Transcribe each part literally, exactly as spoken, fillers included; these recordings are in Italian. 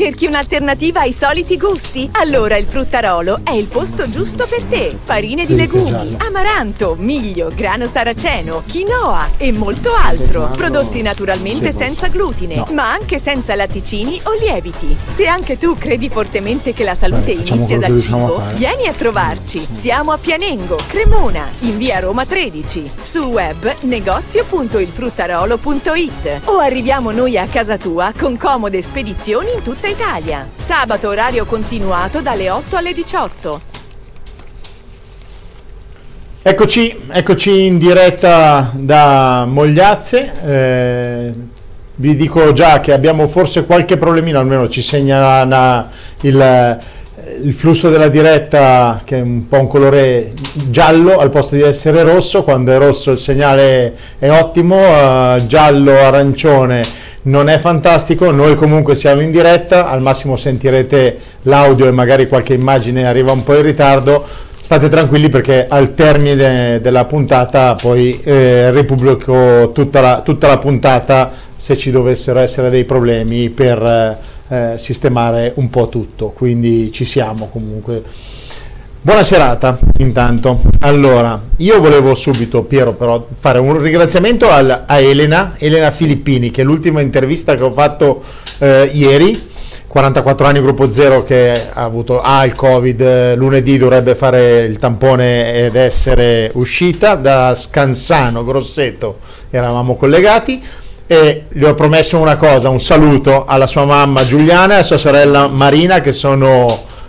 Cerchi un'alternativa ai soliti gusti? Allora il Fruttarolo è il posto giusto per te. Farine di legumi, amaranto, miglio, grano saraceno, quinoa e molto altro. Prodotti naturalmente senza glutine, ma anche senza latticini o lieviti. Se anche tu credi fortemente che la salute Beh, inizia dal cibo, vieni a trovarci. Siamo a Pianengo, Cremona, in via Roma tredici. Sul web negozio punto il fruttarolo punto it o arriviamo noi a casa tua con comode spedizioni in tutta Italia. Sabato orario continuato dalle otto alle diciotto. Eccoci, eccoci in diretta da Mogliazze. Eh, vi dico già che abbiamo forse qualche problemino, almeno ci segnala una, il, il flusso della diretta che è un po' un colore giallo al posto di essere rosso. Quando è rosso il segnale è ottimo, eh, giallo, arancione non è fantastico. Noi comunque siamo in diretta, al massimo sentirete l'audio e magari qualche immagine arriva un po' in ritardo. State tranquilli perché al termine della puntata poi eh, ripubblico tutta la, tutta la puntata se ci dovessero essere dei problemi per eh, sistemare un po' tutto, quindi ci siamo comunque. Buona serata intanto. Allora, io volevo subito, Piero, però fare un ringraziamento al, a Elena, Elena Filippini, che è l'ultima intervista che ho fatto eh, ieri, quarantaquattro anni, gruppo zero, che ha avuto ha il Covid, lunedì dovrebbe fare il tampone ed essere uscita da Scansano, Grosseto, eravamo collegati, e gli ho promesso una cosa, un saluto alla sua mamma Giuliana e a sua sorella Marina, che sono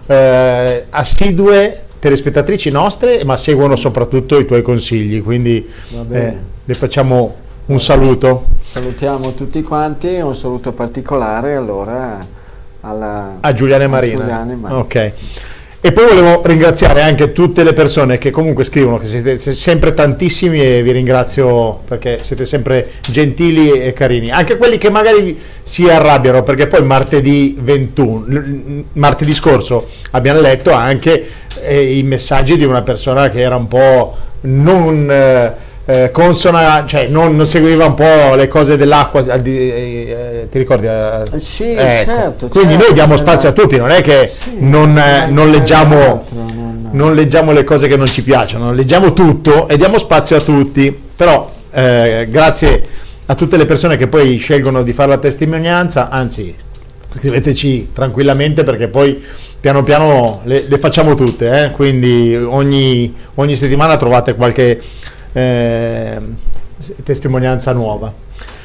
eh, assidue telespettatrici nostre, ma seguono soprattutto i tuoi consigli, quindi eh, le facciamo un saluto. Salutiamo tutti quanti, un saluto particolare allora alla, a Giuliana e Marina. Giuliana e Marina. Ok. E poi volevo ringraziare anche tutte le persone che comunque scrivono, che siete sempre tantissimi e vi ringrazio perché siete sempre gentili e carini. Anche quelli che magari si arrabbiano perché poi martedì ventuno, martedì scorso abbiamo letto anche eh, i messaggi di una persona che era un po' non eh, eh, consona, cioè non, non seguiva un po' le cose dell'acqua, eh, eh, ti ricordi? Eh, sì, ecco. certo. Quindi certo, noi diamo spazio a tutti, non è che sì, non, eh, non leggiamo altro, non... non leggiamo le cose che non ci piacciono, leggiamo tutto e diamo spazio a tutti, però eh, grazie a tutte le persone che poi scelgono di fare la testimonianza, anzi scriveteci tranquillamente perché poi piano piano le, le facciamo tutte, eh? Quindi ogni, ogni settimana trovate qualche eh, testimonianza nuova.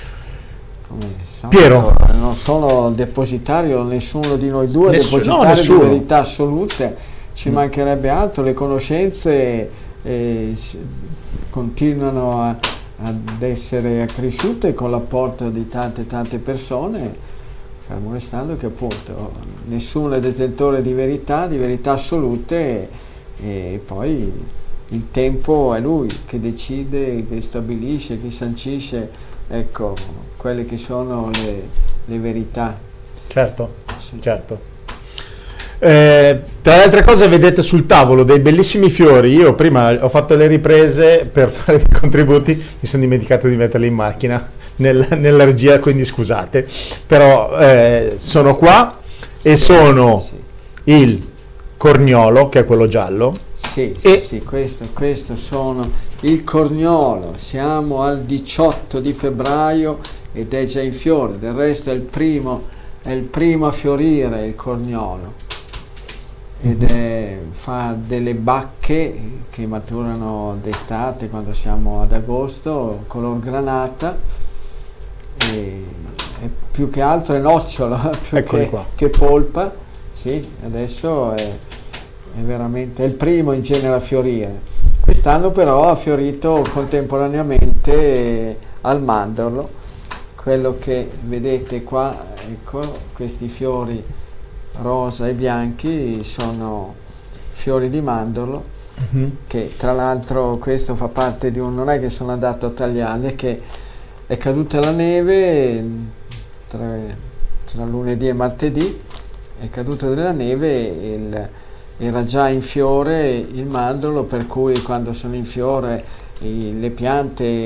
Piero, non sono depositario, nessuno di noi due Nessu- depositario no, nessuno. di verità assolute, ci mm. mancherebbe altro, le conoscenze eh, continuano a, ad essere accresciute con l'apporto di tante tante persone, fermo restando che appunto nessuno è detentore di verità, di verità assolute, e, e poi il tempo è lui che decide, che stabilisce, che sancisce, ecco, quelle che sono le, le verità. Certo, sì. certo. Eh, tra le altre cose vedete sul tavolo dei bellissimi fiori. Io prima ho fatto le riprese per fare dei contributi, mi sono dimenticato di metterli in macchina nel, nella regia, quindi scusate, però eh, sono qua e sì, sono sì, sì. il corniolo, che è quello giallo. Sì, e sì, sì, questo, questo sono il corniolo, siamo al diciotto di febbraio ed è già in fiore, del resto è il primo, è il primo a fiorire il corniolo, ed è, fa delle bacche che maturano d'estate quando siamo ad agosto, color granata, e, e più che altro è nocciolo più che, che polpa, sì, adesso è è veramente è il primo in genere a fiorire. Quest'anno però ha fiorito contemporaneamente al mandorlo, quello che vedete qua, ecco, questi fiori rosa e bianchi sono fiori di mandorlo, mm-hmm. che tra l'altro questo fa parte di un, non è che sono andato a tagliarli, è che è caduta la neve tra, tra lunedì e martedì, è caduta della neve e il era già in fiore il mandorlo, per cui quando sono in fiore i, le piante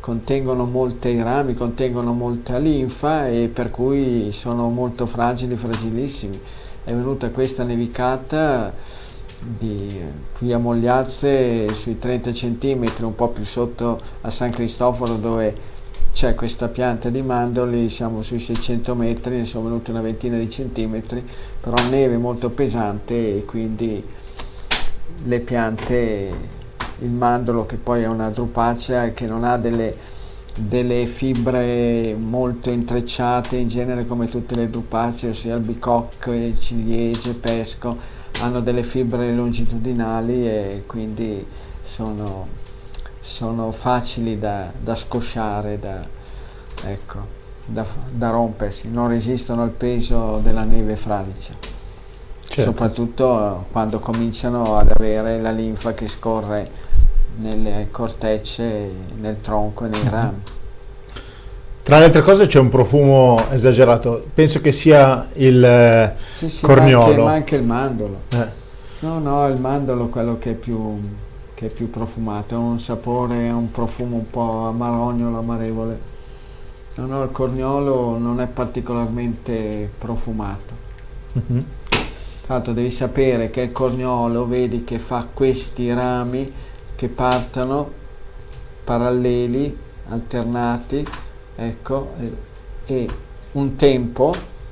contengono molte, i rami contengono molta linfa e per cui sono molto fragili, fragilissimi. È venuta questa nevicata di, qui a Mogliazze sui trenta centimetri, un po' più sotto a San Cristoforo dove c'è questa pianta di mandorli, siamo sui seicento metri, ne sono venuti una ventina di centimetri, però neve molto pesante e quindi le piante, il mandorlo che poi è una drupacea che non ha delle, delle fibre molto intrecciate, in genere come tutte le drupacee, ossia albicocche, ciliegie, pesco, hanno delle fibre longitudinali e quindi sono... sono facili da, da scosciare, da, ecco, da, da rompersi, non resistono al peso della neve fradicia, certo. Soprattutto quando cominciano ad avere la linfa che scorre nelle cortecce, nel tronco e nei rami. Tra le altre cose c'è un profumo esagerato, penso che sia il sì, sì, corniolo. Ma anche, ma anche il mandorlo. Eh. No, no, il mandorlo è quello che è più... che è più profumato, ha un sapore, un profumo un po' amarognolo, amarevole. No, no, il corniolo non è particolarmente profumato. Mm-hmm. Tra l'altro devi sapere che il corniolo, vedi che fa questi rami che partono paralleli, alternati, ecco, e, e un tempo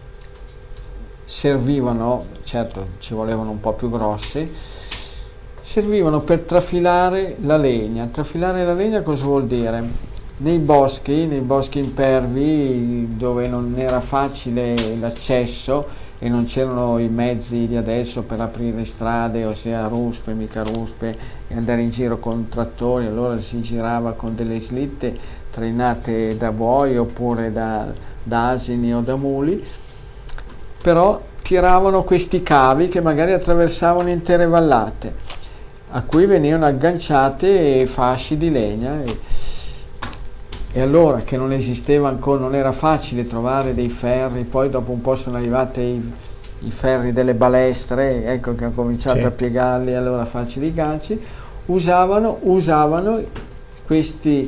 servivano, certo ci volevano un po' più grossi, servivano per trafilare la legna. Trafilare la legna cosa vuol dire? Nei boschi, nei boschi impervi dove non era facile l'accesso e non c'erano i mezzi di adesso per aprire strade, ossia ruspe, mica ruspe, e andare in giro con trattori, allora si girava con delle slitte trainate da buoi oppure da, da asini o da muli, però tiravano questi cavi che magari attraversavano intere vallate, a cui venivano agganciate fasci di legna e, e allora che non esisteva ancora, non era facile trovare dei ferri, poi dopo un po' sono arrivati i, i ferri delle balestre, ecco che hanno cominciato sì. a piegarli, allora a farci dei ganci, usavano, usavano questi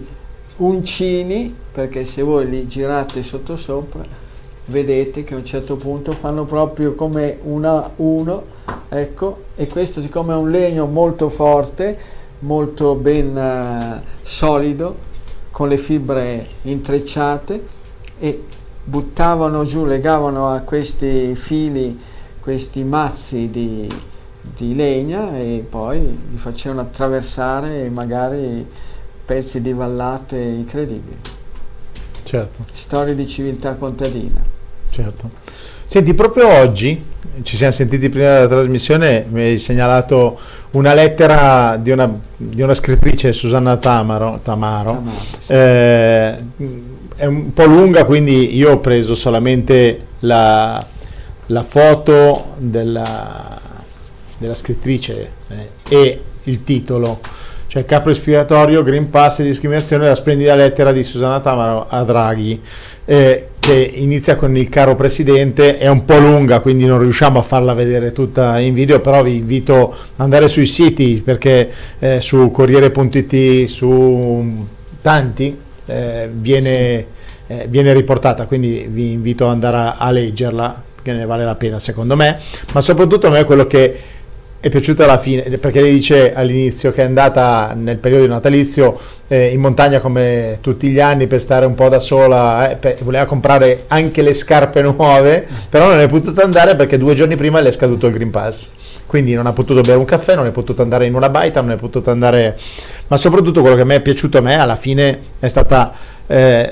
uncini, perché se voi li girate sotto sopra vedete che a un certo punto fanno proprio come una uno, ecco, e questo siccome è un legno molto forte, molto ben uh, solido, con le fibre intrecciate, e buttavano giù, legavano a questi fili, questi mazzi di, di legna e poi li facevano attraversare magari pezzi di vallate incredibili. Certo. Storie di civiltà contadina. Certo. Senti, proprio oggi, ci siamo sentiti prima della trasmissione, mi hai segnalato una lettera di una, di una scrittrice, Susanna Tamaro, Tamaro. Tamaro sì. eh, è un po' lunga, quindi io ho preso solamente la, la foto della, della scrittrice eh, e il titolo, cioè capo espiatorio, Green Pass e discriminazione, la splendida lettera di Susanna Tamaro a Draghi, eh, che inizia con il caro presidente. È un po' lunga, quindi non riusciamo a farla vedere tutta in video, però vi invito ad andare sui siti, perché eh, su Corriere punto it, su tanti eh, viene, sì. eh, viene riportata, quindi vi invito ad andare a, a leggerla, perché ne vale la pena secondo me, ma soprattutto a me quello che è piaciuto alla fine, perché lei dice all'inizio che è andata nel periodo natalizio eh, in montagna come tutti gli anni per stare un po' da sola, eh, per, voleva comprare anche le scarpe nuove, però non è potuta andare perché due giorni prima le è scaduto il Green Pass, quindi non ha potuto bere un caffè, non è potuto andare in una baita, non è potuto andare, ma soprattutto quello che mi è piaciuto a me alla fine è stata eh,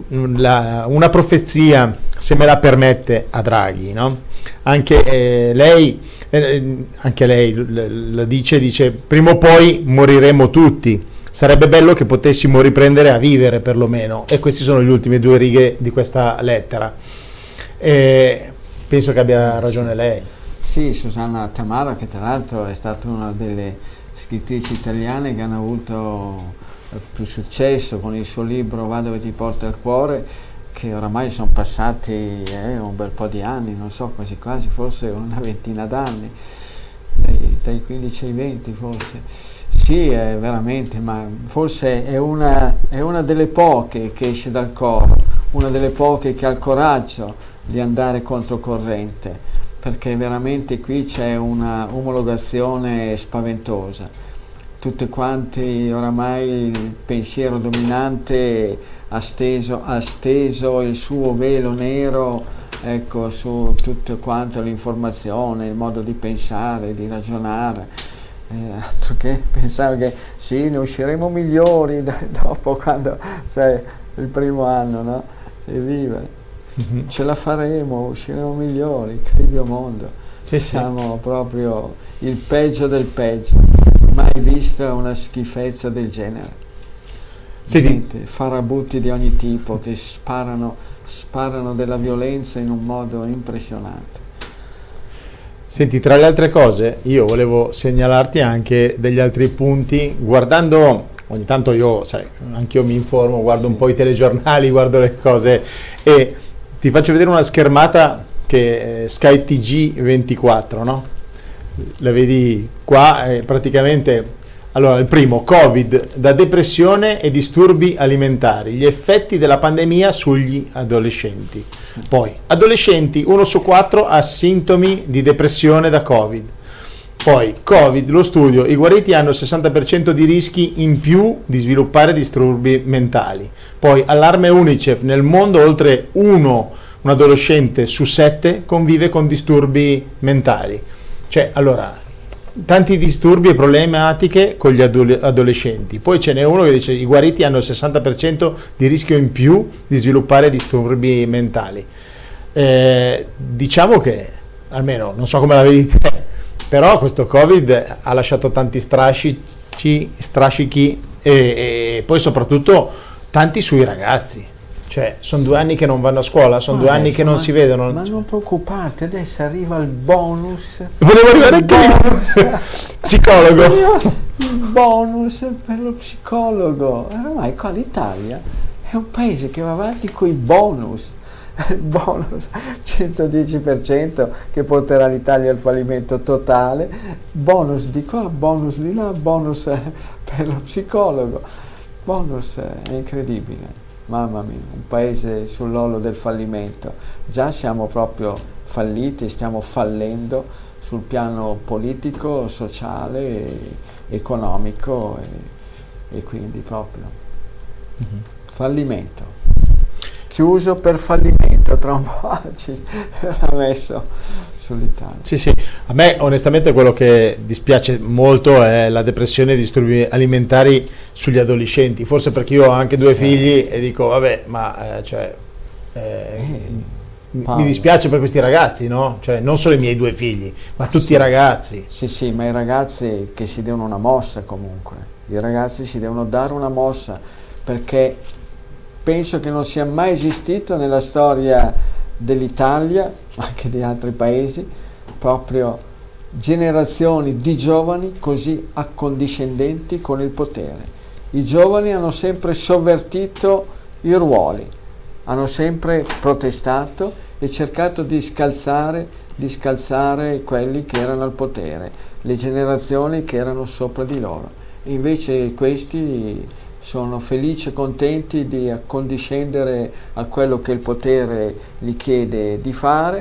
la, una profezia, se me la permette, a Draghi, no? Anche eh, lei Eh, anche lei lo dice, dice prima o poi moriremo tutti, sarebbe bello che potessimo riprendere a vivere perlomeno, e queste sono le ultime due righe di questa lettera, e penso che abbia ragione lei. Sì, Susanna Tamaro, che tra l'altro è stata una delle scrittrici italiane che hanno avuto più successo con il suo libro Va dove ti porta il cuore, che oramai sono passati eh, un bel po' di anni, non so, quasi quasi, forse una ventina d'anni, dai, dai quindici ai venti forse. Sì, è veramente, ma forse è una, è una delle poche che esce dal coro, una delle poche che ha il coraggio di andare controcorrente, perché veramente qui c'è una omologazione spaventosa. Tutti quanti oramai il pensiero dominante ha steso, ha steso il suo velo nero, ecco, su tutto quanto l'informazione, il modo di pensare, di ragionare. Eh, altro che pensare che sì, ne usciremo migliori dopo, quando sai, il primo anno, no? Evviva, mm-hmm. ce la faremo, usciremo migliori, incredibile mondo. Sì, Siamo sì. proprio il peggio del peggio, mai vista una schifezza del genere. Sì, Gente, farabutti di ogni tipo che sparano, sparano della violenza in un modo impressionante. Senti, tra le altre cose, io volevo segnalarti anche degli altri punti, guardando, ogni tanto io, sai, anch'io mi informo, guardo sì. un po' i telegiornali, guardo le cose e ti faccio vedere una schermata che è Sky T G ventiquattro, no? La vedi qua, è praticamente, allora, il primo, Covid, da depressione e disturbi alimentari, gli effetti della pandemia sugli adolescenti. Poi, adolescenti, uno su quattro ha sintomi di depressione da Covid. Poi, Covid, lo studio, i guariti hanno il sessanta per cento di rischi in più di sviluppare disturbi mentali. Poi, allarme UNICEF, nel mondo oltre uno, un adolescente su sette convive con disturbi mentali. Cioè, allora, tanti disturbi e problematiche con gli adole- adolescenti. Poi ce n'è uno che dice i guariti hanno il sessanta per cento di rischio in più di sviluppare disturbi mentali. Eh, diciamo che, almeno non so come la vedi te, però questo Covid ha lasciato tanti strascichi, strascichi e, e poi soprattutto tanti sui ragazzi. Cioè, sono due anni che non vanno a scuola, sono due anni che non ma, si vedono. Ma non preoccuparti, adesso arriva il bonus. Volevo arrivare anche io. Psicologo. Il bonus per lo psicologo. Ormai qua l'Italia è un paese che va avanti con i bonus. Il bonus centodieci per cento che porterà l'Italia al fallimento totale. Bonus di qua, bonus di là, bonus per lo psicologo. Bonus è incredibile. Mamma mia, un paese sull'orlo del fallimento. Già siamo proprio falliti, stiamo fallendo sul piano politico, sociale, e economico e, e quindi proprio mm-hmm. fallimento. Chiuso per fallimento, tra un po' ci verrà messo sull'Italia. Sì, sì, a me onestamente quello che dispiace molto è la depressione e i disturbi alimentari sugli adolescenti, forse perché io ho anche due certo. figli e dico vabbè, ma eh, cioè, eh, eh, mi dispiace per questi ragazzi, no? Cioè non solo i miei due figli, ma tutti sì. i ragazzi. Sì, sì, ma i ragazzi che si devono una mossa comunque, i ragazzi si devono dare una mossa, perché penso che non sia mai esistito nella storia dell'Italia, anche di altri paesi, proprio generazioni di giovani così accondiscendenti con il potere. I giovani hanno sempre sovvertito i ruoli, hanno sempre protestato e cercato di scalzare, di scalzare quelli che erano al potere, le generazioni che erano sopra di loro. E invece questi sono felici e contenti di accondiscendere a quello che il potere gli chiede di fare.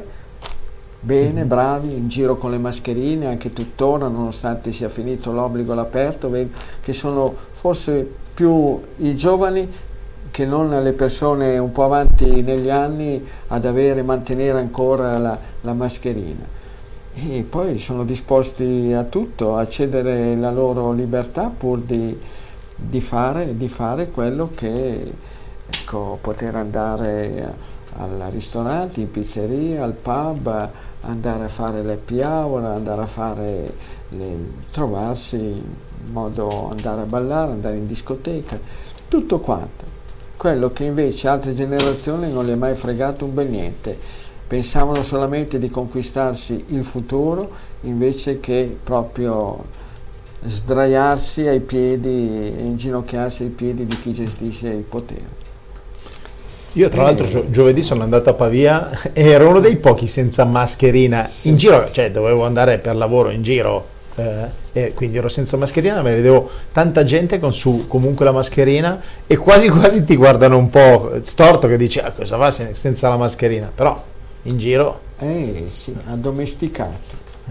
Bene, mm-hmm. bravi, in giro con le mascherine, anche tuttora, nonostante sia finito l'obbligo all'aperto, che sono forse più i giovani che non le persone un po' avanti negli anni ad avere, mantenere ancora la, la mascherina. E poi sono disposti a tutto, a cedere la loro libertà pur di Di fare, di fare quello che, ecco, poter andare al ristorante, in pizzeria, al pub, andare a fare l'happy hour, andare a fare le, trovarsi in modo, andare a ballare, andare in discoteca, tutto quanto. Quello che invece altre generazioni non gli è mai fregato un bel niente, pensavano solamente di conquistarsi il futuro invece che proprio sdraiarsi ai piedi e inginocchiarsi ai piedi di chi gestisce il potere. Io tra l'altro gio- giovedì sono andato a Pavia e ero uno dei pochi senza mascherina Sì, in giro, sì. cioè dovevo andare per lavoro in giro, eh, e quindi ero senza mascherina, ma vedevo tanta gente con su comunque la mascherina e quasi quasi ti guardano un po' storto, che dici, ah, cosa va sen- senza la mascherina, però in giro. Eh sì, addomesticato.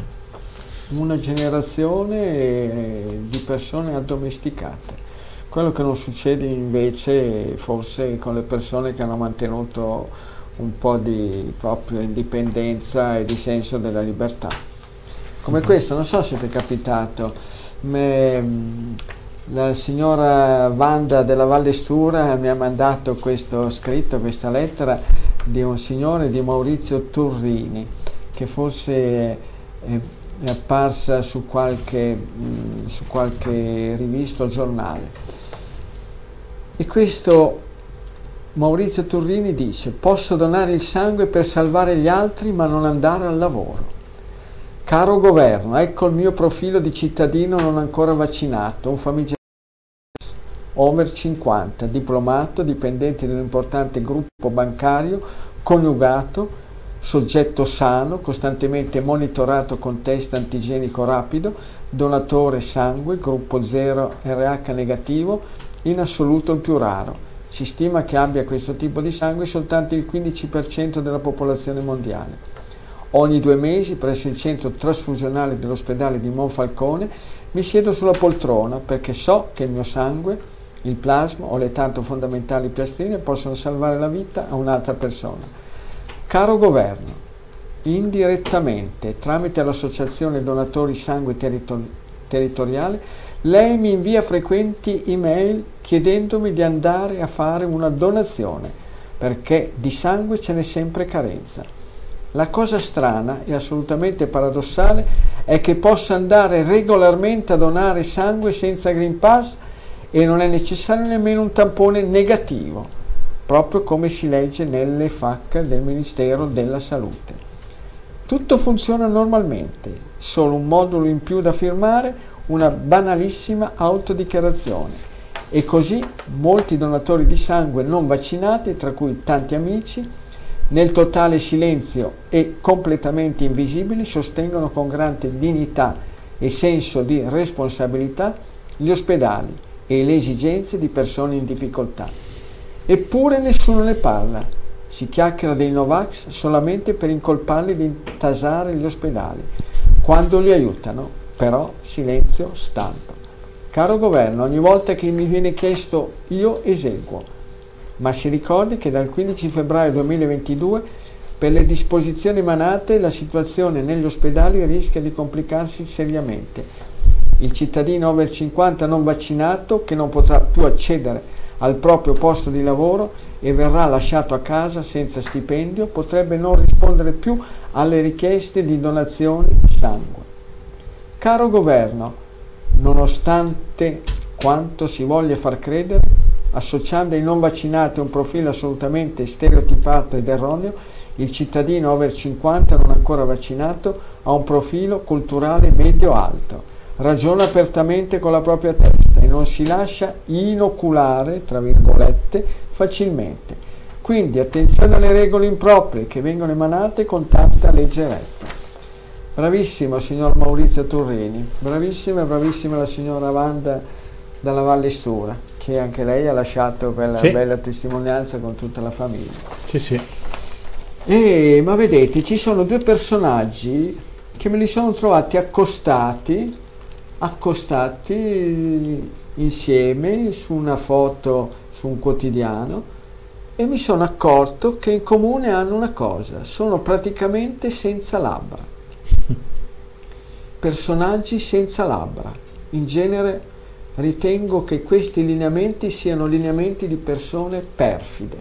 Una generazione eh, di persone addomesticate. Quello che non succede invece forse con le persone che hanno mantenuto un po' di proprio indipendenza e di senso della libertà. Come questo, non so se ti è capitato, me, la signora Wanda della Valle Stura mi ha mandato questo scritto, questa lettera di un signore, di Maurizio Turrini, che forse è, è apparsa su qualche, mh, su qualche rivista o giornale. E questo Maurizio Turrini dice: posso donare il sangue per salvare gli altri ma non andare al lavoro. Caro governo, ecco il mio profilo di cittadino non ancora vaccinato, un famigerato over cinquanta, diplomato, dipendente di un importante gruppo bancario, coniugato, soggetto sano, costantemente monitorato con test antigenico rapido, donatore sangue, gruppo zero R H negativo, in assoluto il più raro. Si stima che abbia questo tipo di sangue soltanto il quindici per cento della popolazione mondiale. Ogni due mesi presso il centro trasfusionale dell'ospedale di Monfalcone mi siedo sulla poltrona perché so che il mio sangue, il plasma o le tanto fondamentali piastrine possono salvare la vita a un'altra persona. Caro governo, indirettamente tramite l'associazione donatori sangue territori- territoriale lei mi invia frequenti email chiedendomi di andare a fare una donazione perché di sangue ce n'è sempre carenza. La cosa strana e assolutamente paradossale è che possa andare regolarmente a donare sangue senza Green Pass e non è necessario nemmeno un tampone negativo, proprio come si legge nelle F A Q del Ministero della Salute. Tutto funziona normalmente, solo un modulo in più da firmare, una banalissima autodichiarazione. E così molti donatori di sangue non vaccinati, tra cui tanti amici, nel totale silenzio e completamente invisibili, sostengono con grande dignità e senso di responsabilità gli ospedali e le esigenze di persone in difficoltà. Eppure nessuno ne parla. Si chiacchiera dei Novax solamente per incolparli di intasare gli ospedali. Quando li aiutano, però, silenzio stampa. Caro governo, ogni volta che mi viene chiesto io eseguo, ma si ricordi che dal quindici febbraio duemilaventidue per le disposizioni emanate la situazione negli ospedali rischia di complicarsi seriamente. Il cittadino over cinquanta non vaccinato, che non potrà più accedere al proprio posto di lavoro e verrà lasciato a casa senza stipendio, potrebbe non rispondere più alle richieste di donazioni di sangue. Caro governo, nonostante quanto si voglia far credere, associando ai non vaccinati un profilo assolutamente stereotipato ed erroneo, il cittadino over cinquanta non ancora vaccinato ha un profilo culturale medio-alto, ragiona apertamente con la propria testa e non si lascia inoculare, tra virgolette, facilmente. Quindi attenzione alle regole improprie che vengono emanate con tanta leggerezza. Bravissimo signor Maurizio Turrini, bravissima e bravissima la signora Wanda dalla Valle Stura, che anche lei ha lasciato quella Sì. bella testimonianza con tutta la famiglia. Sì, sì. E, ma vedete, ci sono due personaggi che me li sono trovati accostati, accostati insieme su una foto su un quotidiano e mi sono accorto che in comune hanno una cosa: sono praticamente senza labbra. Personaggi senza labbra. In genere ritengo che questi lineamenti siano lineamenti di persone perfide,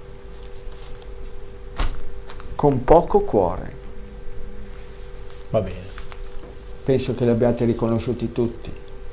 con poco cuore. Va bene. Penso che li abbiate riconosciuti tutti.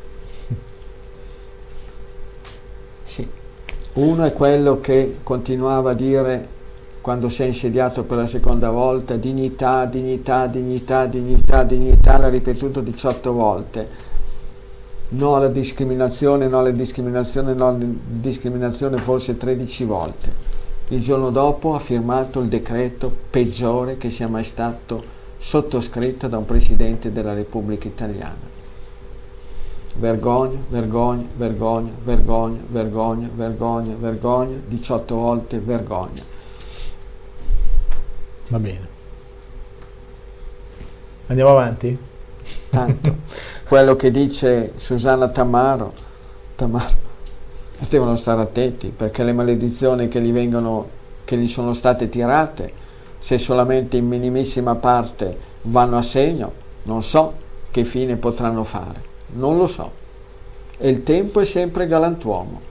Sì. Uno è quello che continuava a dire quando si è insediato per la seconda volta: dignità, dignità, dignità, dignità, dignità, l'ha ripetuto diciotto volte. No alla discriminazione, no alla discriminazione, no alla discriminazione forse tredici volte. il giorno dopo ha firmato il decreto peggiore che sia mai stato sottoscritto da un Presidente della Repubblica Italiana. Vergogna, vergogna, vergogna, vergogna, vergogna, vergogna, vergogna, diciotto volte vergogna. Va bene. Andiamo avanti? Tanto, quello che dice Susanna Tamaro, Tamaro, devono stare attenti, perché le maledizioni che gli vengono, che gli sono state tirate, se solamente in minimissima parte vanno a segno, non so che fine potranno fare. Non lo so, e il tempo è sempre galantuomo.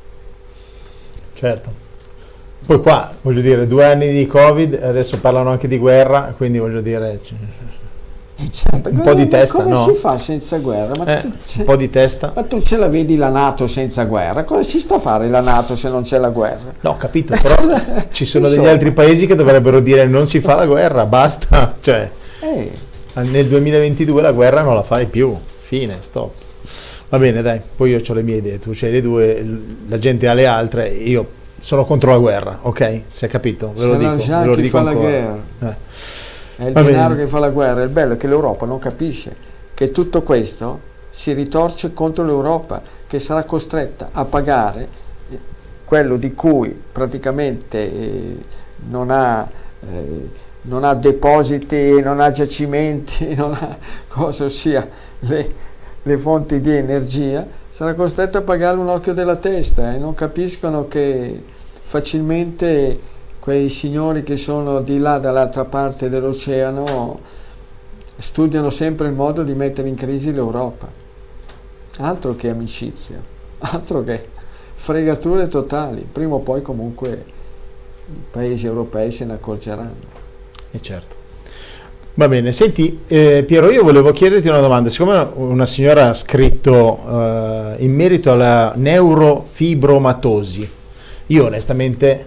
Certo, poi qua voglio dire due anni di Covid, adesso parlano anche di guerra, quindi voglio dire E certo, un po' di testa, come no? si fa senza guerra? Ma, Eh, tu, un po' di testa. ma tu ce la vedi la NATO senza guerra? Cosa ci sta a fare la NATO se non c'è la guerra? No, capito, però ci sono degli Insomma. altri paesi che dovrebbero dire non si fa la guerra, basta, cioè Eh, nel duemilaventidue la guerra non la fai più, fine, stop. Va bene, dai, poi io ho le mie idee, tu c'hai le due, la gente ha le altre, io sono contro la guerra, ok? Si è capito? Ve lo c'est dico, l'argent ve lo che dico fa la ancora. guerra. Eh. È il Va denaro bene. che fa la guerra. Il bello è che l'Europa non capisce che tutto questo si ritorce contro l'Europa, che sarà costretta a pagare eh, quello di cui praticamente eh, non ha eh, non ha depositi, non ha giacimenti, non ha cosa, ossia le, le fonti di energia, sarà costretta a pagare un occhio della testa, e non capiscono che facilmente quei signori che sono di là dall'altra parte dell'oceano studiano sempre il modo di mettere in crisi l'Europa. Altro che amicizia, altro che fregature totali. Prima o poi comunque i paesi europei se ne accorgeranno. E certo. Va bene, senti eh, Piero, io volevo chiederti una domanda, siccome una signora ha scritto eh, in merito alla neurofibromatosi, io onestamente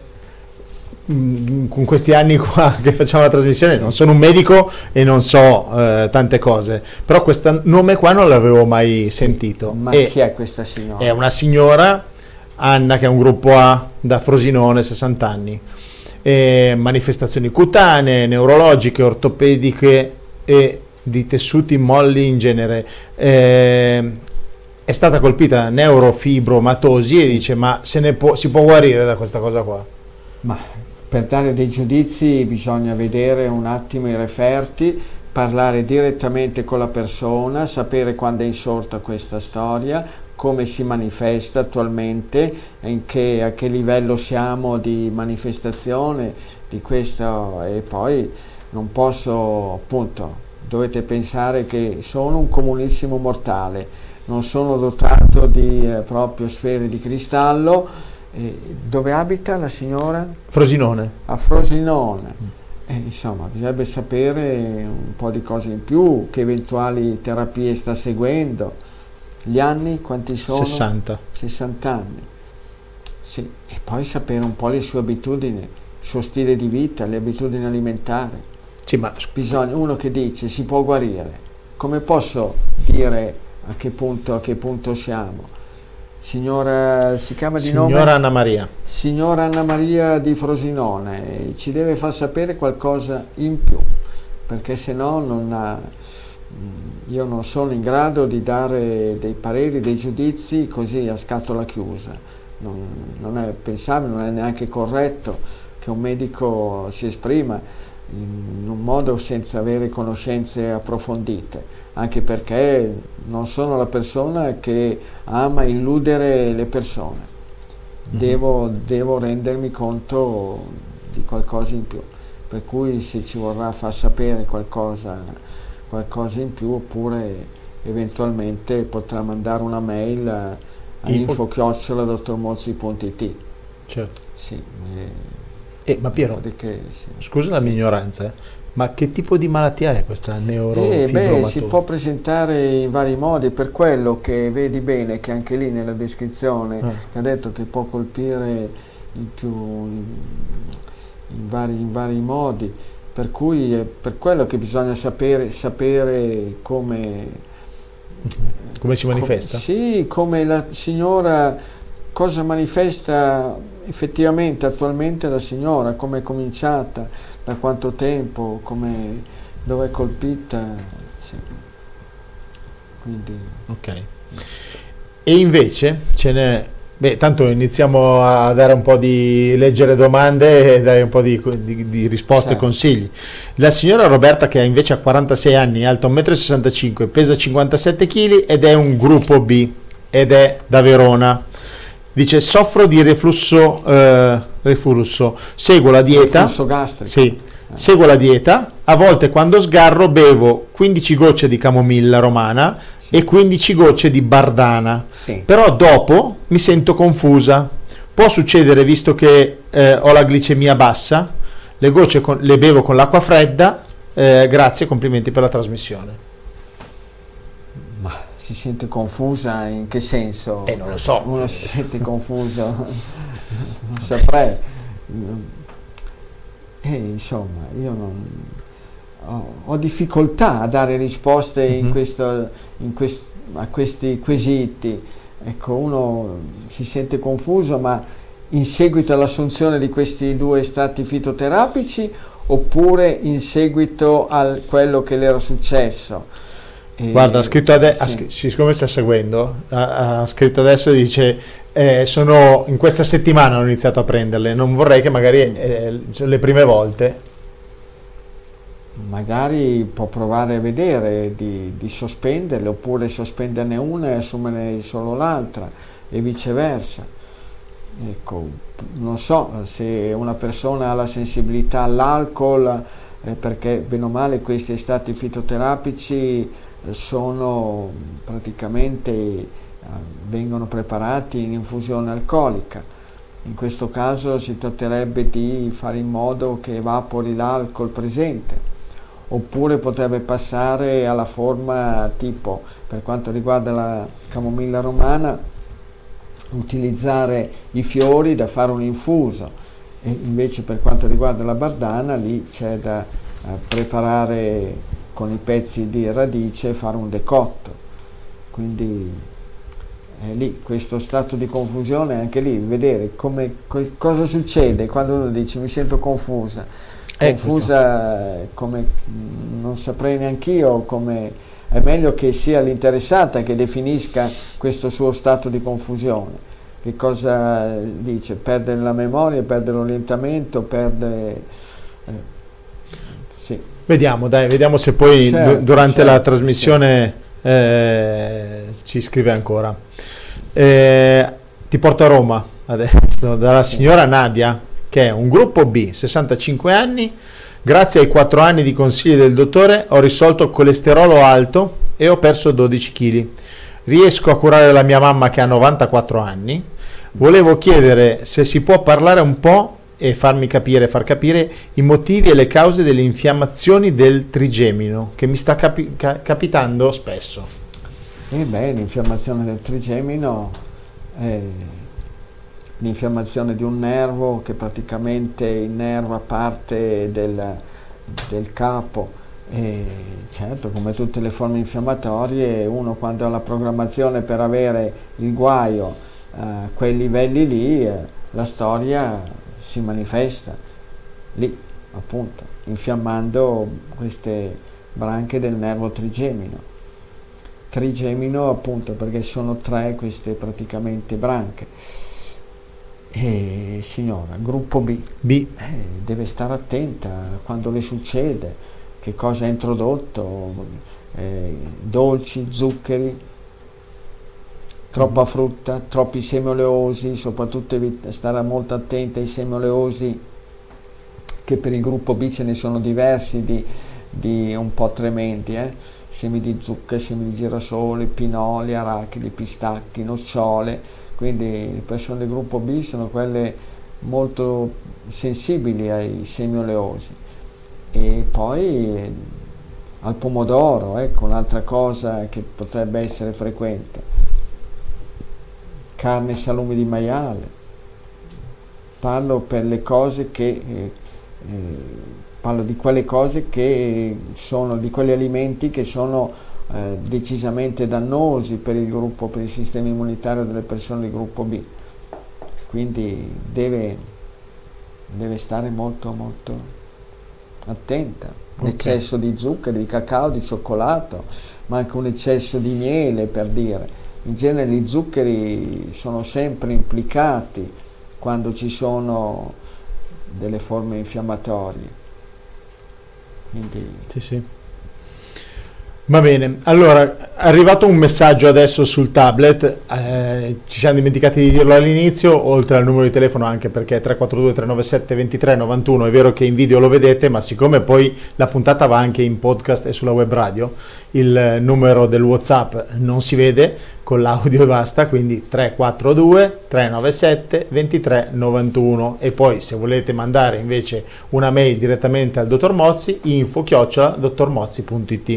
mh, con questi anni qua che facciamo la trasmissione non sono un medico e non so eh, tante cose, però questo nome qua non l'avevo mai Sì, sentito. Ma E chi è questa signora? è una signora, Anna, che è un gruppo A da Frosinone, sessanta anni. Eh, manifestazioni cutanee, neurologiche, ortopediche e di tessuti molli in genere. Eh, è stata colpita da neurofibromatosi e dice: ma se ne può, si può guarire da questa cosa qua? Ma per dare dei giudizi bisogna vedere un attimo i referti, parlare direttamente con la persona, sapere quando è insorta questa storia, come si manifesta attualmente, in che, a che livello siamo di manifestazione di questo, e poi non posso, appunto, dovete pensare che sono un comunissimo mortale, non sono dotato di eh, proprio sfere di cristallo. Eh, dove abita la signora? Frosinone. A Frosinone. Eh, insomma, bisognerebbe sapere un po' di cose in più, che eventuali terapie sta seguendo. Gli anni quanti sono? sessanta. sessanta anni. Sì, e poi sapere un po' le sue abitudini, il suo stile di vita, le abitudini alimentari. Sì, ma Bisogna, uno che dice si può guarire, come posso dire a che punto, a che punto siamo? Signora, si chiama di nome? signora Anna Maria. Signora Anna Maria di Frosinone, ci deve far sapere qualcosa in più, perché se no non ha, io non sono in grado di dare dei pareri, dei giudizi così a scatola chiusa. Non, non è pensabile, non è neanche corretto che un medico si esprima in un modo senza avere conoscenze approfondite, anche perché non sono la persona che ama illudere le persone. Devo, devo rendermi conto di qualcosa in più, per cui se ci vorrà far sapere qualcosa, qualcosa in più, oppure eventualmente potrà mandare una mail a, a Info- info chiocciola dottormozzi punto it. Certo. Sì, eh, Eh, ma Piero, dopodiché, sì. scusa la Sì. mia ignoranza, eh, ma che tipo di malattia è questa Eh, neurofibromatosi? beh, si può presentare in vari modi, per quello che vedi bene che anche lì nella descrizione Ah. che ha detto che può colpire in, più, in, in, vari, in vari modi, per cui è per quello che bisogna sapere, sapere come, Come si manifesta? Com- sì, come la signora cosa manifesta effettivamente attualmente la signora, come è cominciata, da quanto tempo, come, dove è colpita. Sì. Quindi. Ok. E invece ce n'è. Beh, tanto iniziamo a dare un po' di leggere domande e dare un po' di, di, di risposte Certo. e consigli. La signora Roberta, che invece ha quarantasei anni, è alta uno e sessantacinque metri, pesa cinquantasette chili ed è un gruppo B ed è da Verona. Dice: soffro di reflusso, eh, reflusso. Seguo la dieta. Reflusso gastrico. Sì. Seguo la dieta, a volte quando sgarro bevo quindici gocce di camomilla romana, sì, e quindici gocce di bardana, sì, però dopo mi sento confusa. Può succedere visto che eh, ho la glicemia bassa? Le gocce con, le bevo con l'acqua fredda, eh, grazie, complimenti per la trasmissione. Ma si sente confusa in che senso? Eh, non lo so. Uno si sente confuso, non saprei. E insomma, io non, ho, ho difficoltà a dare risposte in Mm-hmm. questo, in quest, a questi quesiti. Ecco, uno si sente confuso, ma in seguito all'assunzione di questi due estratti fitoterapici oppure in seguito a quello che le era successo? E, Guarda, ha scritto adesso, sì. siccome sta seguendo, ha, ha scritto adesso e dice: eh, sono in questa settimana ho iniziato a prenderle, non vorrei che magari eh, le prime volte. Magari può provare a vedere di, di sospenderle, oppure sospenderne una e assumerne solo l'altra e viceversa. Ecco, non so se una persona ha la sensibilità all'alcol, eh, perché bene o male questi estratti fitoterapici sono praticamente, eh, vengono preparati in infusione alcolica. In questo caso si tratterebbe di fare in modo che evapori l'alcol presente, oppure potrebbe passare alla forma tipo, per quanto riguarda la camomilla romana, utilizzare i fiori da fare un infuso, e invece per quanto riguarda la bardana lì c'è da eh, preparare con i pezzi di radice e fare un decotto. Quindi è lì questo stato di confusione, anche lì vedere come, co- cosa succede quando uno dice mi sento confusa, confusa eh, come non saprei neanch'io, come è meglio che sia l'interessata che definisca questo suo stato di confusione. Che cosa dice? Perde la memoria, perde l'orientamento, perde eh, sì. Vediamo, dai, vediamo se poi certo, du- durante certo, la trasmissione sì. eh, ci scrive ancora. Eh, ti porto a Roma adesso dalla signora Nadia, che è un gruppo B, sessantacinque anni. Grazie ai quattro anni di consigli del dottore ho risolto il colesterolo alto e ho perso dodici chili. Riesco a curare la mia mamma che ha novantaquattro anni. Volevo chiedere se si può parlare un po' e farmi capire, far capire i motivi e le cause delle infiammazioni del trigemino che mi sta capi- ca- capitando spesso. E beh, l'infiammazione del trigemino è l'infiammazione di un nervo che praticamente innerva parte del, del capo, e certo, come tutte le forme infiammatorie, uno quando ha la programmazione per avere il guaio a quei livelli lì, eh, la storia si manifesta lì, appunto, infiammando queste branche del nervo trigemino. Trigemino appunto perché sono tre queste praticamente branche. E signora, gruppo B, B. Eh, deve stare attenta quando le succede, che cosa ha introdotto, eh, dolci, zuccheri, troppa frutta, troppi semi oleosi, soprattutto stare molto attenti ai semi oleosi, che per il gruppo B ce ne sono diversi di, di un po' tremendi, eh? Semi di zucca, semi di girasole, pinoli, arachidi, pistacchi, nocciole. Quindi le persone del gruppo B sono quelle molto sensibili ai semi oleosi. E poi eh, al pomodoro, ecco un'altra cosa che potrebbe essere frequente. Carne e salumi di maiale. Parlo per le cose che eh, eh, parlo di quelle cose che sono, di quegli alimenti che sono eh, decisamente dannosi per il gruppo, per il sistema immunitario delle persone del gruppo B. quindi deve, deve stare molto molto attenta. Un Ok. eccesso di zucchero, di cacao, di cioccolato, ma anche un eccesso di miele, per dire. In genere gli zuccheri sono sempre implicati quando ci sono delle forme infiammatorie. Quindi Sì, sì. Va bene, allora è arrivato un messaggio adesso sul tablet, eh, ci siamo dimenticati di dirlo all'inizio, oltre al numero di telefono, anche perché è tre quattro due tre nove sette due tre nove uno, è vero che in video lo vedete, ma siccome poi la puntata va anche in podcast e sulla web radio, il numero del WhatsApp non si vede con l'audio e basta, quindi tre quattro due tre nove sette due tre nove uno, e poi se volete mandare invece una mail direttamente al dottor Mozzi, info chiocciola dottormozzi punto it.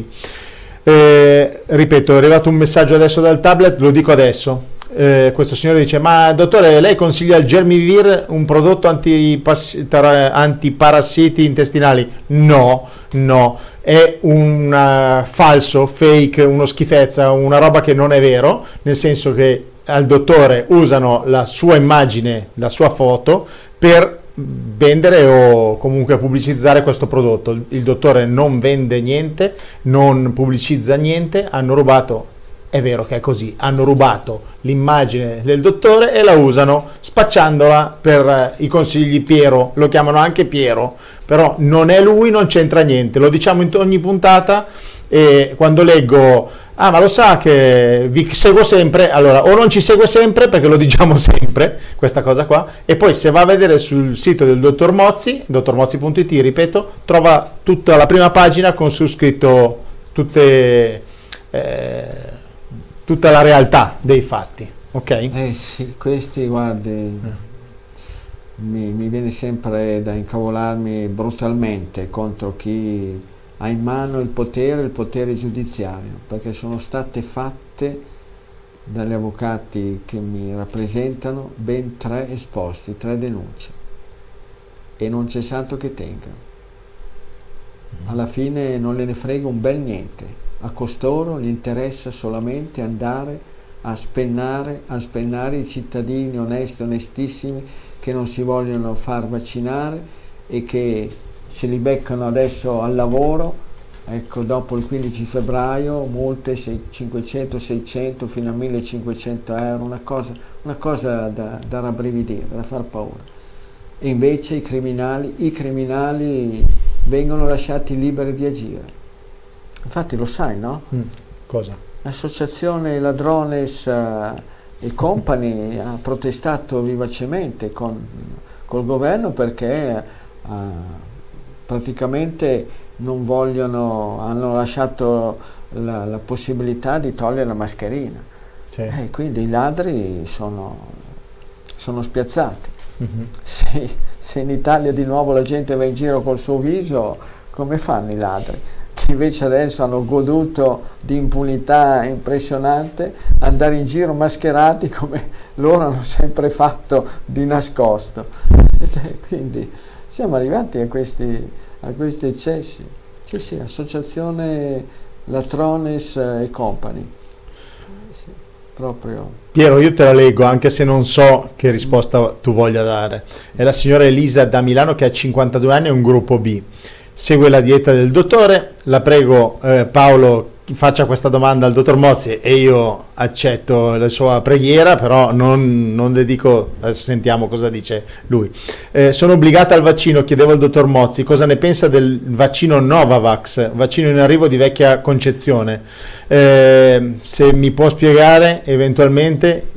Eh, ripeto, è arrivato un messaggio adesso dal tablet, lo dico adesso. Eh, questo signore dice: ma dottore, lei consiglia il Germivir, un prodotto antipas- tara- antiparassiti intestinali? No, no, è un uh, falso, fake, uno schifezza, una roba che non è vero, nel senso che al dottore usano la sua immagine, la sua foto per vendere o comunque pubblicizzare questo prodotto. Il, il dottore non vende niente, non pubblicizza niente, hanno rubato, è vero che è così, hanno rubato l'immagine del dottore e la usano spacciandola per eh, i consigli Piero, lo chiamano anche Piero, però non è lui, non c'entra niente, lo diciamo in ogni puntata, e quando leggo ah ma lo sa che vi seguo sempre, allora o non ci segue sempre perché lo diciamo sempre questa cosa qua, e poi se va a vedere sul sito del dottor Mozzi, dottormozzi punto it, ripeto, trova tutta la prima pagina con su scritto tutte eh, tutta la realtà dei fatti, ok? Eh sì, questi, guardi, mi, mi viene sempre da incavolarmi brutalmente contro chi ha in mano il potere, il potere giudiziario, perché sono state fatte dagli avvocati che mi rappresentano ben tre esposti, tre denunce, e non c'è santo che tenga. Alla fine non le ne frega un bel niente, a costoro gli interessa solamente andare a spennare, a spennare i cittadini onesti, onestissimi, che non si vogliono far vaccinare e che se li beccano adesso al lavoro, ecco, dopo il quindici febbraio, multe cinquecento seicento fino a millecinquecento euro, una cosa, una cosa da, da rabbrividire, da far paura. E invece i criminali, i criminali vengono lasciati liberi di agire. Infatti lo sai, no? Mm, cosa? L'associazione Ladrones uh, e Company ha protestato vivacemente con col governo perché uh, praticamente non vogliono, hanno lasciato la, la possibilità di togliere la mascherina. Sì. Eh, quindi i ladri sono, sono spiazzati. Mm-hmm. Se, se in Italia di nuovo la gente va in giro col suo viso, come fanno i ladri? Che invece adesso hanno goduto di impunità impressionante, andare in giro mascherati come loro hanno sempre fatto di nascosto. Quindi siamo arrivati a questi, a questi eccessi. Sì, sì, associazione Ladrones e Company. Sì, proprio. Piero, io te la leggo anche se non so che risposta tu voglia dare. È la signora Elisa da Milano che ha cinquantadue anni e un gruppo B. Segue la dieta del dottore. La prego, eh, Paolo, faccia questa domanda al dottor Mozzi e io accetto la sua preghiera, però non, non le dico, adesso sentiamo cosa dice lui. Eh, sono obbligata al vaccino, chiedevo al dottor Mozzi cosa ne pensa del vaccino Novavax, vaccino in arrivo di vecchia concezione. Eh, se mi può spiegare eventualmente.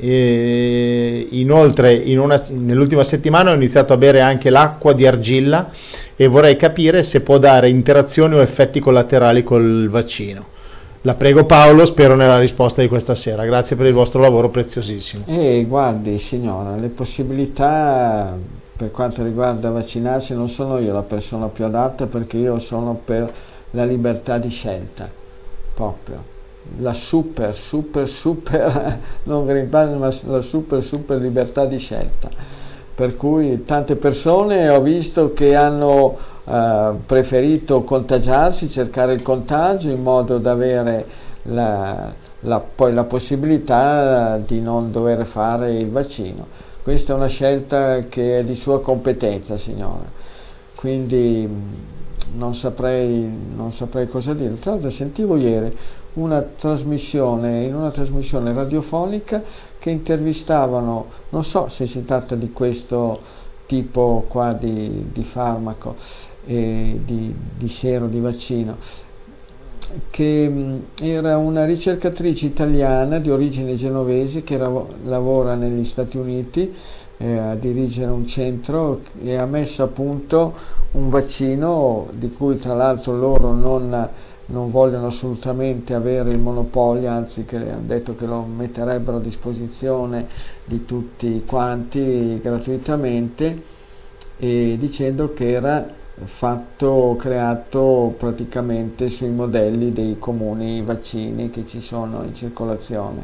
Eh, inoltre in una, nell'ultima settimana ho iniziato a bere anche l'acqua di argilla e vorrei capire se può dare interazioni o effetti collaterali col vaccino. La prego Paolo, spero nella risposta di questa sera. Grazie per il vostro lavoro preziosissimo. E guardi signora, le possibilità per quanto riguarda vaccinarsi, non sono io la persona più adatta, perché io sono per la libertà di scelta, proprio la super super super non Green Pass, ma la super super libertà di scelta, per cui tante persone ho visto che hanno eh, preferito contagiarsi, cercare il contagio in modo da avere la, la, poi la possibilità di non dover fare il vaccino. questa è una scelta che è di sua competenza, signora, quindi non saprei, non saprei cosa dire. Tra l'altro sentivo ieri una trasmissione, in una trasmissione radiofonica che intervistavano, non so se si tratta di questo tipo qua di, di farmaco, eh, di, di siero, di vaccino, che mh, era una ricercatrice italiana di origine genovese che ra- lavora negli Stati Uniti eh, a dirigere un centro e ha messo a punto un vaccino di cui tra l'altro loro non, non vogliono assolutamente avere il monopolio, anzi che hanno detto che lo metterebbero a disposizione di tutti quanti gratuitamente, e dicendo che era fatto, creato praticamente sui modelli dei comuni vaccini che ci sono in circolazione.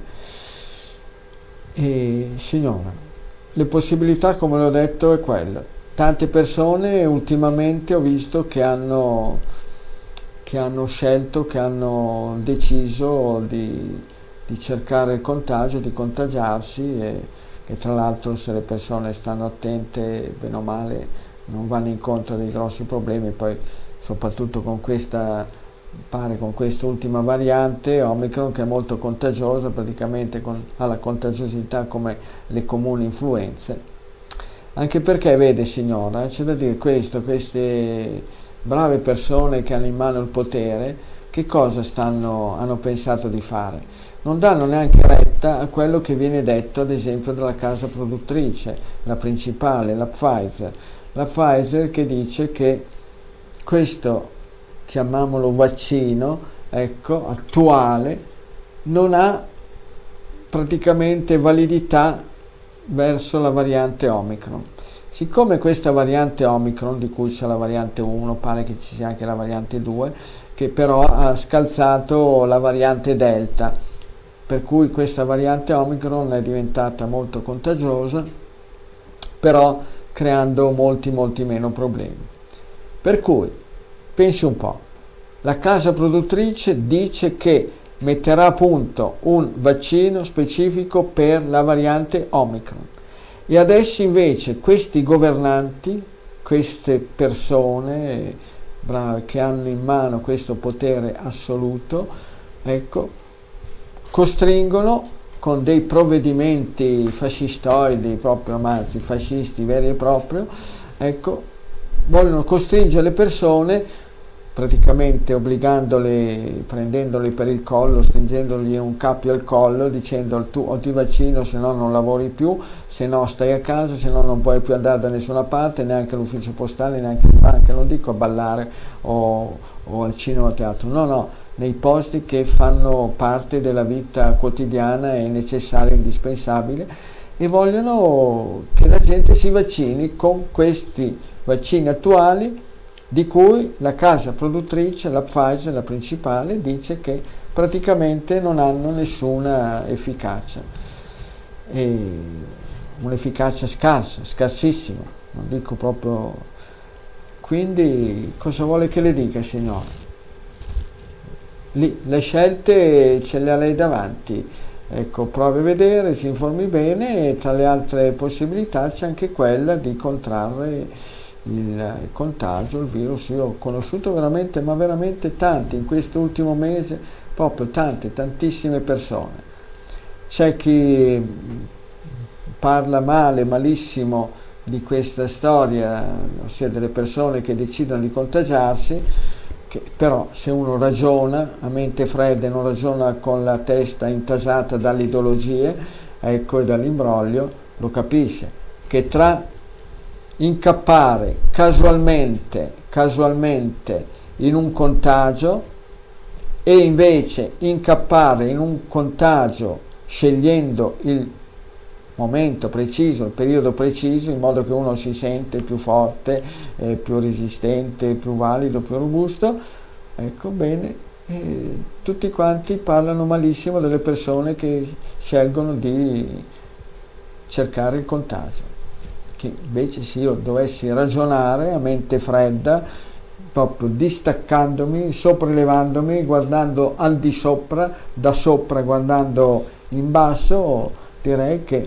E signora, le possibilità, come l'ho detto, è quella. Tante persone ultimamente ho visto che hanno, che hanno scelto, che hanno deciso di, di cercare il contagio, di contagiarsi, e che tra l'altro, se le persone stanno attente, bene o male, non vanno incontro a dei grossi problemi. Poi soprattutto con questa, pare con quest'ultima variante Omicron, che è molto contagiosa, praticamente con, ha la contagiosità come le comuni influenze. Anche perché, vede signora, c'è da dire questo, queste brave persone che hanno in mano il potere, che cosa stanno, hanno pensato di fare? Non danno neanche retta a quello che viene detto, ad esempio, dalla casa produttrice, la principale, la Pfizer. La Pfizer che dice che questo, chiamiamolo vaccino, ecco, attuale, non ha praticamente validità verso la variante Omicron. Siccome questa variante Omicron, di cui c'è la variante uno, pare che ci sia anche la variante due, che però ha scalzato la variante Delta, per cui questa variante Omicron è diventata molto contagiosa, però creando molti molti meno problemi. Per cui, pensi un po', la casa produttrice dice che metterà a punto un vaccino specifico per la variante Omicron, e adesso invece questi governanti, queste persone brave che hanno in mano questo potere assoluto, ecco, costringono con dei provvedimenti fascistoidi, proprio, anzi fascisti veri e propri, ecco, vogliono costringere le persone, praticamente obbligandole, prendendoli per il collo, stringendogli un cappio al collo, dicendo: tu o ti vaccino, se no non lavori più, se no stai a casa, se no non puoi più andare da nessuna parte, neanche all'ufficio postale, neanche in banca, non dico a ballare o, o al cinema o al teatro, no no, nei posti che fanno parte della vita quotidiana e necessaria e indispensabile, e vogliono che la gente si vaccini con questi vaccini attuali, di cui la casa produttrice, la Pfizer, la principale, dice che praticamente non hanno nessuna efficacia, e un'efficacia scarsa, scarsissima, non dico proprio. Quindi cosa vuole che le dica, signora? Lì le scelte ce le ha lei davanti, ecco, provi a vedere, si informi bene, e tra le altre possibilità c'è anche quella di contrarre il contagio, il virus. Io ho conosciuto veramente, ma veramente tanti in quest'ultimo mese, proprio tante, tantissime persone. C'è chi parla male, malissimo di questa storia, ossia delle persone che decidono di contagiarsi, che però se uno ragiona a mente fredda e non ragiona con la testa intasata dalle ideologie, ecco, e dall'imbroglio, lo capisce, che tra incappare casualmente, casualmente in un contagio e invece incappare in un contagio scegliendo il momento preciso, il periodo preciso, in modo che uno si sente più forte, eh, più resistente, più valido, più robusto, ecco, bene, eh, tutti quanti parlano malissimo delle persone che scelgono di cercare il contagio. Che invece, se io dovessi ragionare a mente fredda, proprio distaccandomi, sopraelevandomi, guardando al di sopra, da sopra guardando in basso, direi che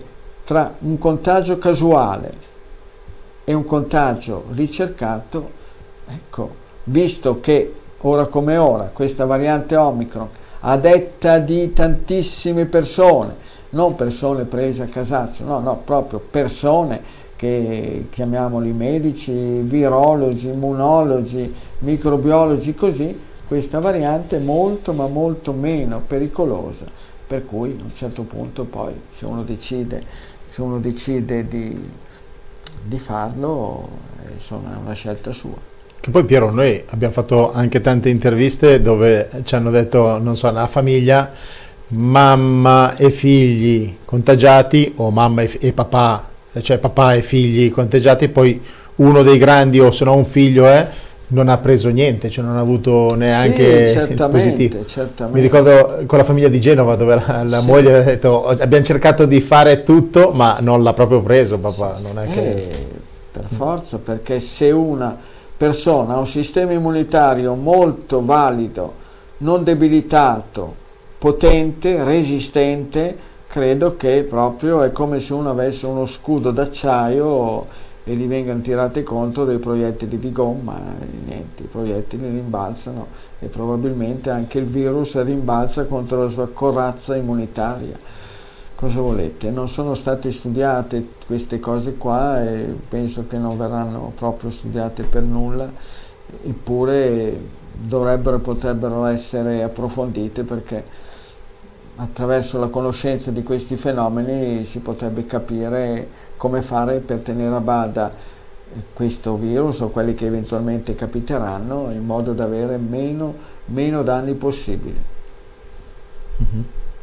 tra un contagio casuale e un contagio ricercato, ecco, visto che ora come ora questa variante Omicron, a detta di tantissime persone, non persone prese a casaccio, no, no, proprio persone che chiamiamoli medici, virologi, immunologi, microbiologi, così, questa variante è molto ma molto meno pericolosa, per cui a un certo punto poi se uno decide, se uno decide di, di farlo, eh, insomma è una scelta sua. Che poi Piero, noi abbiamo fatto anche tante interviste dove ci hanno detto, non so, una famiglia, mamma e figli contagiati o mamma e, e papà, cioè papà e figli contagiati, poi uno dei grandi o se no un figlio è, non ha preso niente, cioè non ha avuto neanche sì, il positivo. Certamente. Mi ricordo con la famiglia di Genova dove la, la sì. moglie ha detto abbiamo cercato di fare tutto ma non l'ha proprio preso papà. Sì, non è eh, che... Per forza, perché se una persona ha un sistema immunitario molto valido, non debilitato, potente, resistente, credo che proprio è come se uno avesse uno scudo d'acciaio e gli vengano tirati contro dei proiettili di gomma e niente, i proiettili rimbalzano e probabilmente anche il virus rimbalza contro la sua corazza immunitaria. Cosa volete? Non sono state studiate queste cose qua e penso che non verranno proprio studiate per nulla, eppure dovrebbero e potrebbero essere approfondite, perché attraverso la conoscenza di questi fenomeni si potrebbe capire come fare per tenere a bada questo virus o quelli che eventualmente capiteranno, in modo da avere meno, meno danni possibili. Mm-hmm.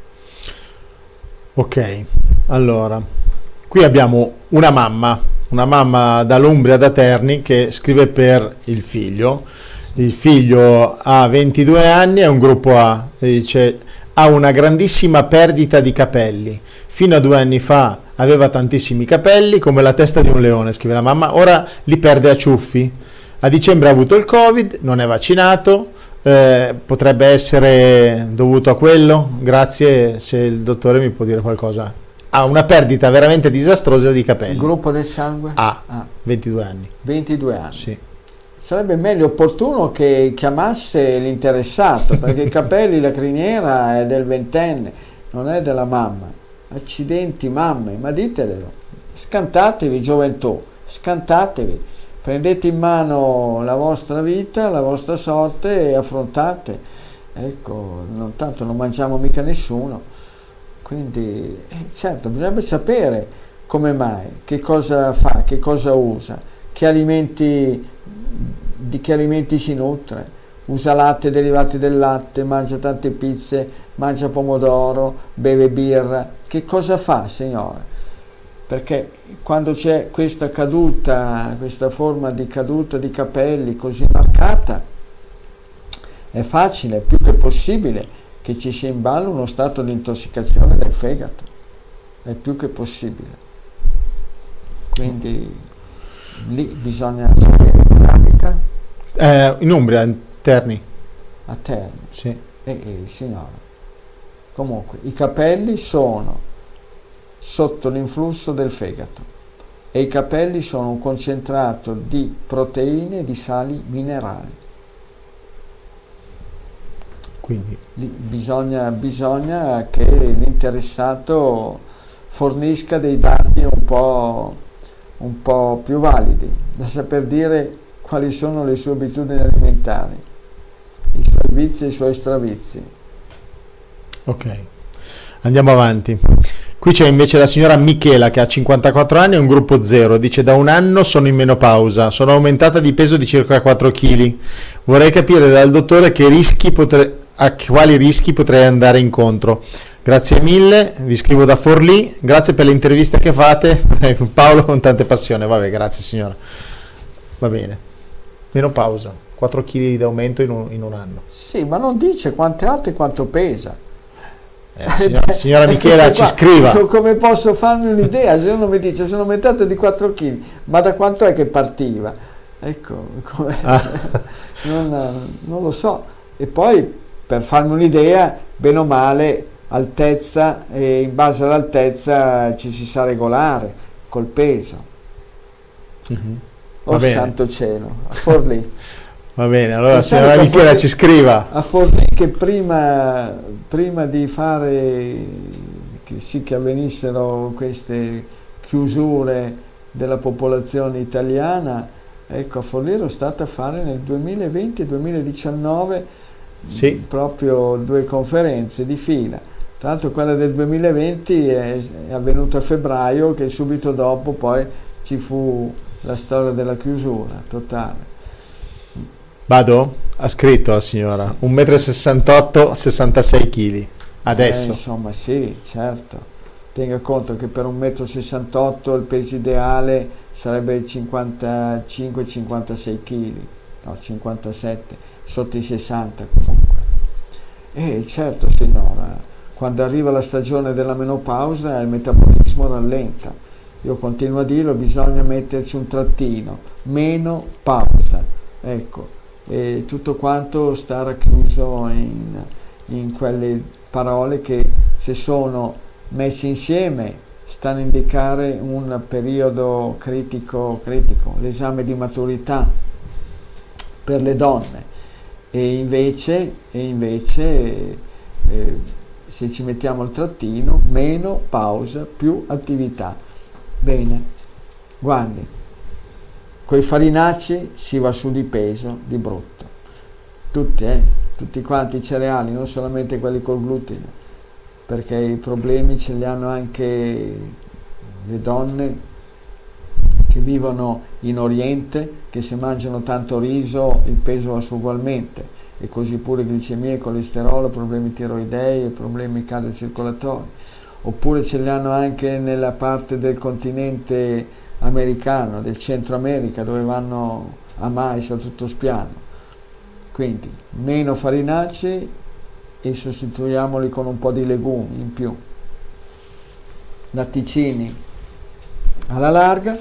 Ok, allora, qui abbiamo una mamma, una mamma dall'Umbria, da Terni, che scrive per il figlio. Il figlio ha ventidue anni, è un gruppo A, e dice ha una grandissima perdita di capelli. Fino a due anni fa aveva tantissimi capelli, come la testa di un leone, scrive la mamma, ora li perde a ciuffi. A dicembre ha avuto il Covid, non è vaccinato, eh, potrebbe essere dovuto a quello? Grazie, se il dottore mi può dire qualcosa. Ha una perdita veramente disastrosa di capelli. Il gruppo del sangue? Ah, ah. ventidue anni. ventidue anni. Sì. Sarebbe meglio opportuno che chiamasse l'interessato, perché i capelli, la criniera è del ventenne, non è della mamma. Accidenti mamme, ma ditelo, scantatevi gioventù, scantatevi, prendete in mano la vostra vita, la vostra sorte e affrontate. Ecco, non tanto non mangiamo mica nessuno, quindi eh, certo bisogna sapere come mai, che cosa fa, che cosa usa, che alimenti, di che alimenti si nutre. Usa latte, derivati del latte, mangia tante pizze, mangia pomodoro, beve birra. Che cosa fa, signore? Perché quando c'è questa caduta, questa forma di caduta di capelli così marcata, è facile, più che possibile, che ci sia in ballo uno stato di intossicazione del fegato. È più che possibile. Quindi lì bisogna sapere dove abita. Eh, in Umbria, in Terni. A Terni? Sì. E, e signora, comunque i capelli sono sotto l'influsso del fegato e i capelli sono un concentrato di proteine e di sali minerali. Quindi Lì bisogna, bisogna che l'interessato fornisca dei dati un po', un po' più validi, da saper dire quali sono le sue abitudini alimentari, i suoi vizi e i suoi stravizi. Ok, andiamo avanti. Qui c'è invece la signora Michela che ha cinquantaquattro anni, è un gruppo zero, dice da un anno sono in menopausa, sono aumentata di peso di circa quattro chili. Vorrei capire dal dottore che rischi potre... a quali rischi potrei andare incontro. Grazie mille, vi scrivo da Forlì, grazie per le interviste che fate, Paolo con tante passione. Vabbè, grazie signora. Va bene, menopausa, quattro chili di aumento in un, in un anno. Sì, ma non dice quanto è alto e quanto pesa. Eh, signora, signora Michela ci scriva. Come posso farmi un'idea se uno mi dice sono aumentato di quattro chili, ma da quanto è che partiva? Ecco, ah. non, non lo so. E poi per farmi un'idea, bene o male altezza, e in base all'altezza ci si sa regolare col peso. Mm-hmm. Oh santo cielo, a Forlì. Va bene, allora la signora Michela ci scriva. A Forlì che prima, prima di fare, che sì che avvenissero queste chiusure della popolazione italiana, ecco, a Forlì ero stata a fare nel duemilaventi e duemiladiciannove sì. proprio due conferenze di fila. Tra l'altro quella del duemilaventi è, è avvenuta a febbraio, che subito dopo poi ci fu la storia della chiusura totale. Vado? Ha scritto la signora, sì. un metro e sessantotto, sessantasei chili, adesso. Eh, insomma sì, certo. Tenga conto che per un metro e sessantotto il peso ideale sarebbe cinquantacinque cinquantasei chili, no cinquantasette, sotto i sessanta comunque. E certo signora, quando arriva la stagione della menopausa il metabolismo rallenta. Io continuo a dirlo, bisogna metterci un trattino, meno pausa, ecco. E tutto quanto sta racchiuso in, in quelle parole che, se sono messi insieme, stanno a indicare un periodo critico, critico, l'esame di maturità per le donne. E invece, e invece eh, se ci mettiamo il trattino, meno pausa, più attività. Bene, guardi, coi farinacei si va su di peso di brutto, tutti, eh, tutti quanti i cereali, non solamente quelli col glutine, perché i problemi ce li hanno anche le donne che vivono in Oriente, che se mangiano tanto riso il peso va su ugualmente, e così pure glicemia, colesterolo, problemi tiroidei e problemi cardiocircolatori. Oppure ce li hanno anche nella parte del continente americano, del Centro America, dove vanno a mais a tutto spiano. Quindi meno farinacei e sostituiamoli con un po' di legumi in più, latticini alla larga,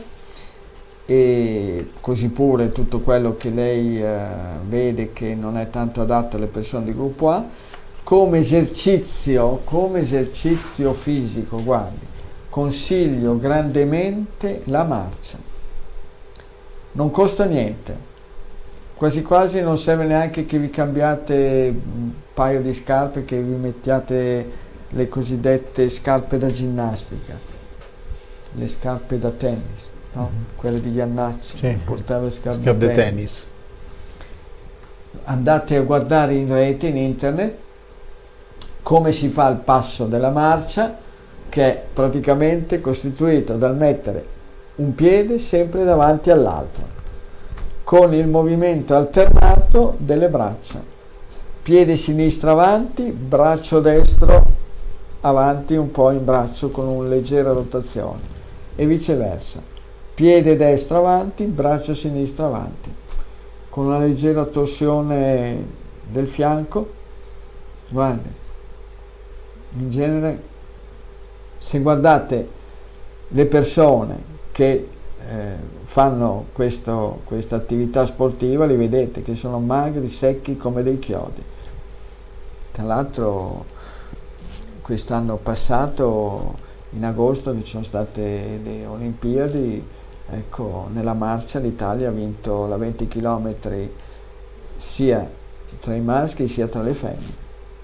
e così pure tutto quello che lei eh, vede che non è tanto adatto alle persone di gruppo A. Come esercizio, come esercizio fisico, guardi, consiglio grandemente la marcia. Non costa niente, quasi quasi non serve neanche che vi cambiate un paio di scarpe, che vi mettiate le cosiddette scarpe da ginnastica, le scarpe da tennis, no? Mm-hmm. Quelle di Iannacci, sì. Portava le scarpe, scarpe da tennis. tennis. Andate a guardare in rete, in internet, come si fa il passo della marcia, che è praticamente costituito dal mettere un piede sempre davanti all'altro, con il movimento alternato delle braccia. Piede sinistro avanti, braccio destro avanti un po' in braccio con una leggera rotazione, e viceversa. Piede destro avanti, braccio sinistro avanti, con una leggera torsione del fianco. Guardi, in genere, se guardate le persone che eh, fanno questo, questa attività sportiva, li vedete che sono magri, secchi come dei chiodi. Tra l'altro quest'anno passato, in agosto, che ci sono state le Olimpiadi, ecco, nella marcia l'Italia ha vinto la venti chilometri sia tra i maschi sia tra le femmine.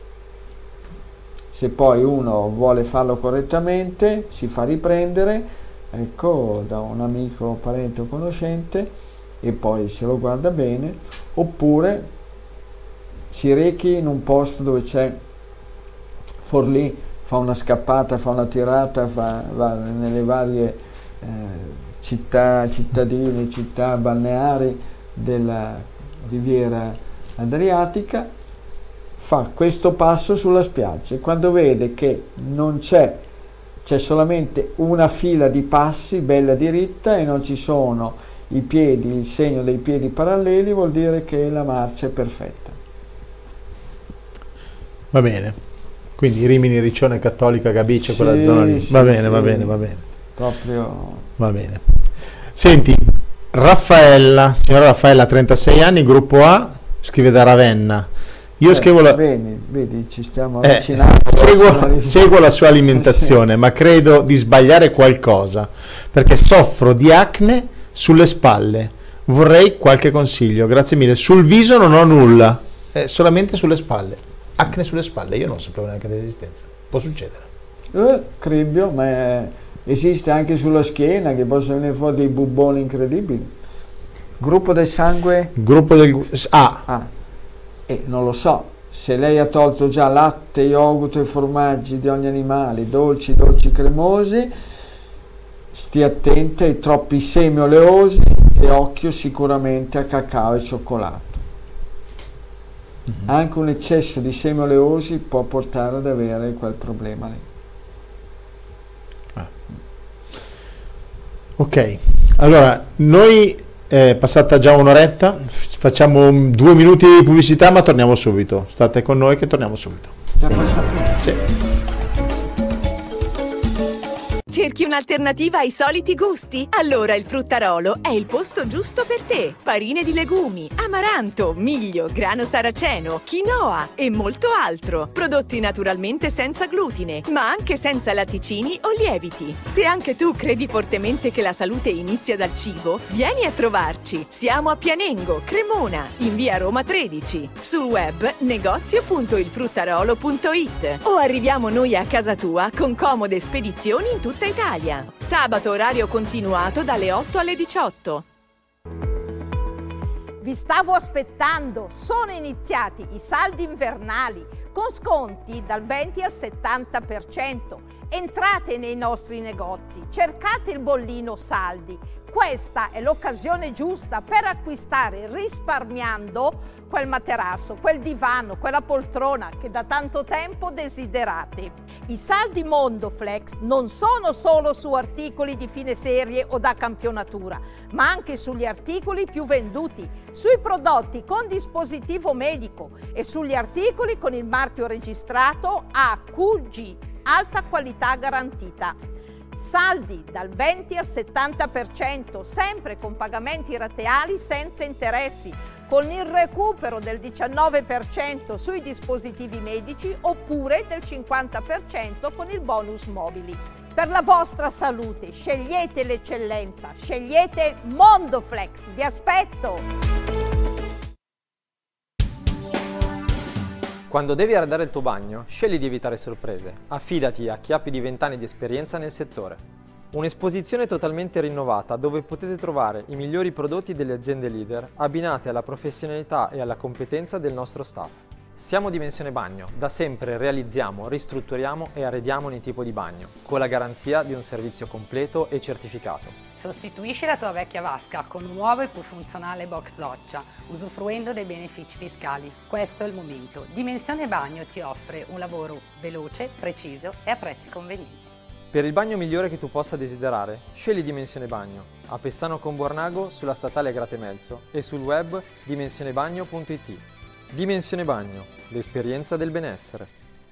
Se poi uno vuole farlo correttamente, si fa riprendere, ecco, da un amico, parente o conoscente, e poi se lo guarda bene, oppure si rechi in un posto dove c'è Forlì, fa una scappata, fa una tirata, fa, va nelle varie eh, città, cittadine, città balneari della riviera adriatica, fa questo passo sulla spiaggia, e quando vede che non c'è, c'è solamente una fila di passi bella diritta e non ci sono i piedi, il segno dei piedi paralleli, vuol dire che la marcia è perfetta. Va bene, quindi Rimini, Riccione, Cattolica, Gabice, sì, quella zona lì. Sì, va bene, sì, va bene, va bene. Proprio. Va bene. Senti, Raffaella, signora Raffaella, trentasei anni, gruppo A, scrive da Ravenna. Io eh, scrivo la... Vedi, vedi, ci stiamo eh, avvicinando. seguo, seguo la sua alimentazione, ma credo di sbagliare qualcosa, perché soffro di acne sulle spalle. Vorrei qualche consiglio, grazie mille. Sul viso non ho nulla, eh, solamente sulle spalle. Acne sulle spalle, io non sapevo neanche dell'esistenza. Può succedere. Eh, cribbio, ma esiste anche sulla schiena, che possono venire fuori dei bubboni incredibili. Gruppo del sangue? Gruppo del... A. Ah. Eh, non lo so, se lei ha tolto già latte, yogurt e formaggi di ogni animale, dolci, dolci cremosi, stia attenta ai troppi semi oleosi e occhio sicuramente a cacao e cioccolato. Mm-hmm. Anche un eccesso di semi oleosi può portare ad avere quel problema lì. Ah. Ok, allora noi è passata già un'oretta, facciamo due minuti di pubblicità ma torniamo subito. State con noi che torniamo subito. Già passato? Sì. Cerchi un'alternativa ai soliti gusti? Allora il Fruttarolo è il posto giusto per te. Farine di legumi, amaranto, miglio, grano saraceno, quinoa e molto altro. Prodotti naturalmente senza glutine, ma anche senza latticini o lieviti. Se anche tu credi fortemente che la salute inizia dal cibo, vieni a trovarci. Siamo a Pianengo, Cremona, in via Roma tredici. Sul web negozio punto il fruttarolo punto it o arriviamo noi a casa tua con comode spedizioni in tutta Italia. Sabato orario continuato dalle otto alle diciotto. Vi stavo aspettando, sono iniziati i saldi invernali con sconti dal venti al settanta per cento. Entrate nei nostri negozi, cercate il bollino saldi. Questa è l'occasione giusta per acquistare risparmiando quel materasso, quel divano, quella poltrona che da tanto tempo desiderate. I saldi Mondoflex non sono solo su articoli di fine serie o da campionatura, ma anche sugli articoli più venduti, sui prodotti con dispositivo medico e sugli articoli con il marchio registrato A Q G, alta qualità garantita. Saldi dal venti al settanta per cento, sempre con pagamenti rateali senza interessi, con il recupero del diciannove per cento sui dispositivi medici oppure del cinquanta per cento con il bonus mobili. Per la vostra salute scegliete l'eccellenza, scegliete Mondoflex, vi aspetto! Quando devi arredare il tuo bagno, scegli di evitare sorprese. Affidati a chi ha più di venti anni di esperienza nel settore. Un'esposizione totalmente rinnovata dove potete trovare i migliori prodotti delle aziende leader abbinate alla professionalità e alla competenza del nostro staff. Siamo Dimensione Bagno, da sempre realizziamo, ristrutturiamo e arrediamo ogni tipo di bagno, con la garanzia di un servizio completo e certificato. Sostituisci la tua vecchia vasca con un nuovo e più funzionale box doccia, usufruendo dei benefici fiscali. Questo è il momento. Dimensione Bagno ti offre un lavoro veloce, preciso e a prezzi convenienti. Per il bagno migliore che tu possa desiderare, scegli Dimensione Bagno, a Pessano con Bornago sulla statale Gratemelzo e sul web dimensionebagno punto it. Dimensione Bagno, l'esperienza del benessere.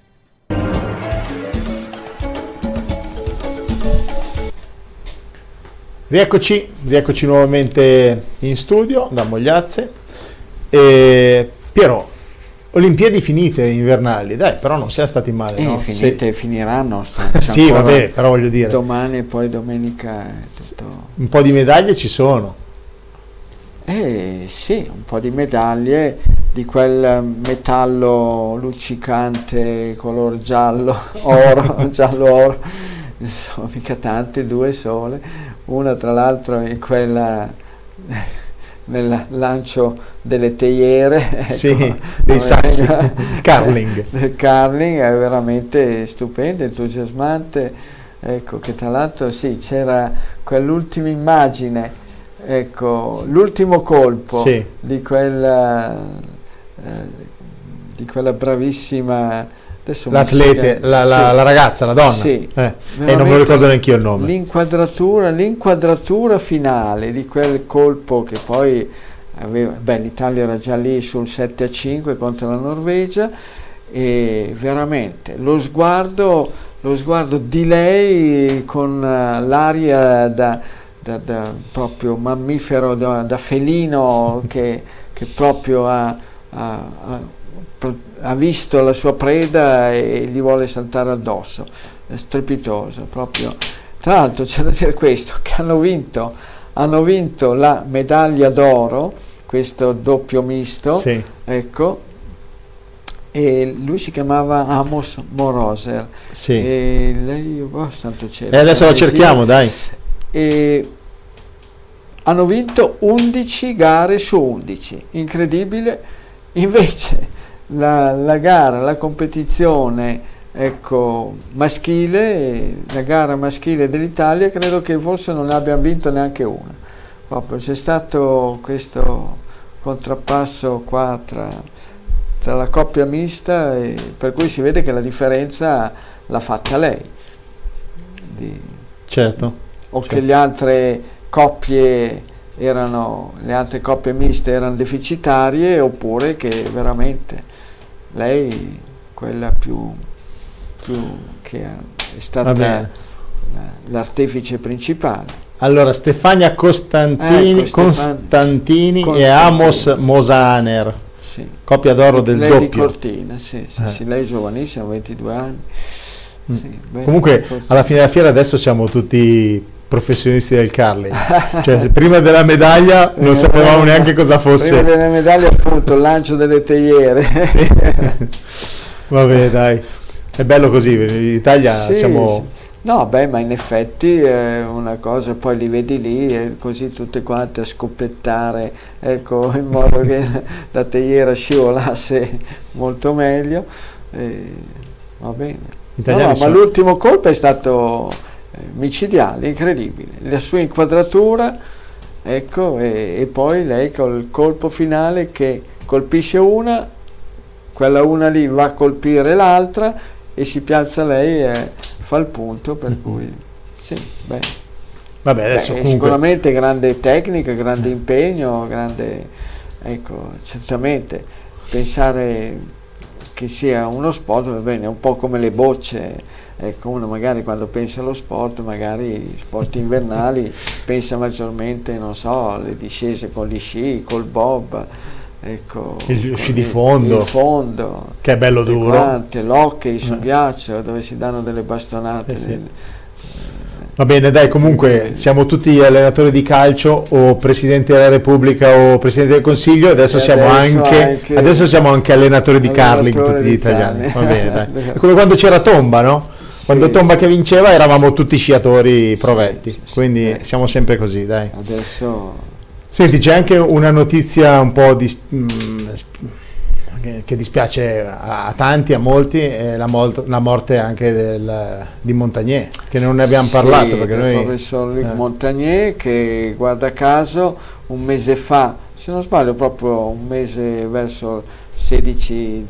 Rieccoci, rieccoci nuovamente in studio da Mogliazze. E Piero, Olimpiadi finite invernali, dai, però non siamo stati male, eh, no? finite Se... finiranno. Sì, vabbè, però voglio dire. Domani e poi domenica tutto... Un po' di medaglie ci sono. Eh sì, un po' di medaglie di quel metallo luccicante color giallo, oro, giallo oro, sono mica tante, due sole, una tra l'altro in quella nel lancio delle teiere, ecco, sì, dei sassi, curling. Del curling è veramente stupendo, entusiasmante, ecco, che tra l'altro sì, c'era quell'ultima immagine. Ecco, l'ultimo colpo sì. di quella eh, di quella bravissima l'atlete, la, la, sì. la ragazza, la donna, sì, eh. e non me lo ricordo neanche io il nome. L'inquadratura, l'inquadratura finale di quel colpo che poi aveva, beh, l'Italia era già lì sul sette a cinque contro la Norvegia, e veramente lo sguardo, lo sguardo di lei con uh, l'aria da Da, da proprio mammifero, da, da felino che, che proprio ha, ha, ha ha visto la sua preda e gli vuole saltare addosso, è strepitoso proprio. Tra l'altro c'è da dire questo, che hanno vinto, hanno vinto la medaglia d'oro, questo doppio misto, sì. Ecco, e lui si chiamava Amos Moroser, sì. E lei, oh, santo cielo, e adesso la cerchiamo, dai. E hanno vinto undici gare su undici, incredibile. Invece la, la gara, la competizione, ecco, maschile, la gara maschile dell'Italia, credo che forse non ne abbiamo vinto neanche una. Proprio c'è stato questo contrappasso qua tra, tra la coppia mista, e per cui si vede che la differenza l'ha fatta lei. Di, certo. O certo. che le altre coppie erano, le altre coppie miste erano deficitarie, oppure che veramente lei, quella più, più che è stata l'artefice principale. Allora, Stefania Costantini, ecco, Constantini, Constantini e Amos Mosaner, sì. Coppia d'oro del lei doppio. Di Cortina, sì, sì, eh. sì, lei è giovanissima, ventidue anni. Mm. Sì, beh, comunque alla fine della fiera adesso siamo tutti professionisti del curling, cioè prima della medaglia non eh, sapevamo eh, neanche cosa fosse. Prima delle medaglie appunto il lancio delle teiere. Sì. Vabbè, dai, è bello così, in Italia sì, siamo... Sì. No, beh, ma in effetti è una cosa, poi li vedi lì e così tutte quante a scoppiettare, ecco, in modo che la teiera scivolasse molto meglio. E va bene. No, no, sono... Ma l'ultimo colpo è stato micidiale, incredibile. La sua inquadratura, ecco, e, e poi lei col colpo finale che colpisce una, quella una lì va a colpire l'altra e si piazza lei e fa il punto, per mm-hmm. cui sì, beh. Vabbè, adesso beh, comunque... sicuramente grande tecnica, grande impegno, grande, ecco, certamente pensare che sia uno sport, va bene, un po' come le bocce, ecco, uno magari quando pensa allo sport, magari sport invernali, pensa maggiormente, non so, alle discese con gli sci, col bob, ecco, il sci di fondo, il fondo, che è bello duro, quante, l'hockey su ghiaccio dove si danno delle bastonate. Eh sì. nel, Va bene, dai, comunque siamo tutti allenatori di calcio o Presidente della Repubblica o Presidente del Consiglio, adesso, e siamo, adesso, anche, anche, adesso siamo anche allenatori di allenatori curling, tutti di gli italiani. curling. Va bene, dai. È come quando c'era Tomba, no? Sì, quando Tomba sì. che vinceva eravamo tutti sciatori provetti, sì, sì, quindi sì. siamo sempre così, dai. Adesso... Senti, c'è anche una notizia un po' di... Mh, che, che dispiace a, a tanti, a molti, è la, mol- la morte anche del, di Montagnier, che non ne abbiamo sì, parlato. Perché del noi, professor Luc eh. Montagnier, che guarda caso un mese fa, se non sbaglio proprio un mese verso sedici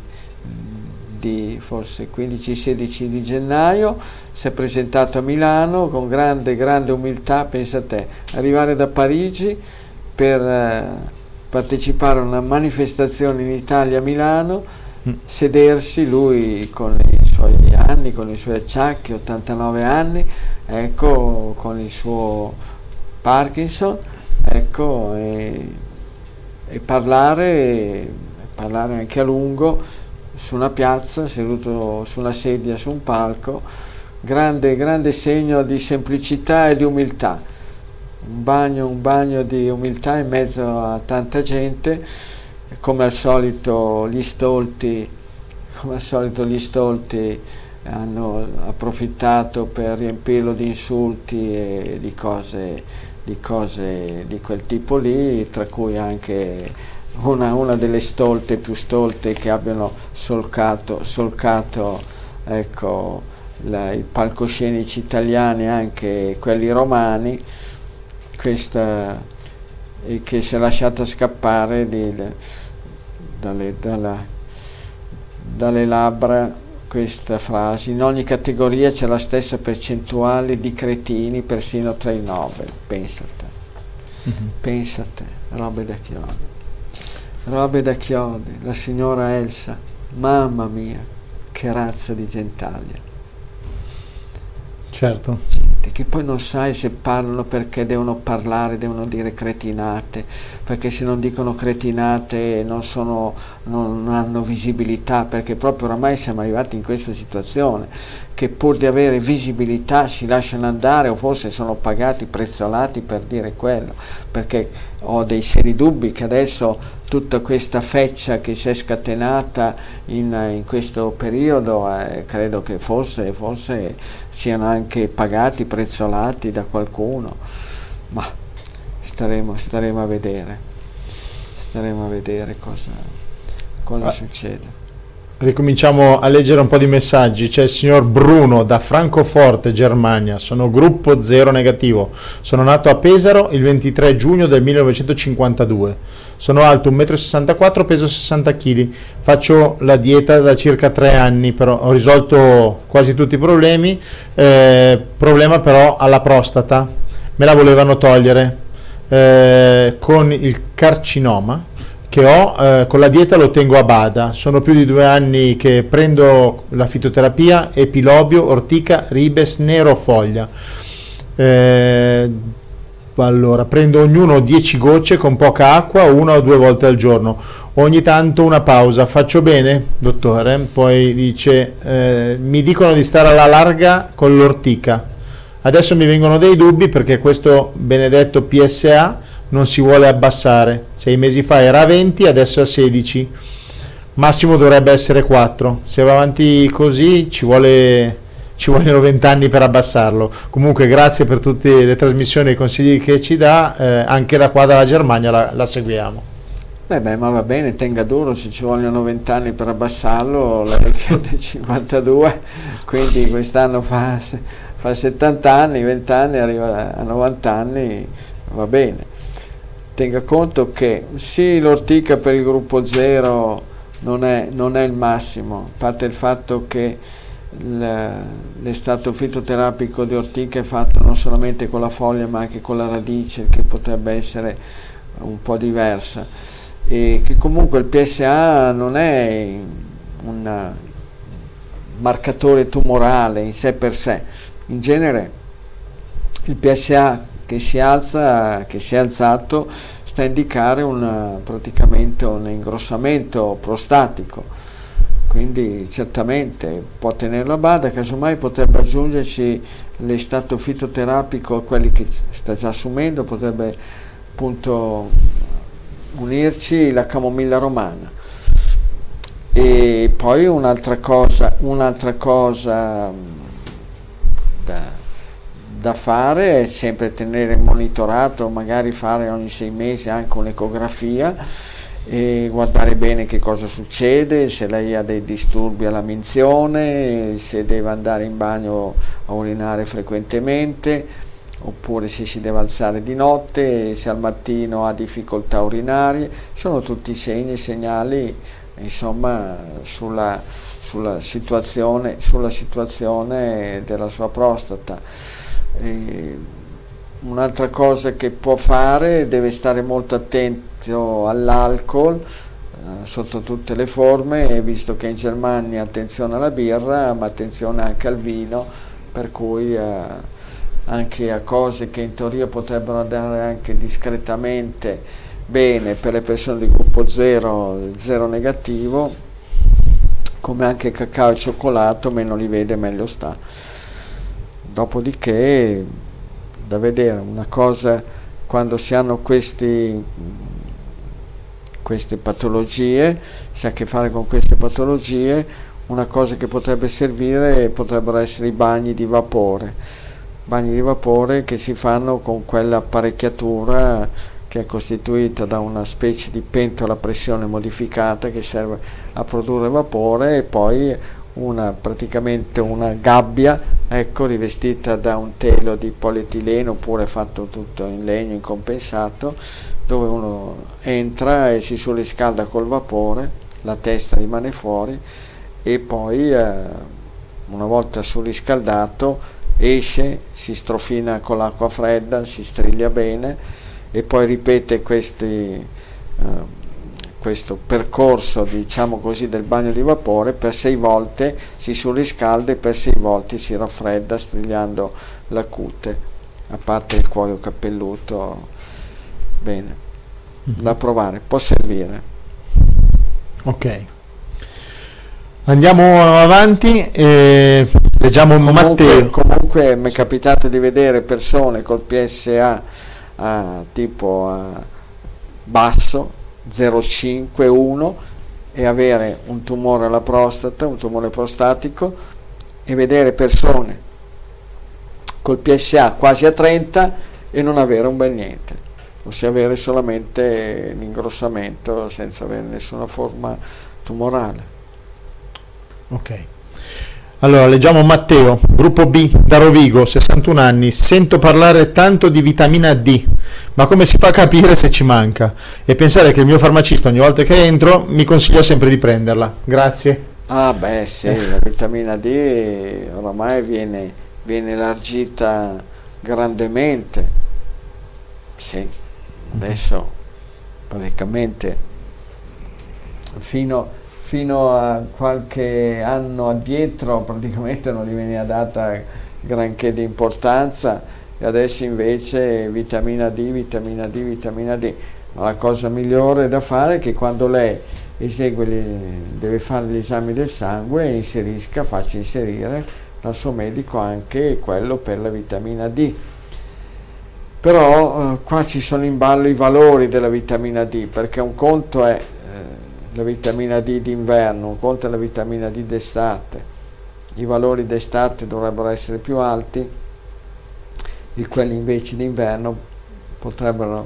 di forse quindici sedici di gennaio, si è presentato a Milano con grande grande umiltà, pensa a te, arrivare da Parigi per eh, partecipare a una manifestazione in Italia a Milano, mm. sedersi lui con i suoi anni, con i suoi acciacchi, ottantanove anni, ecco, con il suo Parkinson, ecco, e, e parlare, e parlare anche a lungo su una piazza, seduto su una sedia, su un palco, grande, grande segno di semplicità e di umiltà. Un bagno, un bagno di umiltà in mezzo a tanta gente, come al solito gli stolti, come al solito gli stolti hanno approfittato per riempirlo di insulti e di cose, di cose di quel tipo lì, tra cui anche una, una delle stolte più stolte che abbiano solcato, solcato ecco, la, i palcoscenici italiani, anche quelli romani, questa e che si è lasciata scappare di, dalle, dalla, dalle labbra questa frase: in ogni categoria c'è la stessa percentuale di cretini, persino tra i Nobel. Pensa a te, mm-hmm. pensa a te, robe da chiodi, robe da chiodi. La signora Elsa, mamma mia, che razza di gentaglia. Certo. Gente gente che poi non sai se parlano perché devono parlare, devono dire cretinate, perché se non dicono cretinate non, sono, non hanno visibilità, perché proprio oramai siamo arrivati in questa situazione che pur di avere visibilità si lasciano andare, o forse sono pagati prezzolati per dire quello, perché ho dei seri dubbi che adesso tutta questa feccia che si è scatenata in, in questo periodo, eh, credo che forse, forse siano anche pagati, prezzolati da qualcuno, ma staremo, staremo a vedere, staremo a vedere cosa, cosa ah. succede. Ricominciamo a leggere un po' di messaggi. C'è il signor Bruno da Francoforte, Germania. Sono gruppo zero negativo. Sono nato a Pesaro il ventitré giugno del millenovecentocinquantadue. Sono alto un metro e sessantaquattro, peso sessanta chili. Faccio la dieta da circa tre anni, però ho risolto quasi tutti i problemi. Eh, problema però alla prostata. Me la volevano togliere eh, con il carcinoma che ho, eh, con la dieta lo tengo a bada. Sono più di due anni che prendo la fitoterapia, epilobio, ortica, ribes, nero, foglia. Eh, allora, prendo ognuno dieci gocce con poca acqua, una o due volte al giorno. Ogni tanto una pausa. Faccio bene, dottore? Poi dice, eh, mi dicono di stare alla larga con l'ortica. Adesso mi vengono dei dubbi perché questo benedetto P S A non si vuole abbassare. Sei mesi fa era a venti, adesso è a sedici, massimo dovrebbe essere quattro. Se va avanti così ci vuole ci vogliono venti anni per abbassarlo. Comunque grazie per tutte le trasmissioni e i consigli che ci dà, eh, anche da qua dalla Germania la, la seguiamo. Beh, beh, ma va bene, tenga duro, se ci vogliono venti anni per abbassarlo, lei che è del cinquantadue, quindi quest'anno fa, fa settanta anni, venti anni, arriva a novanta anni, va bene. Tenga conto che sì, l'ortica per il gruppo zero non è, non è il massimo, a parte il fatto che l'estato fitoterapico di ortica è fatto non solamente con la foglia ma anche con la radice, che potrebbe essere un po' diversa, e che comunque il P S A non è un marcatore tumorale in sé per sé. In genere il P S A che si alza, che si è alzato, sta a indicare una, praticamente un ingrossamento prostatico, quindi certamente può tenerlo a bada. Casomai potrebbe aggiungerci l'estato fitoterapico a quelli che sta già assumendo, potrebbe appunto unirci la camomilla romana. E poi un'altra cosa, un'altra cosa da da fare è sempre tenere monitorato, magari fare ogni sei mesi anche un'ecografia e guardare bene che cosa succede, se lei ha dei disturbi alla minzione, se deve andare in bagno a urinare frequentemente, oppure se si deve alzare di notte, se al mattino ha difficoltà urinarie. Sono tutti segni e segnali, insomma, sulla, sulla situazione, sulla situazione della sua prostata. Un'altra cosa che può fare, deve stare molto attento all'alcol eh, sotto tutte le forme, e visto che in Germania attenzione alla birra ma attenzione anche al vino, per cui eh, anche a cose che in teoria potrebbero andare anche discretamente bene per le persone di gruppo zero, zero negativo, come anche cacao e cioccolato, meno li vede meglio sta. Dopodiché da vedere una cosa, quando si hanno questi, queste patologie, si ha a che fare con queste patologie, una cosa che potrebbe servire potrebbero essere i bagni di vapore, bagni di vapore che si fanno con quell'apparecchiatura che è costituita da una specie di pentola a pressione modificata che serve a produrre vapore, e poi una, praticamente una gabbia, ecco, rivestita da un telo di polietileno oppure fatto tutto in legno incompensato, dove uno entra e si surriscalda col vapore, la testa rimane fuori e poi eh, una volta surriscaldato esce, si strofina con l'acqua fredda, si striglia bene e poi ripete questi, eh, questo percorso, diciamo così, del bagno di vapore. Per sei volte si surriscalda e per sei volte si raffredda, strigliando la cute, a parte il cuoio capelluto. Bene, da provare, può servire. Ok, andiamo avanti e leggiamo comunque, Matteo. Comunque mi è capitato di vedere persone col P S A a, tipo a basso, zero virgola cinque uno, e avere un tumore alla prostata, un tumore prostatico, e vedere persone col P S A quasi a trenta e non avere un bel niente, ossia avere solamente l'ingrossamento senza avere nessuna forma tumorale. Ok. Allora, leggiamo Matteo, gruppo B, da Rovigo, sessantuno anni. Sento parlare tanto di vitamina D, ma come si fa a capire se ci manca? E pensare che il mio farmacista ogni volta che entro mi consiglia sempre di prenderla. Grazie. Ah beh sì, la vitamina D oramai viene, viene elargita grandemente. Sì, adesso praticamente fino... fino a qualche anno addietro praticamente non gli veniva data granché di importanza, e adesso invece vitamina D, vitamina D, vitamina D. Ma la cosa migliore da fare è che quando lei esegue, deve fare gli esami del sangue, inserisca, faccia inserire dal suo medico anche quello per la vitamina D. Però eh, qua ci sono in ballo i valori della vitamina D, perché un conto è la vitamina D d'inverno, un conto è la vitamina D d'estate. I valori d'estate dovrebbero essere più alti e quelli invece d'inverno potrebbero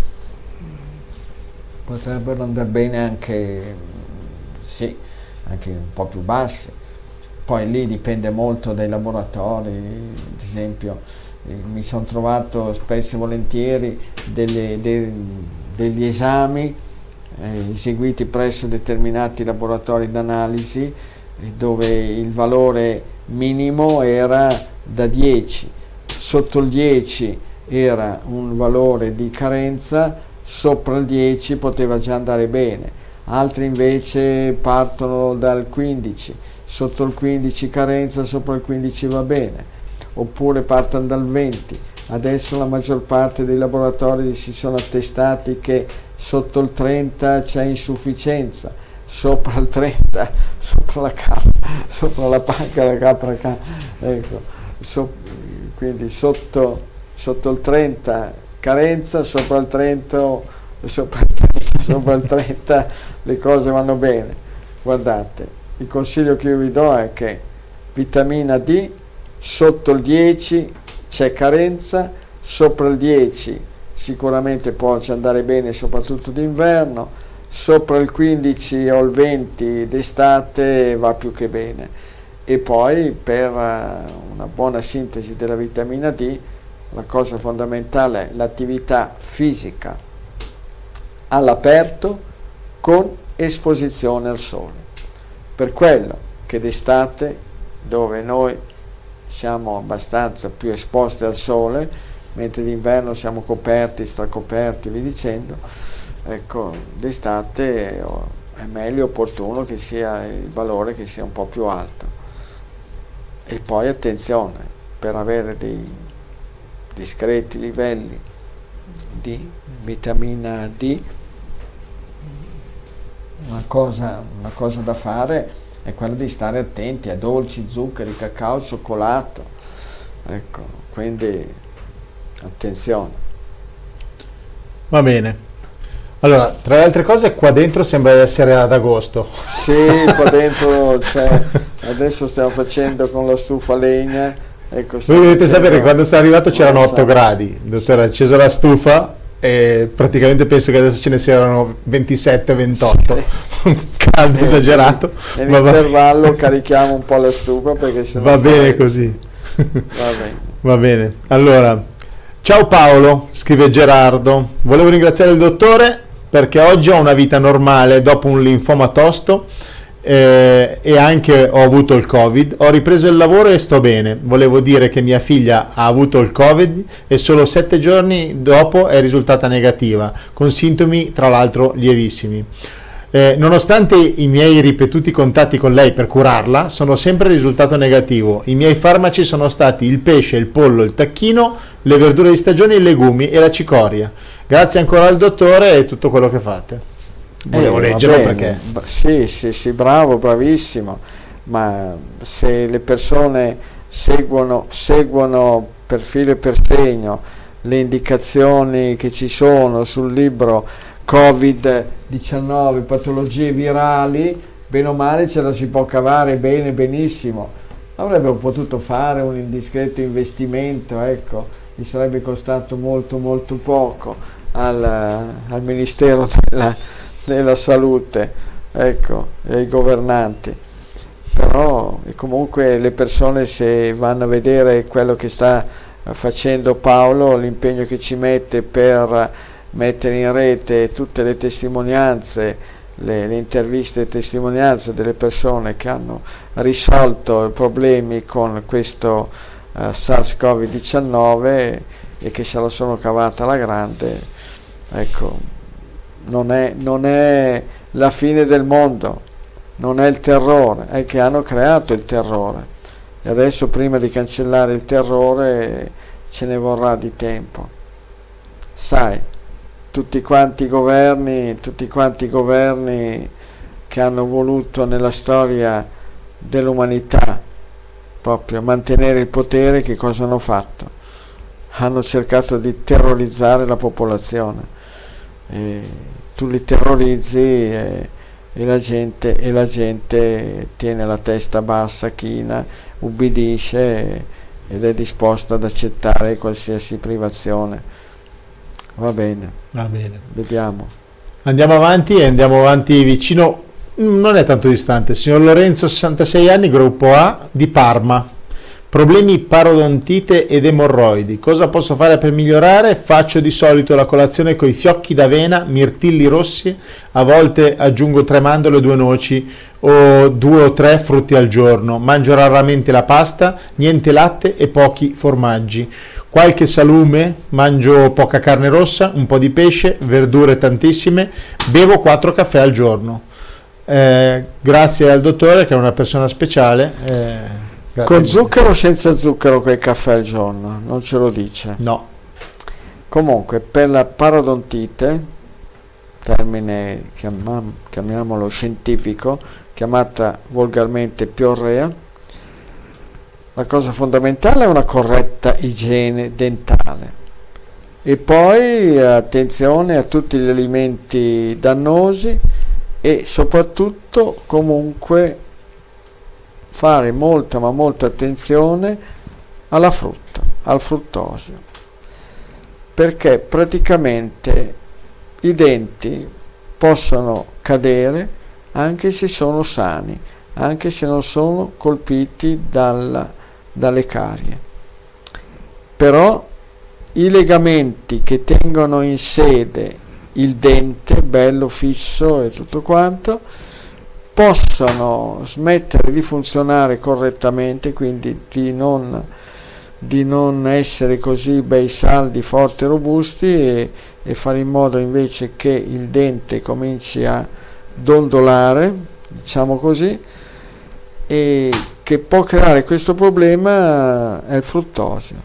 potrebbero andare bene anche, sì, anche un po' più bassi. Poi lì dipende molto dai laboratori. Ad esempio eh, mi sono trovato spesso e volentieri delle, de, degli esami Eh, eseguiti presso determinati laboratori d'analisi eh, dove il valore minimo era da dieci, sotto il dieci era un valore di carenza, sopra il dieci poteva già andare bene. Altri invece partono dal quindici, sotto il quindici carenza, sopra il quindici va bene, oppure partono dal venti. Adesso la maggior parte dei laboratori si sono attestati che sotto il trenta c'è insufficienza, sopra il trenta, sopra la capra, sopra la panca, la capra, ecco, so, quindi sotto, sotto il trenta carenza, sopra il trenta, sopra il trenta, sopra il trenta le cose vanno bene. Guardate, il consiglio che io vi do è che vitamina D sotto il dieci c'è carenza, sopra il dieci sicuramente può andare bene, soprattutto d'inverno, sopra il quindici o il venti d'estate va più che bene. E poi per una buona sintesi della vitamina D la cosa fondamentale è l'attività fisica all'aperto con esposizione al sole. Per quello che d'estate, dove noi siamo abbastanza più esposti al sole, mentre d'inverno siamo coperti, stracoperti, vi dicendo, ecco, d'estate è meglio, opportuno che sia il valore che sia un po' più alto. E poi attenzione, per avere dei discreti livelli di vitamina D, una cosa, una cosa da fare è quella di stare attenti a dolci, zuccheri, cacao, cioccolato, ecco, quindi attenzione. Va bene. Allora, tra le altre cose, qua dentro sembra essere ad agosto. Sì, qua dentro c'è, adesso stiamo facendo con la stufa a legna. Ecco, voi dovete facendo, sapere che quando sono arrivato c'erano otto so. gradi, si era acceso la stufa e praticamente penso che adesso ce ne siano ventisette ventotto, sì. Un caldo eh, esagerato. Nell'intervallo va... carichiamo un po' la stufa perché sennò va bene vai... così. Va bene. Va bene. Allora, ciao Paolo, scrive Gerardo, volevo ringraziare il dottore perché oggi ho una vita normale dopo un linfoma tosto eh, e anche ho avuto il Covid, ho ripreso il lavoro e sto bene. Volevo dire che mia figlia ha avuto il Covid e solo sette giorni dopo è risultata negativa, con sintomi tra l'altro lievissimi. Eh, nonostante i miei ripetuti contatti con lei per curarla, sono sempre risultato negativo. I miei farmaci sono stati il pesce, il pollo, il tacchino, le verdure di stagione, i legumi e la cicoria. Grazie ancora al dottore e tutto quello che fate. Volevo Eh, leggerlo va bene. perché... B- Sì, sì, sì, bravo, bravissimo, ma se le persone seguono, seguono per filo e per segno le indicazioni che ci sono sul libro covid diciannove, patologie virali, bene o male ce la si può cavare bene, benissimo. Avrebbero potuto fare un indiscreto investimento, ecco, gli sarebbe costato molto molto poco al, al Ministero della, della Salute, ecco, e ai governanti. Però e comunque le persone, se vanno a vedere quello che sta facendo Paolo, l'impegno che ci mette per mettere in rete tutte le testimonianze, le, le interviste e testimonianze delle persone che hanno risolto problemi con questo uh, SARS-CoV diciannove e che se la sono cavata alla grande, ecco, non è, non è la fine del mondo, non è il terrore, è che hanno creato il terrore e adesso prima di cancellare il terrore ce ne vorrà di tempo. Sai, tutti quanti i governi, tutti quanti i governi che hanno voluto nella storia dell'umanità proprio mantenere il potere, che cosa hanno fatto? Hanno cercato di terrorizzare la popolazione. E tu li terrorizzi e, e, la gente, e la gente tiene la testa bassa, china, ubbidisce e, ed è disposta ad accettare qualsiasi privazione. Va bene, Va bene. vediamo. Andiamo avanti e andiamo avanti vicino, non è tanto distante. Signor Lorenzo, sessantasei anni, gruppo A, di Parma. Problemi parodontite ed emorroidi. Cosa posso fare per migliorare? Faccio di solito la colazione con i fiocchi d'avena, mirtilli rossi, a volte aggiungo tre mandorle e due noci o due o tre frutti al giorno. Mangio raramente la pasta, niente latte e pochi formaggi. Qualche salume, mangio poca carne rossa, un po' di pesce, verdure tantissime, bevo quattro caffè al giorno. Eh, grazie al dottore, che è una persona speciale. Eh, Con zucchero o senza zucchero quel caffè al giorno? Non ce lo dice. No. Comunque, per la parodontite, termine chiamam- chiamiamolo scientifico, chiamata volgarmente piorrea, la cosa fondamentale è una corretta igiene dentale e poi attenzione a tutti gli alimenti dannosi e soprattutto comunque fare molta ma molta attenzione alla frutta, al fruttosio, perché praticamente i denti possono cadere anche se sono sani, anche se non sono colpiti dalla dalle carie. Però i legamenti che tengono in sede il dente bello fisso e tutto quanto possono smettere di funzionare correttamente, quindi di non, di non essere così bei saldi, forti e robusti, e, e fare in modo invece che il dente cominci a dondolare, diciamo così, e che può creare questo problema è il fruttosio,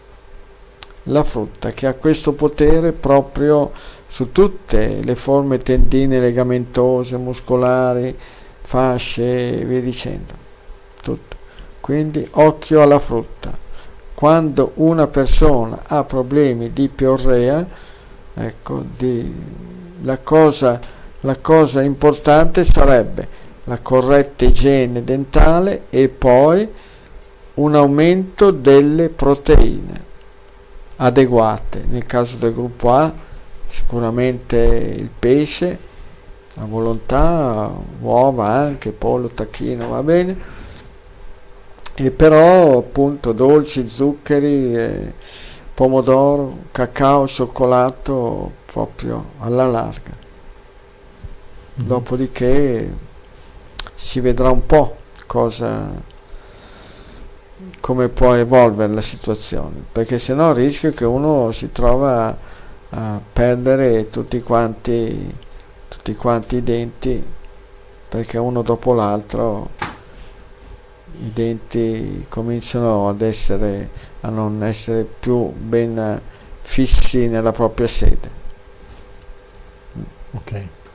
la frutta che ha questo potere proprio su tutte le forme tendine legamentose, muscolari, fasce e via dicendo, tutto. Quindi occhio alla frutta. Quando una persona ha problemi di piorrea, ecco, di, la, cosa, la cosa importante sarebbe la corretta igiene dentale e poi un aumento delle proteine adeguate. Nel caso del gruppo A sicuramente il pesce a volontà, uova anche, pollo, tacchino, va bene, e però appunto dolci, zuccheri, eh, pomodoro, cacao, cioccolato proprio alla larga. Mm. Dopodiché si vedrà un po' cosa, come può evolvere la situazione, perché sennò il rischio è che uno si trova a perdere tutti quanti, tutti tutti quanti i denti, perché uno dopo l'altro i denti cominciano ad essere, a non essere più ben fissi nella propria sede. Ok.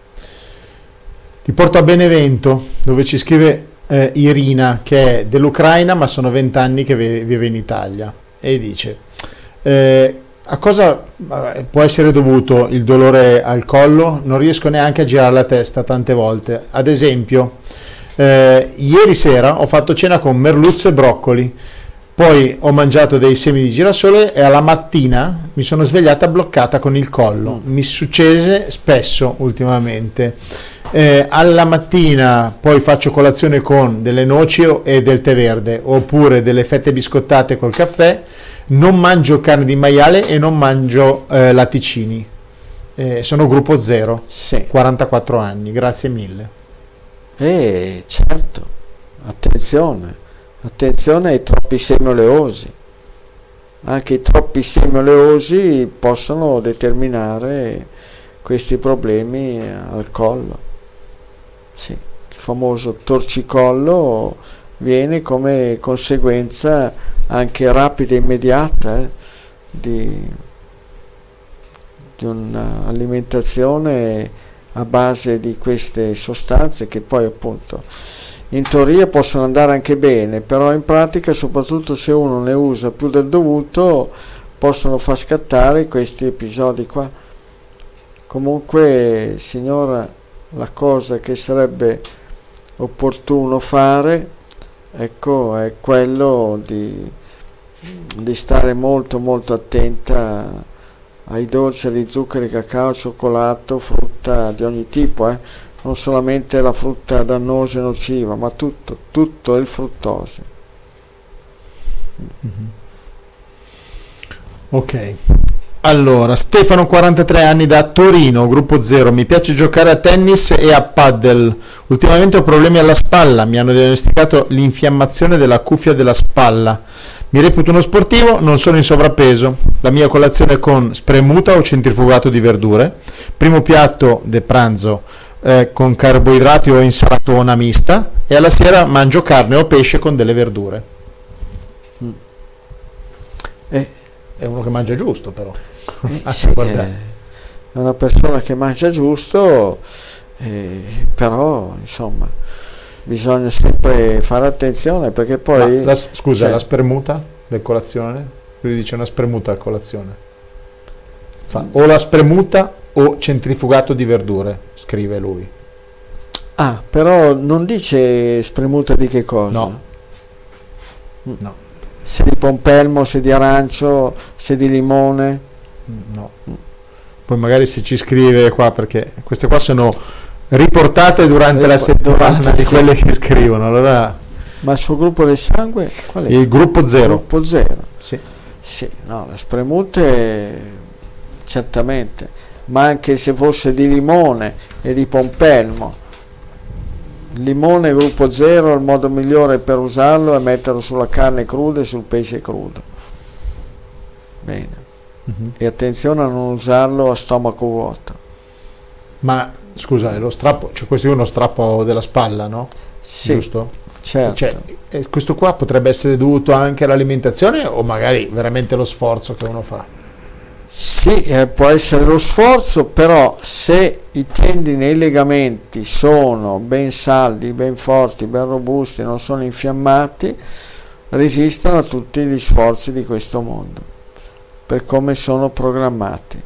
Ti porto a Benevento, dove ci scrive eh, Irina, che è dell'Ucraina ma sono vent'anni che vive in Italia, e dice eh, a cosa può essere dovuto il dolore al collo? Non riesco neanche a girare la testa tante volte. Ad esempio, eh, ieri sera ho fatto cena con merluzzo e broccoli, poi ho mangiato dei semi di girasole e alla mattina mi sono svegliata bloccata con il collo. Mi succede spesso ultimamente. Eh, alla mattina poi faccio colazione con delle noci e del tè verde, oppure delle fette biscottate col caffè. Non mangio carne di maiale e non mangio eh, latticini. Eh, sono gruppo zero, Sì. quarantaquattro anni, grazie mille. Eh, certo, attenzione, attenzione ai troppi semi oleosi. Anche i troppi semi oleosi possono determinare questi problemi al collo. Sì, il famoso torcicollo viene come conseguenza anche rapida e immediata eh, di, di un'alimentazione a base di queste sostanze, che poi appunto in teoria possono andare anche bene, però in pratica, soprattutto se uno ne usa più del dovuto, possono far scattare questi episodi qua. Comunque, signora, la cosa che sarebbe opportuno fare, ecco, è quello di, di stare molto molto attenta ai dolci, agli zuccheri, cacao, cioccolato, frutta di ogni tipo, eh? Non solamente la frutta dannosa e nociva, ma tutto, tutto il fruttosio. Mm-hmm. Ok. Allora, Stefano, quarantatré anni, da Torino, gruppo zero. Mi piace giocare a tennis e a paddle. Ultimamente ho problemi alla spalla, mi hanno diagnosticato l'infiammazione della cuffia della spalla. Mi reputo uno sportivo, non sono in sovrappeso. La mia colazione è con spremuta o centrifugato di verdure. Primo piatto del pranzo eh, con carboidrati o insalatona mista, e alla sera mangio carne o pesce con delle verdure. Mm. Eh. È uno che mangia giusto, però. Eh, ah, sì, è una persona che mangia giusto, eh, però insomma bisogna sempre fare attenzione, perché poi Ma la, scusa, cioè, la spremuta del colazione? Lui dice una spremuta a colazione. Fa o la spremuta o centrifugato di verdure, scrive lui. Ah, però non dice spremuta di che cosa? No. No. Se di pompelmo, se di arancio, se di limone? No. Poi magari se ci scrive qua, perché queste qua sono riportate durante Rip- la settimana durante di quelle che scrivono. Allora, ma il suo gruppo del sangue qual è? Il gruppo zero. Il gruppo zero. Sì. Sì, no, le spremute certamente, ma anche se fosse di limone e di pompelmo. Il limone gruppo zero, il modo migliore per usarlo è metterlo sulla carne cruda e sul pesce crudo. Bene. Uh-huh. E attenzione a non usarlo a stomaco vuoto. Ma scusa, lo strappo, cioè questo è uno strappo della spalla, no? Sì, giusto? Certo. Cioè, eh, questo qua potrebbe essere dovuto anche all'alimentazione o magari veramente lo sforzo che uno fa? Sì, eh, può essere lo sforzo, però se i tendini e i legamenti sono ben saldi, ben forti, ben robusti, non sono infiammati, resistono a tutti gli sforzi di questo mondo, per come sono programmati.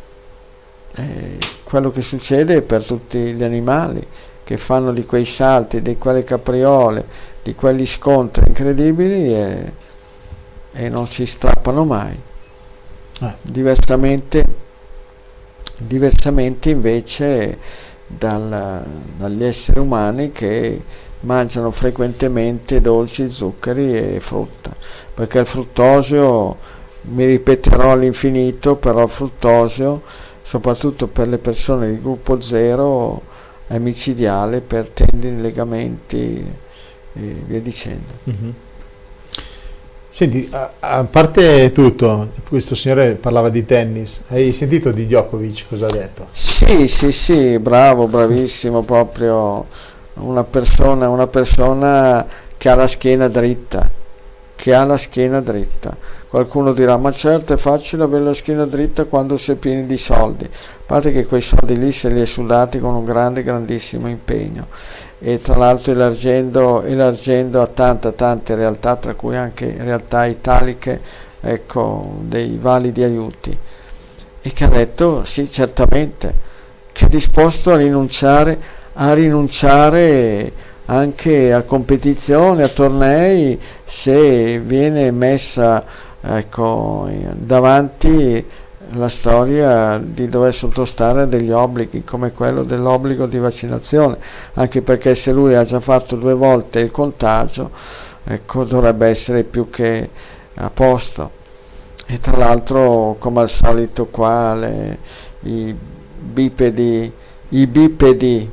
Eh, quello che succede per tutti gli animali che fanno di quei salti, di quelle capriole, di quegli scontri incredibili e, e non si strappano mai. Eh. Diversamente, diversamente invece dal, dagli esseri umani che mangiano frequentemente dolci, zuccheri e frutta, perché il fruttosio, mi ripeterò all'infinito, però il fruttosio, soprattutto per le persone di gruppo zero, è micidiale per tendini, legamenti e via dicendo. Mm-hmm. Senti, a, a parte tutto, questo signore parlava di tennis, hai sentito di Djokovic cosa ha detto? Sì, sì, sì, bravo, bravissimo, proprio una persona, una persona che ha la schiena dritta, che ha la schiena dritta. Qualcuno dirà, ma certo è facile avere la schiena dritta quando si è pieni di soldi. A parte che quei soldi lì se li è sudati con un grande, grandissimo impegno. E tra l'altro elargendo, elargendo a tante, tante realtà, tra cui anche realtà italiche, ecco, dei validi aiuti. E che ha detto, sì, certamente, che è disposto a rinunciare, a rinunciare anche a competizioni, a tornei, se viene messa, ecco, davanti la storia di dover sottostare degli obblighi come quello dell'obbligo di vaccinazione, anche perché se lui ha già fatto due volte il contagio, ecco, dovrebbe essere più che a posto. E tra l'altro, come al solito qua, le, i bipedi i bipedi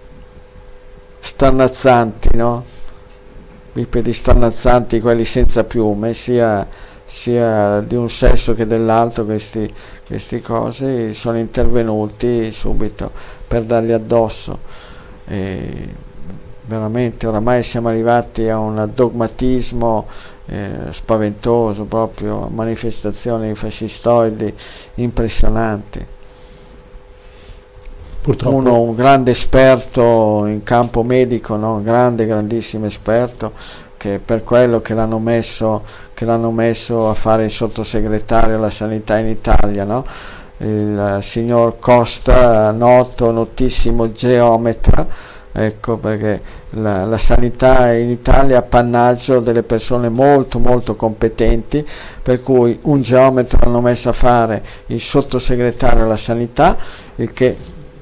stannazzanti, no? Bipedi stannazzanti, quelli senza piume, sia sia di un sesso che dell'altro, questi, questi cose sono intervenuti subito per dargli addosso. E veramente oramai siamo arrivati a un dogmatismo eh, spaventoso, proprio manifestazioni fascistoidi impressionanti. Purtroppo. Uno, un grande esperto in campo medico, no? Un grande, grandissimo esperto, che per quello che l'hanno messo, che l'hanno messo a fare il sottosegretario alla sanità in Italia, no? Il signor Costa, noto, notissimo geometra, ecco, perché la, la sanità in Italia è appannaggio delle persone molto molto competenti, per cui un geometra l'hanno messo a fare il sottosegretario alla sanità, il che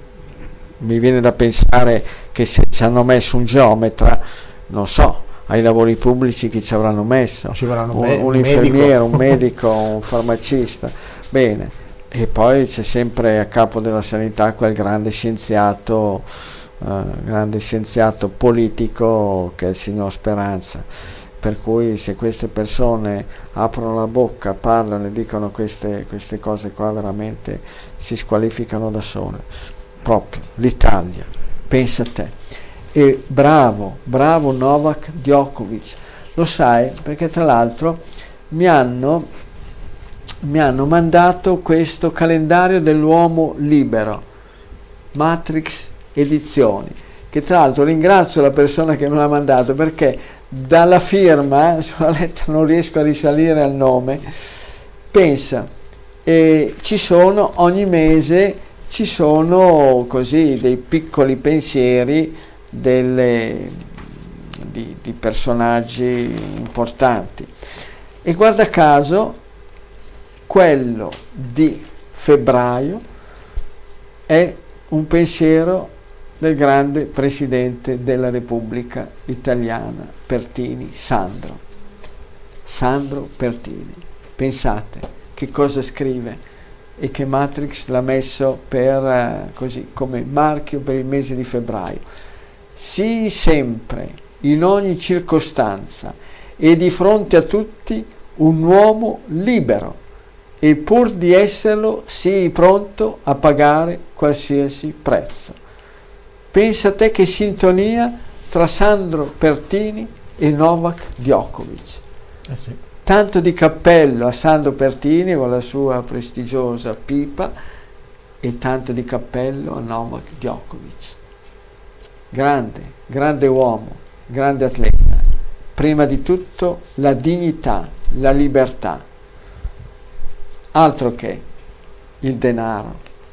mi viene da pensare che se ci hanno messo un geometra, non so, ai lavori pubblici chi ci avranno messo, Ci vorranno un, me- un un infermiere, un medico. medico, un farmacista, bene, e poi c'è sempre a capo della sanità quel grande scienziato, eh, grande scienziato politico che è il signor Speranza, per cui se queste persone aprono la bocca, parlano e dicono queste, queste cose qua, veramente si squalificano da sole. Proprio l'Italia, pensa a te. E bravo, bravo Novak Djokovic, lo sai, perché tra l'altro mi hanno, mi hanno mandato questo calendario dell'uomo libero, Matrix Edizioni, che tra l'altro ringrazio la persona che me l'ha mandato, perché dalla firma, sulla lettera non riesco a risalire al nome, pensa, e ci sono ogni mese, ci sono così dei piccoli pensieri delle, di, di personaggi importanti, e guarda caso quello di febbraio è un pensiero del grande presidente della Repubblica Italiana Pertini, Sandro Sandro Pertini. Pensate che cosa scrive, e che Matrix l'ha messo per eh, così come marchio per il mese di febbraio. Sii sempre, in ogni circostanza e di fronte a tutti, un uomo libero, e pur di esserlo sii pronto a pagare qualsiasi prezzo. Pensa a te che sintonia tra Sandro Pertini e Novak Djokovic. Eh sì. Tanto di cappello a Sandro Pertini con la sua prestigiosa pipa, e tanto di cappello a Novak Djokovic. Grande, grande uomo, grande atleta. Prima di tutto la dignità, la libertà. Altro che il denaro.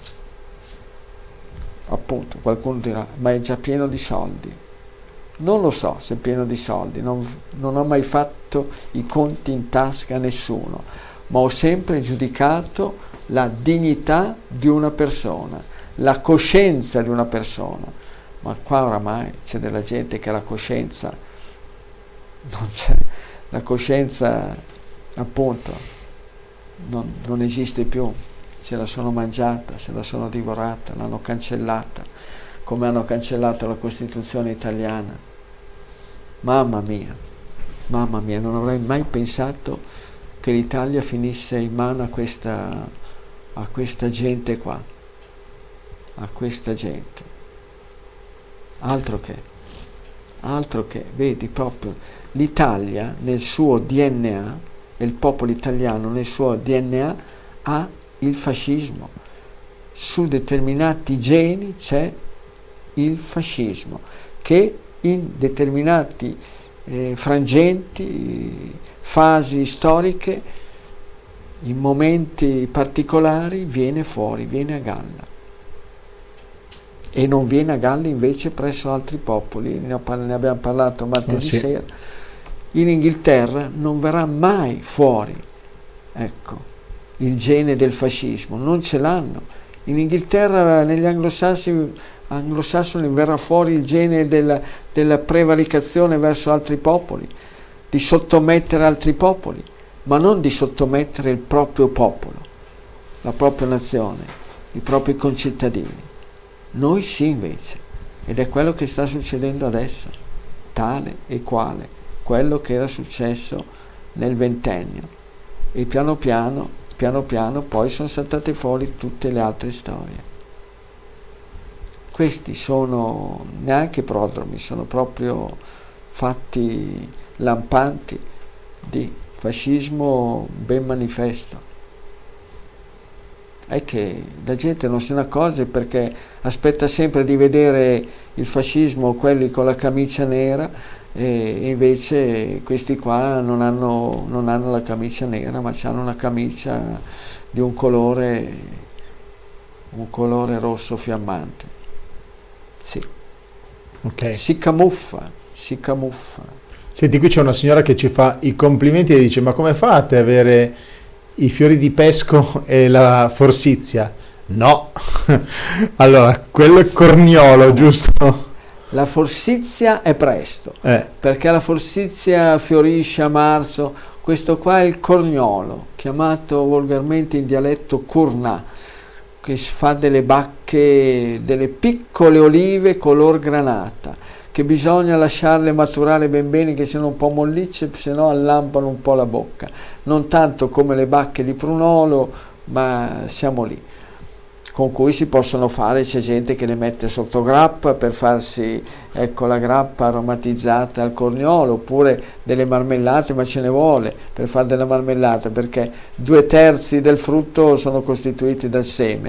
Appunto, qualcuno dirà, ma è già pieno di soldi. Non lo so se è pieno di soldi, non, non ho mai fatto i conti in tasca a nessuno, ma ho sempre giudicato la dignità di una persona, la coscienza di una persona. Ma qua oramai c'è della gente che la coscienza non c'è, la coscienza appunto non, non esiste più, se la sono mangiata, se la sono divorata, l'hanno cancellata, come hanno cancellato la Costituzione italiana. Mamma mia, mamma mia, non avrei mai pensato che l'Italia finisse in mano a questa, a questa gente qua, a questa gente. Altro che, altro che, vedi proprio l'Italia nel suo D N A, il popolo italiano nel suo D N A ha il fascismo. Su determinati geni c'è il fascismo, che in determinati eh, frangenti, fasi storiche, in momenti particolari viene fuori, viene a galla. E non viene a galla invece presso altri popoli, ne, ne abbiamo parlato martedì oh, sì. sera. In Inghilterra non verrà mai fuori, ecco, il gene del fascismo, non ce l'hanno. In Inghilterra, negli anglosassoni, anglosassoni verrà fuori il gene della, della prevaricazione verso altri popoli, di sottomettere altri popoli, ma non di sottomettere il proprio popolo, la propria nazione, i propri concittadini. Noi sì invece, ed è quello che sta succedendo adesso, tale e quale, quello che era successo nel ventennio. E piano piano, piano piano poi sono saltate fuori tutte le altre storie. Questi sono neanche prodromi, sono proprio fatti lampanti di fascismo ben manifesto. È che la gente non se ne accorge perché aspetta sempre di vedere il fascismo, quelli con la camicia nera, e invece questi qua non hanno, non hanno la camicia nera, ma hanno una camicia di un colore, un colore rosso fiammante. Sì. Okay. Si camuffa, si camuffa. Senti, qui c'è una signora che ci fa i complimenti e dice: ma come fate ad avere i fiori di pesco e la forsizia? No. Allora, quello è corniolo, giusto? La forsizia è presto, eh. perché la forsizia fiorisce a marzo. Questo qua è il corniolo, chiamato volgarmente in dialetto curnà, che fa delle bacche, delle piccole olive color granata, che bisogna lasciarle maturare ben bene, che sono un po' mollicce, se no allampano un po' la bocca. Non tanto come le bacche di prunolo, ma siamo lì. Con cui si possono fare, c'è gente che le mette sotto grappa per farsi, ecco, la grappa aromatizzata al corniolo, oppure delle marmellate, ma ce ne vuole per fare della marmellata, perché due terzi del frutto sono costituiti dal seme.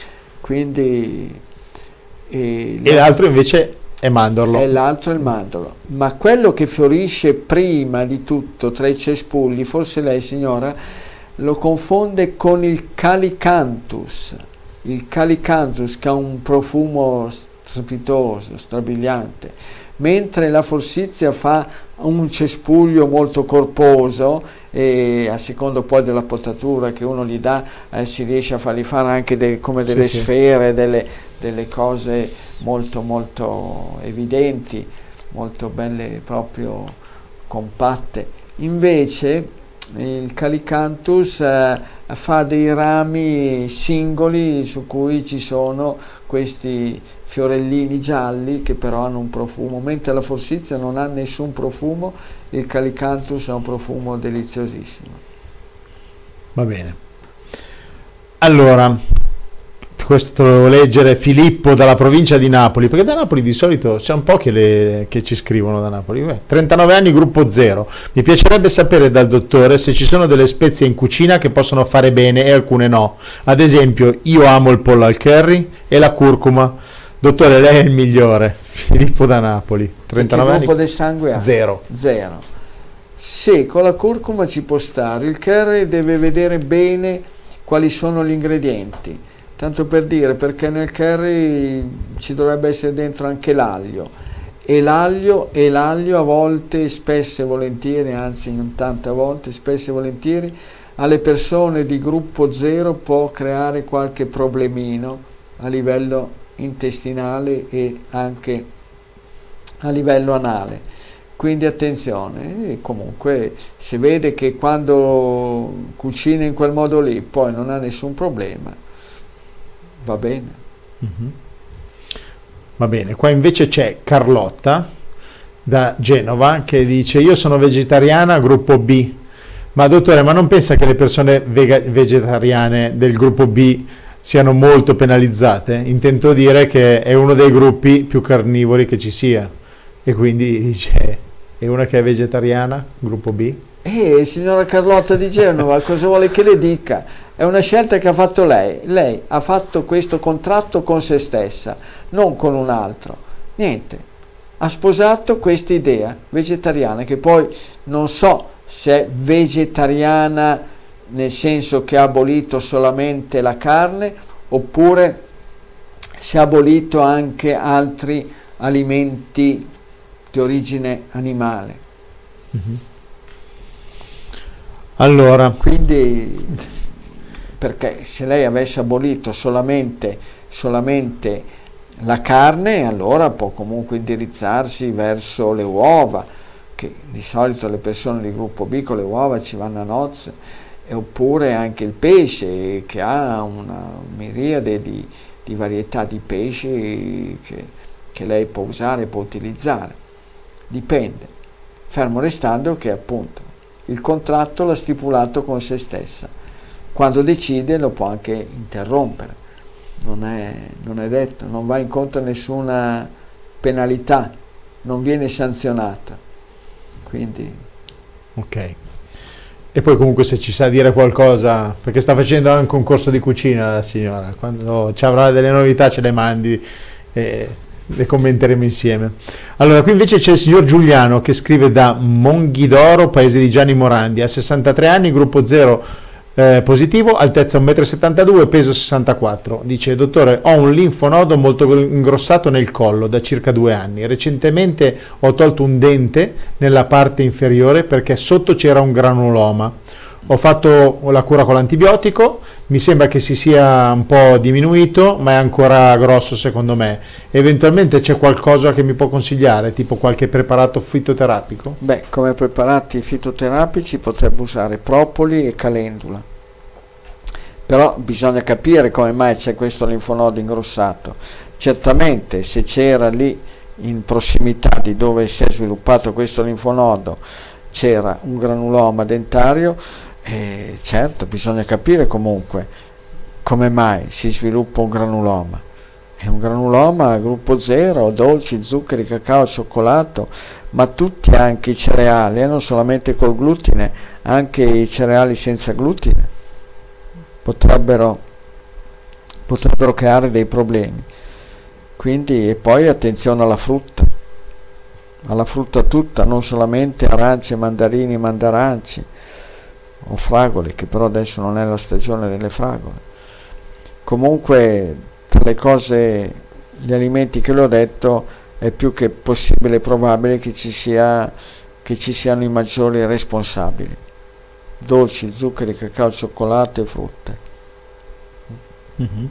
Quindi e, e l'altro invece è mandorlo. E l'altro è il mandorlo. Ma quello che fiorisce prima di tutto tra i cespugli, forse lei signora lo confonde con il calicanthus. Il calicanthus, che ha un profumo strepitoso, strabiliante, mentre la forsizia fa un cespuglio molto corposo, e a secondo poi della potatura che uno gli dà eh, si riesce a fargli fare anche de- come delle sì, sfere, sì. Delle, delle cose molto molto evidenti, molto belle, proprio compatte. Invece il calicanthus eh, fa dei rami singoli su cui ci sono questi fiorellini gialli che però hanno un profumo, mentre la forsizia non ha nessun profumo, il calicanthus ha un profumo deliziosissimo. Va bene. Allora, questo lo devo leggere. Filippo dalla provincia di Napoli, perché da Napoli di solito c'è un po' che, le, che ci scrivono da Napoli. Beh, trentanove anni, gruppo zero. Mi piacerebbe sapere dal dottore se ci sono delle spezie in cucina che possono fare bene e alcune no. Ad esempio, io amo il pollo al curry e la curcuma. Dottore, lei è il migliore. Filippo da Napoli, trentanove anni. Che gruppo del sangue ha? Zero. Zero. Sì, con la curcuma ci può stare. Il curry deve vedere bene quali sono gli ingredienti. Tanto per dire, perché nel curry ci dovrebbe essere dentro anche l'aglio. E l'aglio, e l'aglio a volte, spesso e volentieri, anzi non tante volte, spesso e volentieri, alle persone di gruppo zero può creare qualche problemino a livello intestinale e anche a livello anale, quindi attenzione. E comunque si vede che quando cucina in quel modo lì poi non ha nessun problema, va bene. Mm-hmm. Va bene. Qua invece c'è Carlotta da Genova che dice: io sono vegetariana, gruppo B. Ma dottore, ma non pensa che le persone vega- vegetariane del gruppo B siano molto penalizzate? Intento dire che è uno dei gruppi più carnivori che ci sia, e quindi dice: è una che è vegetariana, gruppo B? Eh, signora Carlotta di Genova, cosa vuole che le dica? È una scelta che ha fatto lei. Lei ha fatto questo contratto con se stessa, non con un altro. Niente. Ha sposato questa idea vegetariana, che poi non so se è vegetariana nel senso che ha abolito solamente la carne, oppure se ha abolito anche altri alimenti di origine animale. Mm-hmm. Allora, quindi, perché se lei avesse abolito solamente, solamente la carne, allora può comunque indirizzarsi verso le uova, che di solito le persone di gruppo B con le uova ci vanno a nozze, e oppure anche il pesce, che ha una miriade di, di varietà di pesci che, che lei può usare, può utilizzare. Dipende, fermo restando che appunto il contratto l'ha stipulato con se stessa. Quando decide lo può anche interrompere, non è, non è detto, non va incontro a nessuna penalità, non viene sanzionata. Quindi ok. E poi comunque se ci sa dire qualcosa, perché sta facendo anche un corso di cucina la signora, quando ci avrà delle novità ce le mandi e le commenteremo insieme. Allora, qui invece c'è il signor Giuliano che scrive da Monghidoro, paese di Gianni Morandi, ha sessantatré anni, gruppo zero eh, positivo, altezza un metro e settantadue, peso sessantaquattro. Dice: dottore, ho un linfonodo molto ingrossato nel collo da circa due anni. Recentemente ho tolto un dente nella parte inferiore perché sotto c'era un granuloma. Ho fatto la cura con l'antibiotico, mi sembra che si sia un po' diminuito, ma è ancora grosso secondo me. Eventualmente c'è qualcosa che mi può consigliare, tipo qualche preparato fitoterapico? Beh, come preparati fitoterapici potrebbe usare propoli e calendula. Però bisogna capire come mai c'è questo linfonodo ingrossato. Certamente se c'era lì in prossimità di dove si è sviluppato questo linfonodo c'era un granuloma dentario, eh, certo bisogna capire comunque come mai si sviluppa un granuloma. È un granuloma gruppo zero, dolci, zuccheri, cacao, cioccolato, ma tutti anche i cereali, e eh, non solamente col glutine, anche i cereali senza glutine potrebbero, potrebbero creare dei problemi. Quindi, e poi attenzione alla frutta, alla frutta tutta, non solamente arance, mandarini, mandaranci o fragole, che però adesso non è la stagione delle fragole. Comunque, tra le cose, gli alimenti che le ho detto, è più che possibile e probabile che ci sia, che ci siano i maggiori responsabili: dolci, zuccheri, cacao, cioccolato e frutte. Mm-hmm.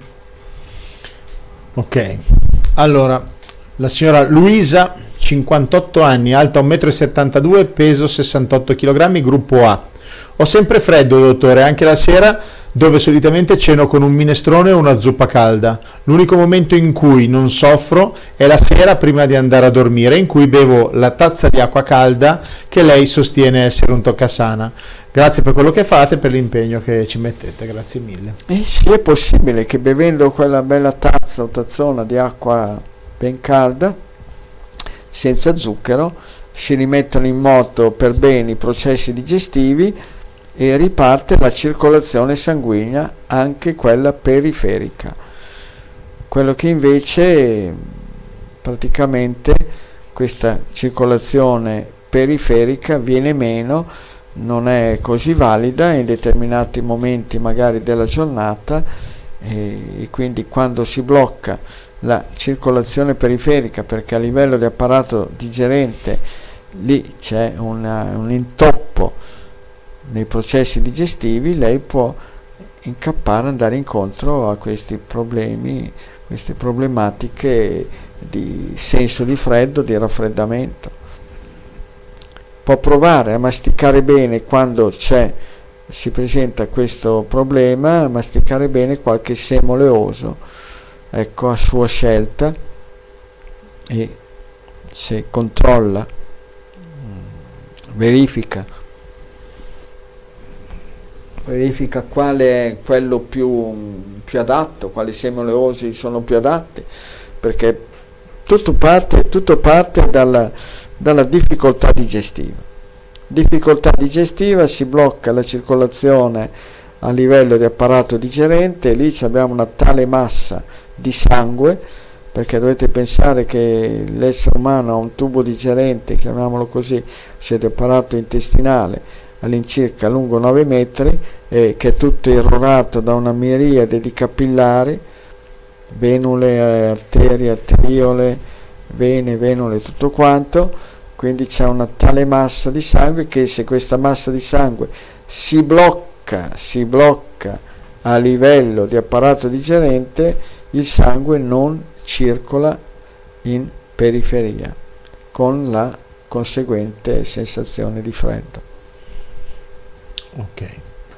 Ok, allora la signora Luisa, cinquantotto anni, alta un metro e settantadue, peso sessantotto chilogrammi, gruppo A. Ho sempre freddo, dottore, anche la sera, dove solitamente ceno con un minestrone o una zuppa calda. L'unico momento in cui non soffro è la sera prima di andare a dormire, in cui bevo la tazza di acqua calda che lei sostiene essere un toccasana. Grazie per quello che fate, per l'impegno che ci mettete, grazie mille. E sì, è possibile che bevendo quella bella tazza o tazzona di acqua ben calda, senza zucchero, si rimettano in moto per bene i processi digestivi e riparte la circolazione sanguigna, anche quella periferica. Quello che invece praticamente questa circolazione periferica viene meno, non è così valida in determinati momenti magari della giornata, e quindi quando si blocca la circolazione periferica, perché a livello di apparato digerente lì c'è una, un intoppo nei processi digestivi, lei può incappare, andare incontro a questi problemi, queste problematiche di senso di freddo, di raffreddamento. Può provare a masticare bene quando c'è, si presenta questo problema, a masticare bene qualche semo oleoso, ecco, a sua scelta, e se controlla verifica, verifica quale è quello più, più adatto, quali semi oleosi sono più adatti, perché tutto parte, tutto parte dalla, dalla difficoltà digestiva. Difficoltà digestiva, si blocca la circolazione a livello di apparato digerente, lì abbiamo una tale massa di sangue, perché dovete pensare che l'essere umano ha un tubo digerente, chiamiamolo così, cioè di apparato intestinale, all'incirca lungo nove metri, e che è tutto irrorato da una miriade di capillari, venule, arterie, arteriole, vene, venule, tutto quanto. Quindi c'è una tale massa di sangue che se questa massa di sangue si blocca, si blocca a livello di apparato digerente, il sangue non circola in periferia, con la conseguente sensazione di freddo. Ok.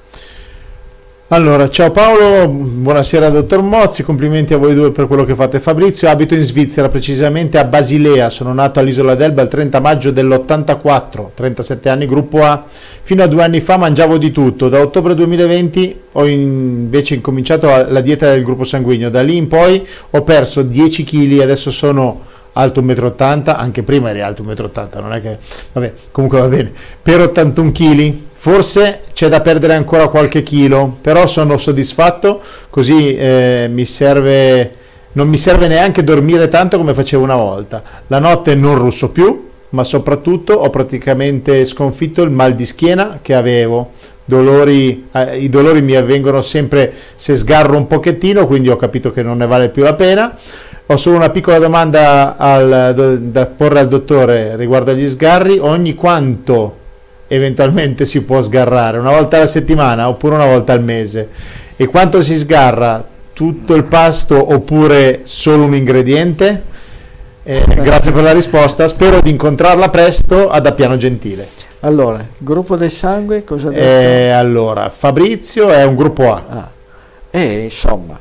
Allora, ciao Paolo, buonasera dottor Mozzi, complimenti a voi due per quello che fate. Fabrizio, abito in Svizzera, precisamente a Basilea, sono nato all'Isola d'Elba il trenta maggio dell'ottantaquattro, trentasette anni, gruppo A. Fino a due anni fa mangiavo di tutto, da ottobre duemilaventi ho invece incominciato la dieta del gruppo sanguigno, da lì in poi ho perso dieci chili, adesso sono alto un metro e ottanta, anche prima eri alto un metro e ottanta, non è che... vabbè, comunque va bene, per ottantuno chili. Forse c'è da perdere ancora qualche chilo, però sono soddisfatto, così eh, mi serve, non mi serve neanche dormire tanto come facevo una volta. La notte non russo più, ma soprattutto ho praticamente sconfitto il mal di schiena che avevo. Dolori, eh, i dolori mi avvengono sempre se sgarro un pochettino, quindi ho capito che non ne vale più la pena. Ho solo una piccola domanda al, da porre al dottore riguardo agli sgarri: ogni quanto eventualmente si può sgarrare? Una volta alla settimana oppure una volta al mese? E quanto si sgarra? Tutto il pasto oppure solo un ingrediente? Eh, grazie per la risposta, spero di incontrarla presto ad Appiano Gentile. Allora, gruppo del sangue cosa detto? Eh, allora, Fabrizio è un gruppo A. Ah. Eh, insomma,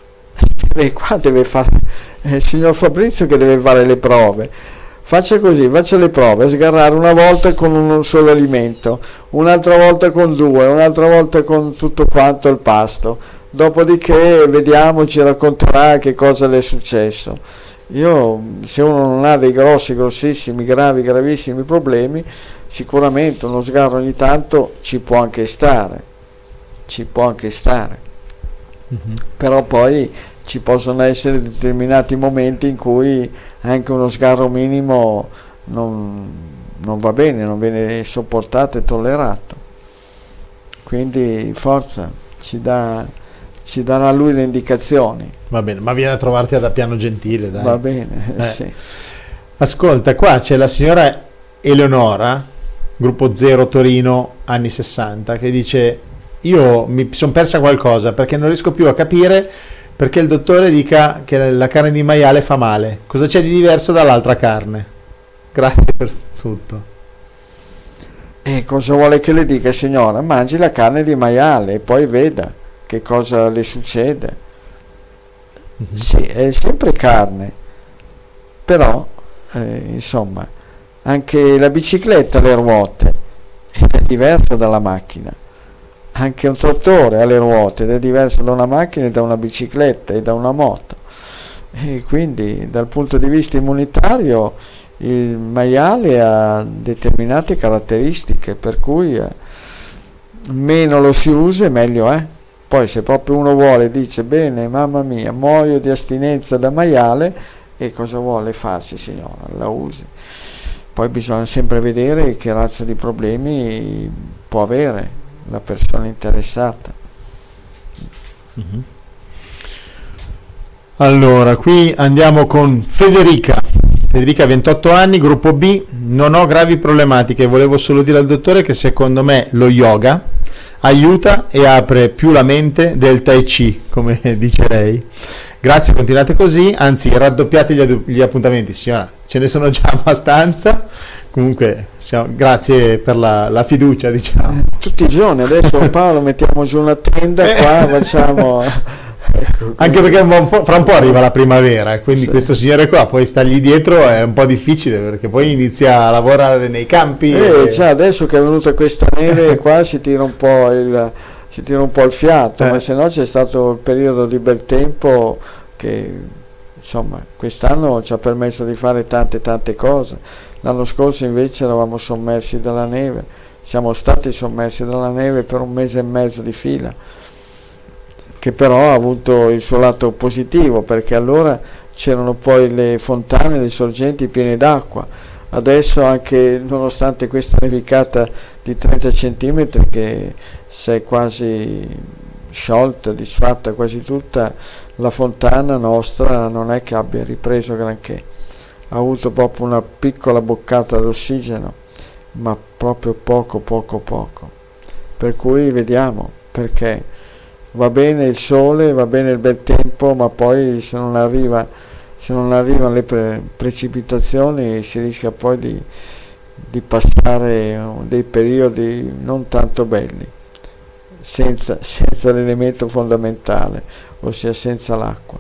e qua deve fare eh, il signor Fabrizio che deve fare le prove. Faccia così, faccia le prove, sgarrare una volta con un solo alimento, un'altra volta con due, un'altra volta con tutto quanto il pasto, dopodiché vediamo, ci racconterà che cosa le è successo. Io, se uno non ha dei grossi, grossissimi, gravi, gravissimi problemi, sicuramente uno sgarro ogni tanto ci può anche stare, ci può anche stare, mm-hmm. Però poi ci possono essere determinati momenti in cui anche uno sgarro minimo non, non va bene, non viene sopportato e tollerato. Quindi forza, ci, dà, ci darà lui le indicazioni. Va bene, ma vieni a trovarti ad Appiano Gentile, dai. Va bene, eh. Sì. Ascolta, qua c'è la signora Eleonora, gruppo zero Torino, anni sessanta, che dice: io mi sono persa qualcosa perché non riesco più a capire perché il dottore dica che la carne di maiale fa male. Cosa c'è di diverso dall'altra carne? Grazie per tutto. E cosa vuole che le dica, signora? Mangi la carne di maiale e poi veda che cosa le succede. Mm-hmm. Sì, è sempre carne, però eh, insomma anche la bicicletta ha le ruote ed è diversa dalla macchina. Anche un trattore ha le ruote ed è diverso da una macchina e da una bicicletta e da una moto, e quindi dal punto di vista immunitario il maiale ha determinate caratteristiche per cui eh, meno lo si usa e meglio è. Poi se proprio uno vuole, dice bene, mamma mia, muoio di astinenza da maiale, e cosa vuole farci, signora? La usi. Poi bisogna sempre vedere che razza di problemi può avere la persona interessata. Mm-hmm. Allora, qui andiamo con Federica. Federica, ventotto anni, gruppo B, non ho gravi problematiche, volevo solo dire al dottore che secondo me lo yoga aiuta e apre più la mente del Tai Chi, come dice lei. Grazie, continuate così, anzi raddoppiate gli, ad- gli appuntamenti, signora, ce ne sono già abbastanza. Comunque siamo, grazie per la, la fiducia, diciamo. Tutti i giorni, adesso Paolo mettiamo giù una tenda qua, facciamo Ecco, anche perché un po', fra un po' arriva la primavera, quindi sì. questo signore qua poi stargli dietro è un po' difficile, perché poi inizia a lavorare nei campi. Eh, e... cioè, adesso che è venuta questa neve qua si tira un po' il, si tira un po' il fiato, Eh. ma se no c'è stato il periodo di bel tempo che insomma quest'anno ci ha permesso di fare tante tante cose. L'anno scorso invece eravamo sommersi dalla neve, siamo stati sommersi dalla neve per un mese e mezzo di fila, che però ha avuto il suo lato positivo, perché allora c'erano poi le fontane, le sorgenti piene d'acqua. Adesso, anche nonostante questa nevicata di trenta centimetri che si è quasi sciolta, disfatta quasi tutta, la fontana nostra non è che abbia ripreso granché, ha avuto proprio una piccola boccata d'ossigeno, ma proprio poco poco poco, per cui vediamo, perché va bene il sole, va bene il bel tempo, ma poi se non arriva se non arrivano le pre- precipitazioni si rischia poi di, di passare dei periodi non tanto belli, senza, senza l'elemento fondamentale, ossia senza l'acqua.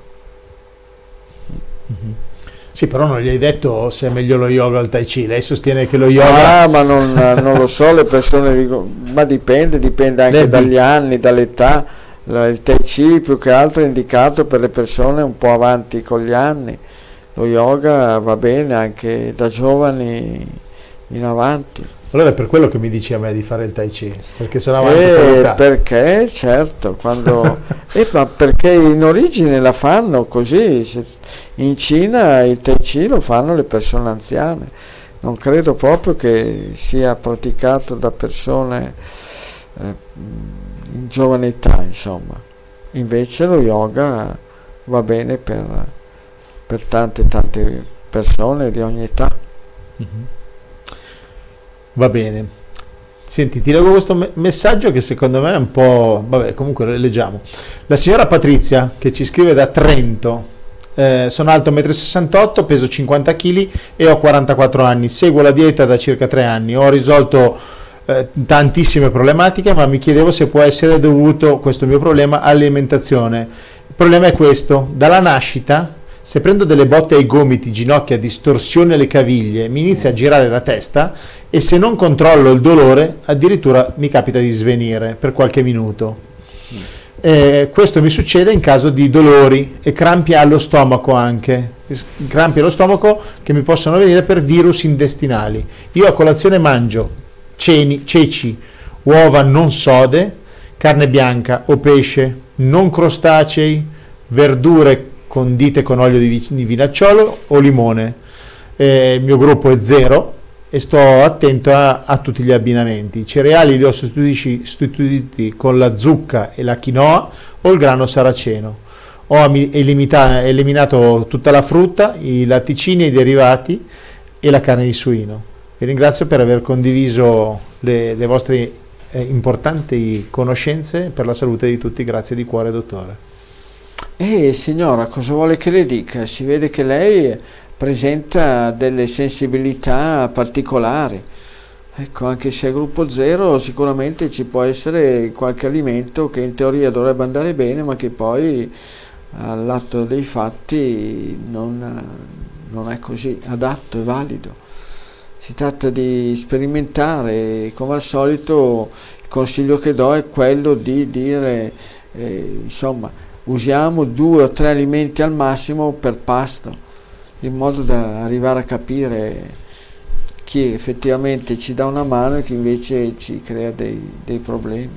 Mm-hmm. Sì, però non gli hai detto se è meglio lo yoga o il tai chi. Lei sostiene che lo yoga... Ah, ma non, non lo so, le persone dicono, ma dipende, dipende anche Le... dagli anni, dall'età. Il tai chi più che altro è indicato per le persone un po' avanti con gli anni, lo yoga va bene anche da giovani in avanti. Allora è per quello che mi dici a me di fare il tai chi, perché sono avanti Eh, con l'età. perché certo, quando eh, ma perché in origine la fanno così, se, in Cina il tai chi lo fanno le persone anziane, non credo proprio che sia praticato da persone eh, in giovane età, insomma. Invece lo yoga va bene per, per tante tante persone di ogni età. Mm-hmm. Va bene. Senti, ti leggo questo me- messaggio che secondo me è un po'... Vabbè, comunque lo leggiamo. La signora Patrizia, che ci scrive da Trento. Eh, sono alto uno e sessantotto metri, peso cinquanta chili e ho quarantaquattro anni. Seguo la dieta da circa tre anni. Ho risolto eh, tantissime problematiche, ma mi chiedevo se può essere dovuto questo mio problema all'alimentazione. Il problema è questo: dalla nascita, se prendo delle botte ai gomiti, ginocchia, distorsione alle caviglie, mi inizia a girare la testa e se non controllo il dolore addirittura mi capita di svenire per qualche minuto. Eh, questo mi succede in caso di dolori e crampi allo stomaco, anche crampi allo stomaco che mi possono venire per virus intestinali. Io a colazione mangio ceni, ceci, uova non sode, carne bianca o pesce, non crostacei, verdure condite con olio di vinacciolo o limone. Eh, il mio gruppo è zero e sto attento a, a tutti gli abbinamenti. I cereali li ho sostituiti, sostituiti con la zucca e la quinoa o il grano saraceno. Ho elimita, eliminato tutta la frutta, i latticini e i derivati e la carne di suino. Vi ringrazio per aver condiviso le, le vostre eh, importanti conoscenze per la salute di tutti. Grazie di cuore, dottore. Eh signora, cosa vuole che le dica? Si vede che lei presenta delle sensibilità particolari. Ecco, anche se è gruppo zero, sicuramente ci può essere qualche alimento che in teoria dovrebbe andare bene, ma che poi all'atto dei fatti non, non è così adatto e valido. Si tratta di sperimentare, come al solito il consiglio che do è quello di dire, eh, insomma, usiamo due o tre alimenti al massimo per pasto, in modo da arrivare a capire chi effettivamente ci dà una mano e chi invece ci crea dei, dei problemi.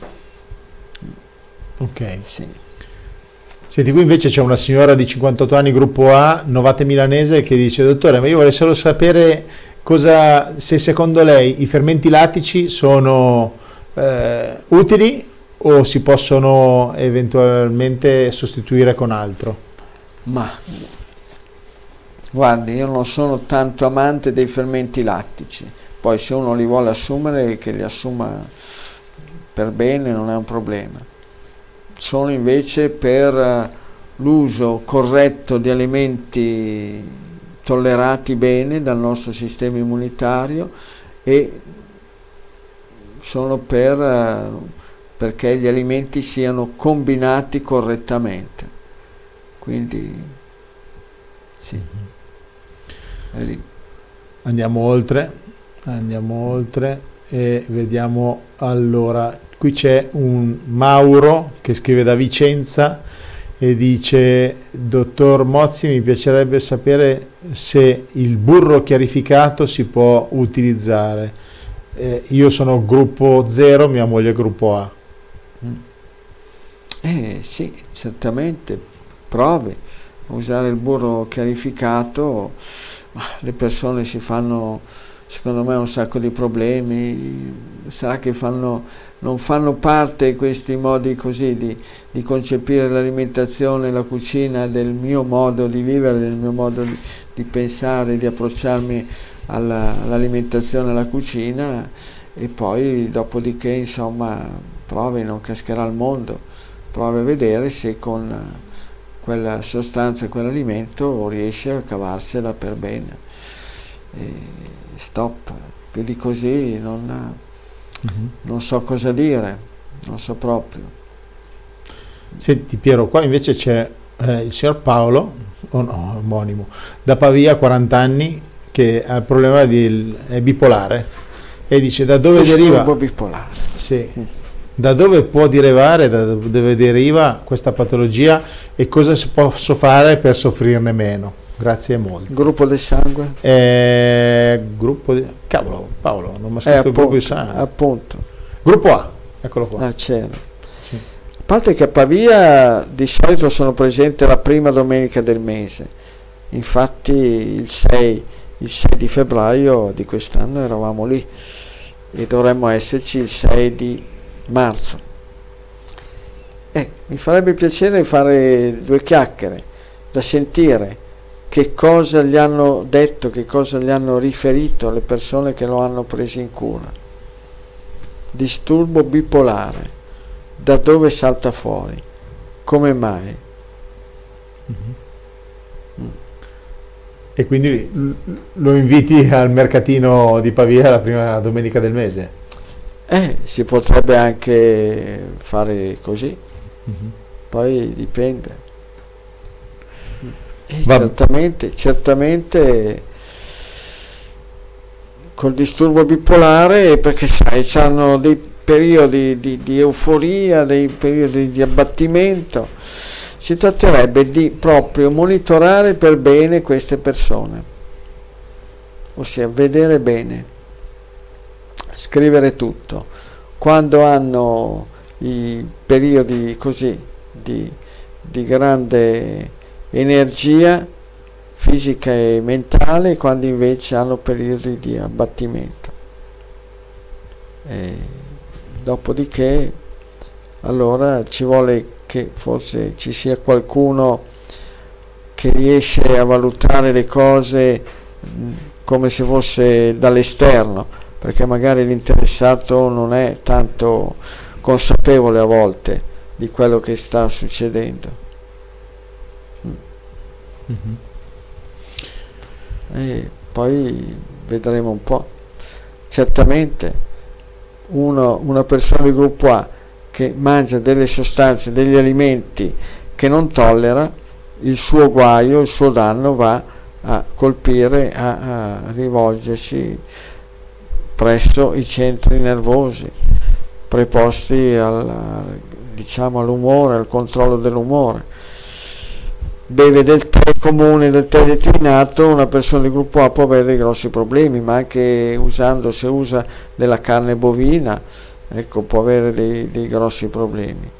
Ok. Sì. Senti, qui invece c'è una signora di cinquantotto anni, gruppo A, Novate milanese, che dice: dottore, ma io vorrei solo sapere cosa, se secondo lei i fermenti lattici sono eh, utili o si possono eventualmente sostituire con altro? Ma guardi, io non sono tanto amante dei fermenti lattici, poi se uno li vuole assumere che li assuma per bene, non è un problema. Sono invece per l'uso corretto di alimenti tollerati bene dal nostro sistema immunitario e sono per perché gli alimenti siano combinati correttamente. Quindi sì, è lì. Andiamo oltre, andiamo oltre e vediamo. Allora, qui c'è un Mauro che scrive da Vicenza e dice: dottor Mozzi, mi piacerebbe sapere se il burro chiarificato si può utilizzare. Eh, io sono gruppo zero, mia moglie è gruppo A. Eh sì, certamente, provi a usare il burro chiarificato, ma le persone si fanno, secondo me, un sacco di problemi. Sarà che fanno, non fanno parte questi modi così di, di concepire l'alimentazione, la cucina del mio modo di vivere, del mio modo di, di pensare, di approcciarmi alla, all'alimentazione e alla cucina, e poi dopodiché insomma provi, non cascherà il mondo, provi a vedere se con quella sostanza, quell'alimento riesce a cavarsela per bene. E stop, più di così non, uh-huh. non so cosa dire, non so proprio. Senti Piero, qua invece c'è eh, il signor Paolo, o oh no, omonimo, da Pavia, quaranta anni, che ha il problema di, è bipolare e dice: da dove deriva? Bipolare. Sì. Mm. Da dove può derivare, da dove deriva questa patologia e cosa si posso fare per soffrirne meno? Grazie molto. Gruppo del sangue? Eh, gruppo di... Cavolo, Paolo, non mi ha scritto eh, il gruppo di sangue. Appunto. Gruppo A, eccolo qua. Ah, c'era. Sì. A parte che a Pavia di solito sono presente la prima domenica del mese. Infatti il sei, il sei di febbraio di quest'anno eravamo lì e dovremmo esserci il sei di marzo. Eh, mi farebbe piacere fare due chiacchiere, da sentire che cosa gli hanno detto, che cosa gli hanno riferito le persone che lo hanno preso in cura. Disturbo bipolare, da dove salta fuori, come mai? Mm-hmm. Mm. E quindi lo inviti al mercatino di Pavia la prima domenica del mese? Eh, si potrebbe anche fare così, mm-hmm. Poi dipende. E certamente, certamente col disturbo bipolare, perché sai, hanno dei periodi di, di euforia, dei periodi di abbattimento. Si tratterebbe di proprio monitorare per bene queste persone, ossia vedere bene, scrivere tutto. Quando hanno i periodi così di, di grande energia fisica e mentale, quando invece hanno periodi di abbattimento. E dopodiché allora ci vuole che forse ci sia qualcuno che riesce a valutare le cose come se fosse dall'esterno, perché magari l'interessato non è tanto consapevole a volte di quello che sta succedendo. Mm-hmm. E poi vedremo un po'. Certamente uno, una persona di gruppo A che mangia delle sostanze, degli alimenti che non tollera, il suo guaio, il suo danno va a colpire, a, a rivolgersi presso i centri nervosi preposti al, diciamo, all'umore, al controllo dell'umore. Beve del tè comune, del tè determinato, una persona di gruppo A può avere dei grossi problemi, ma anche usando, se usa della carne bovina, ecco, può avere dei, dei grossi problemi.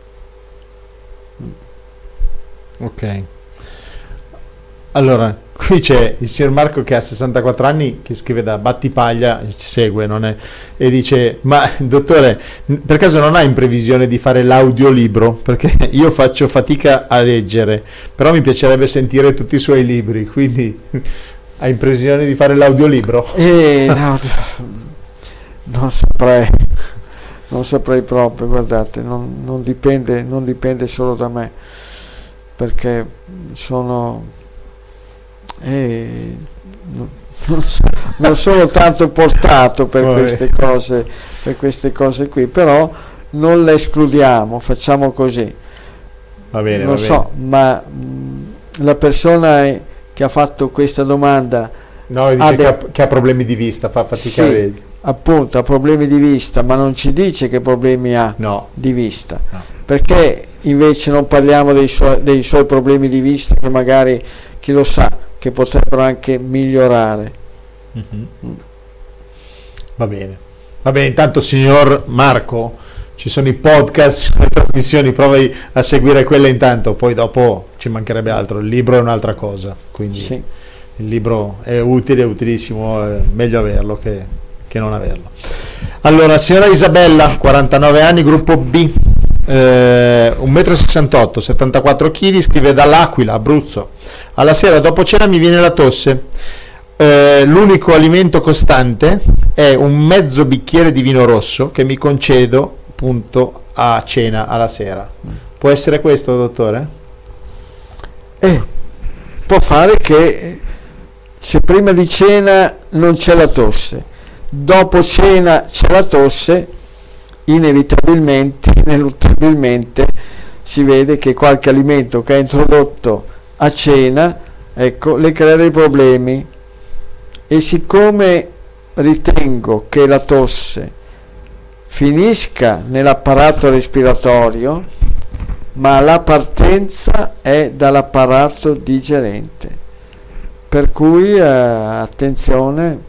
Ok. Allora, qui c'è il signor Marco che ha sessantaquattro anni, che scrive da Battipaglia, ci segue, non è? E dice: ma dottore, per caso non ha in previsione di fare l'audiolibro? Perché io faccio fatica a leggere, però mi piacerebbe sentire tutti i suoi libri, quindi ha in previsione di fare l'audiolibro? Eh, no, non saprei, non saprei proprio, guardate, non, non dipende, non dipende solo da me, perché sono... Eh, non, non, so, non sono tanto portato per queste cose, per queste cose qui, però non la escludiamo, facciamo così. Va bene, non va so, bene. ma mh, la persona è, che ha fatto questa domanda no, dice ha che, de- ha, che ha problemi di vista, fa fatica sì, a vedere. appunto ha problemi di vista, ma non ci dice che problemi ha no. di vista, no. Perché invece non parliamo dei suoi, dei suoi problemi di vista, che magari, chi lo sa, che potrebbero anche migliorare. Mm-hmm. Mm. Va bene, va bene. Intanto, signor Marco, ci sono i podcast, le trasmissioni, provi a seguire quelle intanto, poi dopo ci mancherebbe altro. Il libro è un'altra cosa, quindi Sì. il libro è utile, è utilissimo, è meglio averlo che, che non averlo. Allora, signora Isabella, quarantanove anni, gruppo B, eh, uno virgola sessantotto metri, settantaquattro chili, scrive dall'Aquila, Abruzzo. Alla sera dopo cena mi viene la tosse. Eh, l'unico alimento costante è un mezzo bicchiere di vino rosso che mi concedo appunto a cena alla sera. Può essere questo, dottore? Eh, può fare che se prima di cena non c'è la tosse, dopo cena c'è la tosse, inevitabilmente, ineluttabilmente si vede che qualche alimento che è introdotto a cena, ecco, le crea dei problemi. E siccome ritengo che la tosse finisca nell'apparato respiratorio, ma la partenza è dall'apparato digerente, per cui eh, attenzione,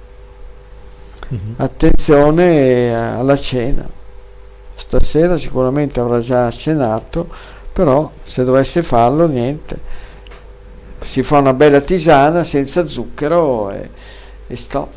Mm-hmm. attenzione alla cena. Stasera sicuramente avrà già cenato, però se dovesse farlo, niente, si fa una bella tisana senza zucchero e, e sto.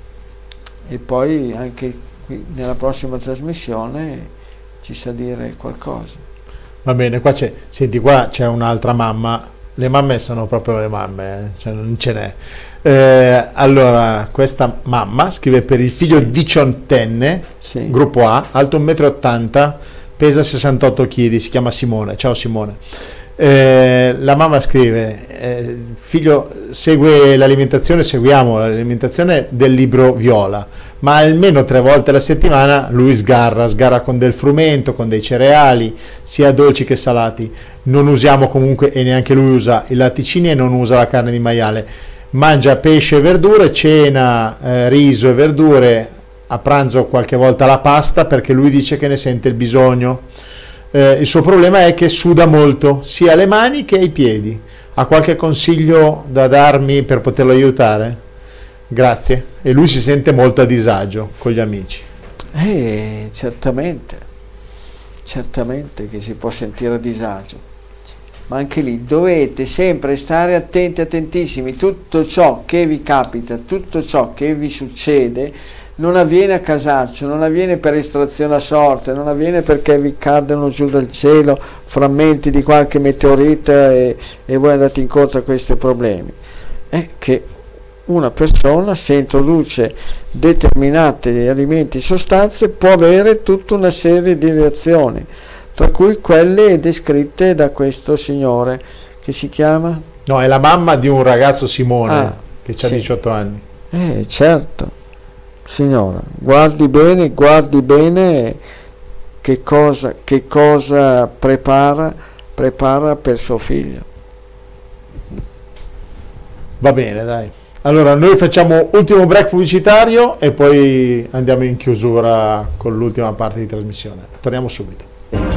E poi anche qui nella prossima trasmissione ci sa dire qualcosa. Va bene, qua c'è, senti, qua c'è un'altra mamma, le mamme sono proprio le mamme, eh? Cioè non ce n'è. Eh, allora, questa mamma scrive per il figlio Sì. diciottenne, Sì. gruppo A, alto uno virgola ottanta metri, pesa sessantotto chili, si chiama Simone. Ciao Simone. Eh, la mamma scrive, eh, figlio segue l'alimentazione, seguiamo l'alimentazione del libro Viola, ma almeno tre volte alla settimana lui sgarra, sgarra con del frumento, con dei cereali, sia dolci che salati. Non usiamo comunque, e neanche lui usa i latticini e non usa la carne di maiale. Mangia pesce e verdure, cena eh, riso e verdure, a pranzo qualche volta la pasta perché lui dice che ne sente il bisogno. Eh, il suo problema è che suda molto, sia alle mani che ai piedi. Ha qualche consiglio da darmi per poterlo aiutare? Grazie. E lui si sente molto a disagio con gli amici. Eh, certamente, certamente che si può sentire a disagio. Ma anche lì dovete sempre stare attenti, attentissimi. Tutto ciò che vi capita, tutto ciò che vi succede non avviene a casaccio, non avviene per estrazione a sorte, non avviene perché vi cadono giù dal cielo frammenti di qualche meteorite e, e voi andate incontro a questi problemi. È che una persona, se introduce determinati alimenti e sostanze, può avere tutta una serie di reazioni, tra cui quelle descritte da questo signore che si chiama? No, è la mamma di un ragazzo, Simone, ah, che ha sì. diciotto anni. Eh, certo, signora, guardi bene, guardi bene che cosa, che cosa prepara, prepara per suo figlio. Va bene, dai. Allora, noi facciamo ultimo break pubblicitario e poi andiamo in chiusura con l'ultima parte di trasmissione. Torniamo subito.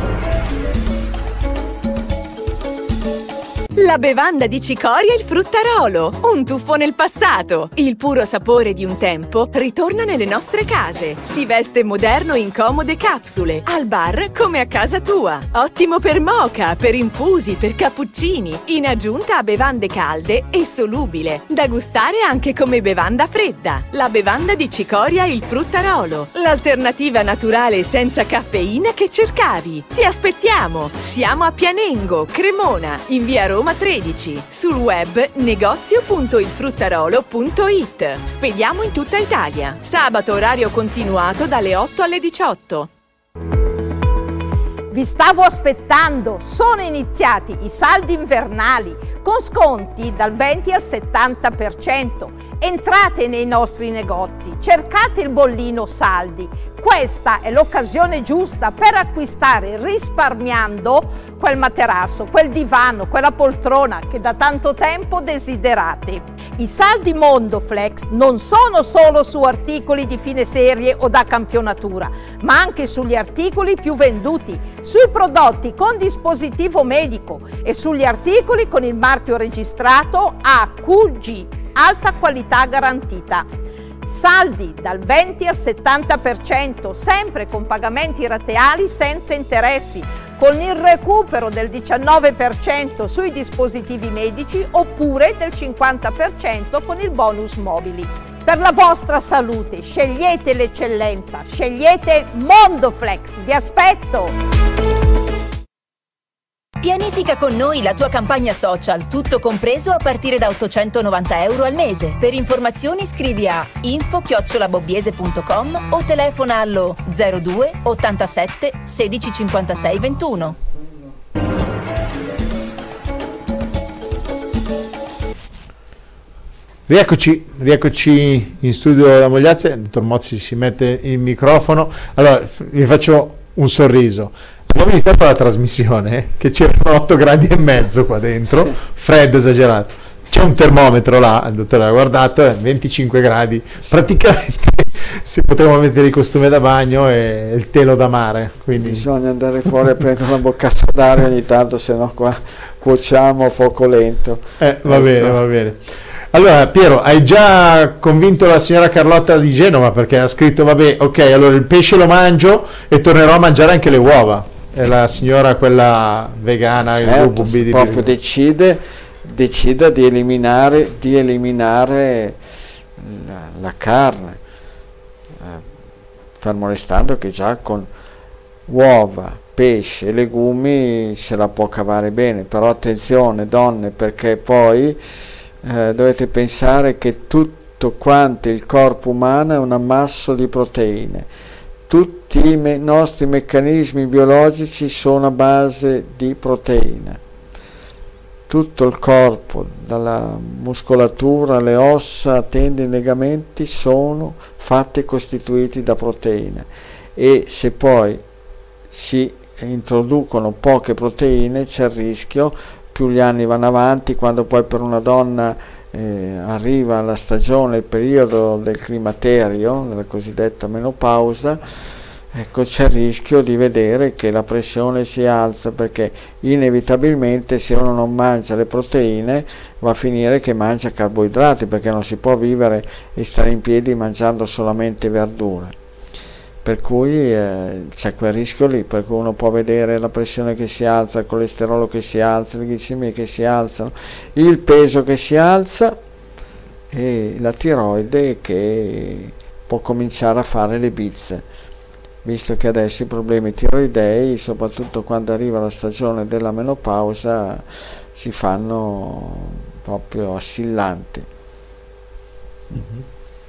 La bevanda di cicoria il fruttarolo, un tuffo nel passato. Il puro sapore di un tempo ritorna nelle nostre case. Si veste moderno in comode capsule, al bar come a casa tua. Ottimo per moka, per infusi, per cappuccini, in aggiunta a bevande calde e solubile, da gustare anche come bevanda fredda. La bevanda di cicoria il fruttarolo, l'alternativa naturale senza caffeina che cercavi. Ti aspettiamo! Siamo a Pianengo, Cremona, in via Roma tredici, sul web negozio punto il fruttarolo punto it. Spediamo in tutta Italia. Sabato orario continuato dalle otto alle diciotto. Vi stavo aspettando, sono iniziati i saldi invernali con sconti dal venti al settanta per cento. Entrate nei nostri negozi, cercate il bollino saldi. Questa è l'occasione giusta per acquistare risparmiando quel materasso, quel divano, quella poltrona che da tanto tempo desiderate. I saldi Mondoflex non sono solo su articoli di fine serie o da campionatura, ma anche sugli articoli più venduti, sui prodotti con dispositivo medico e sugli articoli con il marchio registrato A Q G, alta qualità garantita. Saldi dal venti al settanta per cento, sempre con pagamenti rateali senza interessi, con il recupero del diciannove per cento sui dispositivi medici oppure del cinquanta per cento con il bonus mobili. Per la vostra salute scegliete l'eccellenza, scegliete Mondoflex, vi aspetto! Pianifica con noi la tua campagna social, tutto compreso a partire da ottocentonovanta euro al mese. Per informazioni scrivi a info chiocciola bobbiese punto com o telefona allo zero due ottantasette sedici cinquantasei ventuno. Rieccoci, rieccoci in studio da Mogliazze. Il dottor Mozzi si mette il microfono. Allora, vi faccio un sorriso. Abbiamo iniziato la trasmissione che c'erano otto gradi e mezzo qua dentro, freddo esagerato. C'è un termometro là, il dottore ha guardato, è venticinque gradi. Praticamente si potevano mettere il costume da bagno e il telo da mare. Quindi bisogna andare fuori a prendere una boccata d'aria ogni tanto, se no qua cuociamo a fuoco lento. Eh, va bene, va bene. Allora Piero, hai già convinto la signora Carlotta di Genova, perché ha scritto vabbè, ok, allora il pesce lo mangio e tornerò a mangiare anche le uova. È la signora quella vegana, certo, il gruppo B di proprio decide, decide di eliminare, di eliminare la, la carne, eh, fermo restando che già con uova, pesce e legumi se la può cavare bene, però attenzione donne, perché poi eh, dovete pensare che tutto quanto il corpo umano è un ammasso di proteine. Tutti i me- nostri meccanismi biologici sono a base di proteine. Tutto il corpo, dalla muscolatura alle ossa, tendini, legamenti, sono fatti e costituiti da proteine. E se poi si introducono poche proteine c'è il rischio, più gli anni vanno avanti, quando poi per una donna Eh, arriva la stagione, il periodo del climaterio, la cosiddetta menopausa, ecco c'è il rischio di vedere che la pressione si alza, perché inevitabilmente se uno non mangia le proteine va a finire che mangia carboidrati, perché non si può vivere e stare in piedi mangiando solamente verdure. Per cui eh, c'è quel rischio lì, per cui uno può vedere la pressione che si alza, il colesterolo che si alza, le glicemie che si alzano, il peso che si alza e la tiroide che può cominciare a fare le bizze, visto che adesso i problemi tiroidei, soprattutto quando arriva la stagione della menopausa, si fanno proprio assillanti. Mm-hmm.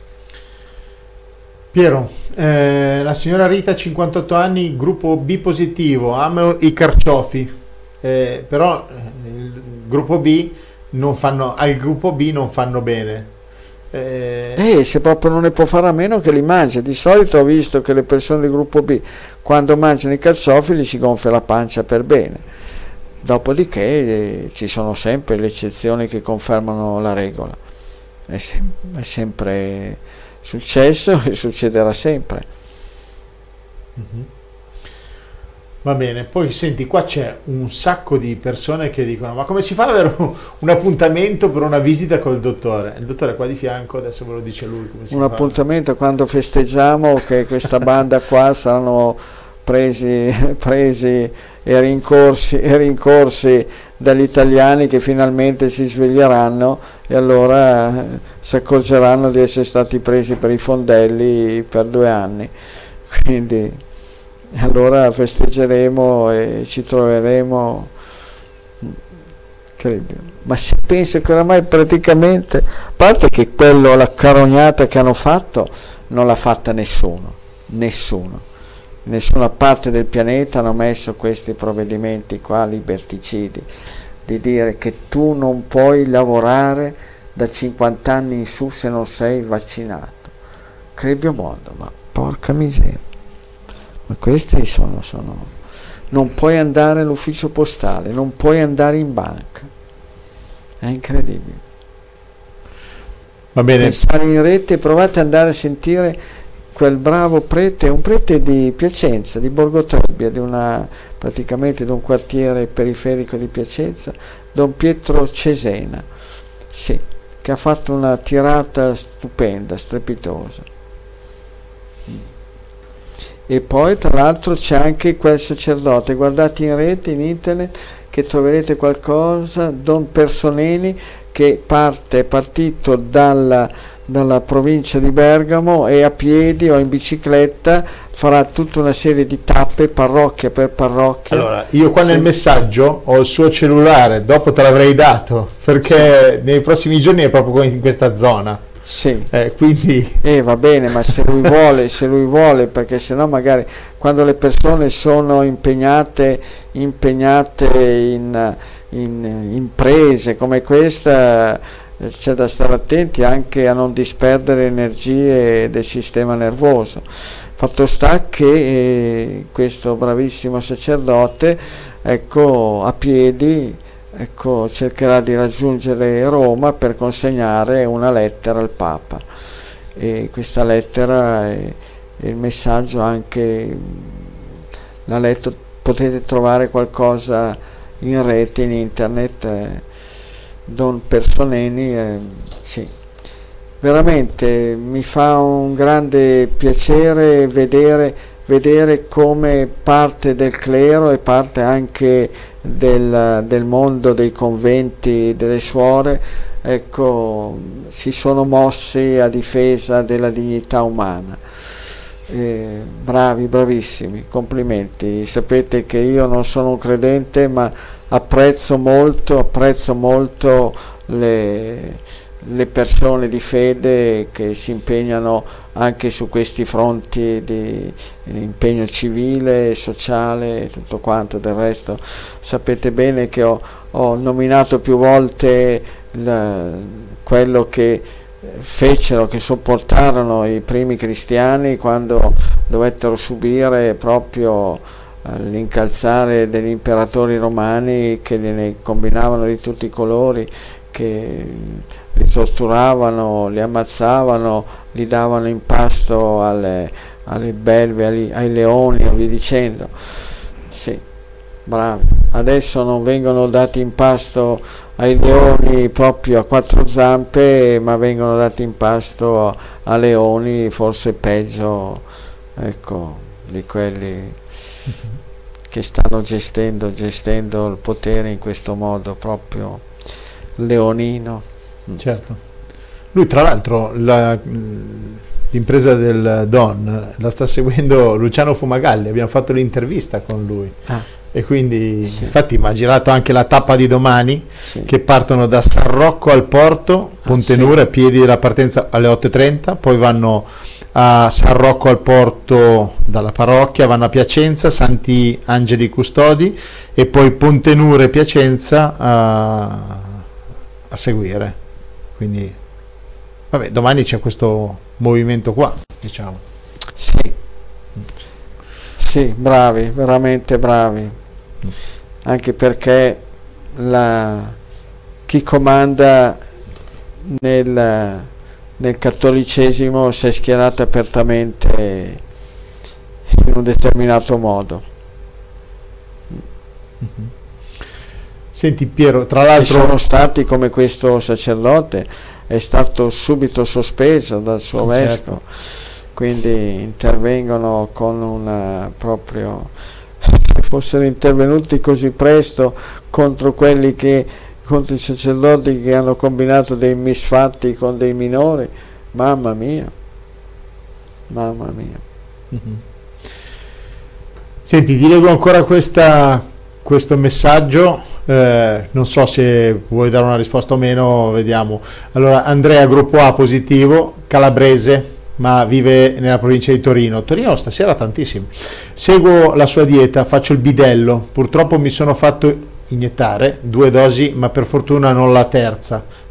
Piero, eh, la signora Rita, cinquantotto anni, gruppo B positivo, amo i carciofi, eh, però eh, il gruppo B non fanno, al gruppo B non fanno bene. Eh, eh, se proprio non ne può fare a meno che li mangia. Di solito ho visto che le persone del gruppo B, quando mangiano i carciofi, gli si gonfia la pancia per bene. Dopodiché eh, ci sono sempre le eccezioni che confermano la regola. È, sem- è sempre successo e succederà sempre. Mm-hmm. Va bene, poi senti, qua c'è un sacco di persone che dicono ma come si fa ad avere un, un appuntamento per una visita col dottore? Il dottore è qua di fianco, adesso ve lo dice lui come si un fa. Appuntamento quando festeggiamo che questa banda qua saranno presi, presi e rincorsi, e rincorsi dagli italiani che finalmente si sveglieranno e allora eh, si accorgeranno di essere stati presi per i fondelli per due anni. Quindi allora festeggeremo e ci troveremo. Incredibile. Ma si pensa che oramai praticamente, a parte che quello, la carognata che hanno fatto non l'ha fatta nessuno, nessuno, nessuna parte del pianeta hanno messo questi provvedimenti qua liberticidi, di dire che tu non puoi lavorare da cinquanta anni in su se non sei vaccinato. Crepi o mondo, ma porca miseria. Ma questi sono, sono... Non puoi andare all'ufficio postale, non puoi andare in banca. È incredibile. Va bene. Pensare in rete, provate ad andare a sentire quel bravo prete, un prete di Piacenza, di Borgo Trebbia, di una, praticamente di un quartiere periferico di Piacenza, Don Pietro Cesena, sì, che ha fatto una tirata stupenda, strepitosa. E poi tra l'altro c'è anche quel sacerdote, guardate in rete, in internet, che troverete qualcosa, Don Personeni, che parte, è partito dalla, dalla provincia di Bergamo e a piedi o in bicicletta farà tutta una serie di tappe, parrocchia per parrocchia. Allora, io qua sì. nel messaggio ho il suo cellulare, dopo te l'avrei dato, perché sì. nei prossimi giorni è proprio in questa zona. Sì, eh, quindi eh, va bene, ma se lui vuole, se lui vuole, perché sennò magari quando le persone sono impegnate, impegnate in, in imprese come questa, c'è da stare attenti anche a non disperdere energie del sistema nervoso. Fatto sta che eh, questo bravissimo sacerdote, ecco, a piedi, ecco, cercherà di raggiungere Roma per consegnare una lettera al Papa, e questa lettera è, è il messaggio anche, l'ha letto, potete trovare qualcosa in rete, in internet, eh, Don Personeni, eh, sì. Veramente mi fa un grande piacere vedere, vedere come parte del clero e parte anche del, del mondo dei conventi, delle suore, ecco, si sono mossi a difesa della dignità umana. Eh, bravi, bravissimi, complimenti. Sapete che io non sono un credente, ma apprezzo molto, apprezzo molto le... le persone di fede che si impegnano anche su questi fronti di impegno civile, sociale e tutto quanto. Del resto sapete bene che ho, ho nominato più volte la, quello che fecero, che sopportarono i primi cristiani quando dovettero subire proprio l'incalzare degli imperatori romani che ne combinavano di tutti i colori, che li torturavano, li ammazzavano, li davano in pasto alle, alle belve, ai, ai leoni e via dicendo. Sì, bravi. Adesso non vengono dati in pasto ai leoni proprio a quattro zampe, ma vengono dati in pasto a, a leoni forse peggio, ecco, di quelli che stanno gestendo, gestendo il potere in questo modo proprio leonino. Certo. Lui tra l'altro la, l'impresa del Don la sta seguendo Luciano Fumagalli, abbiamo fatto l'intervista con lui, ah, e quindi sì. Infatti mi ha girato anche la tappa di domani, sì, che partono da San Rocco al porto, Pontenure, ah, sì, a piedi della partenza alle otto e trenta, poi vanno a San Rocco al porto dalla parrocchia, vanno a Piacenza, Santi Angeli Custodi, e poi Pontenure Piacenza a, a seguire. Quindi vabbè, domani c'è questo movimento qua, diciamo. Sì, sì, bravi, veramente bravi, anche perché la, chi comanda nel, nel cattolicesimo si è schierato apertamente in un determinato modo. Mm-hmm. Senti Piero, tra l'altro ci sono stati, come questo sacerdote è stato subito sospeso dal suo vescovo, certo, quindi intervengono con una proprio, se fossero intervenuti così presto contro quelli che, contro i sacerdoti che hanno combinato dei misfatti con dei minori, mamma mia, mamma mia. Mm-hmm. Senti, ti leggo ancora questa, questo messaggio. Eh, non so se vuoi dare una risposta o meno, vediamo. Allora, Andrea, gruppo A positivo, calabrese, ma vive nella provincia di Torino. Torino stasera tantissimo. Seguo la sua dieta, faccio il bidello. Purtroppo mi sono fatto iniettare due dosi, ma per fortuna non la terza.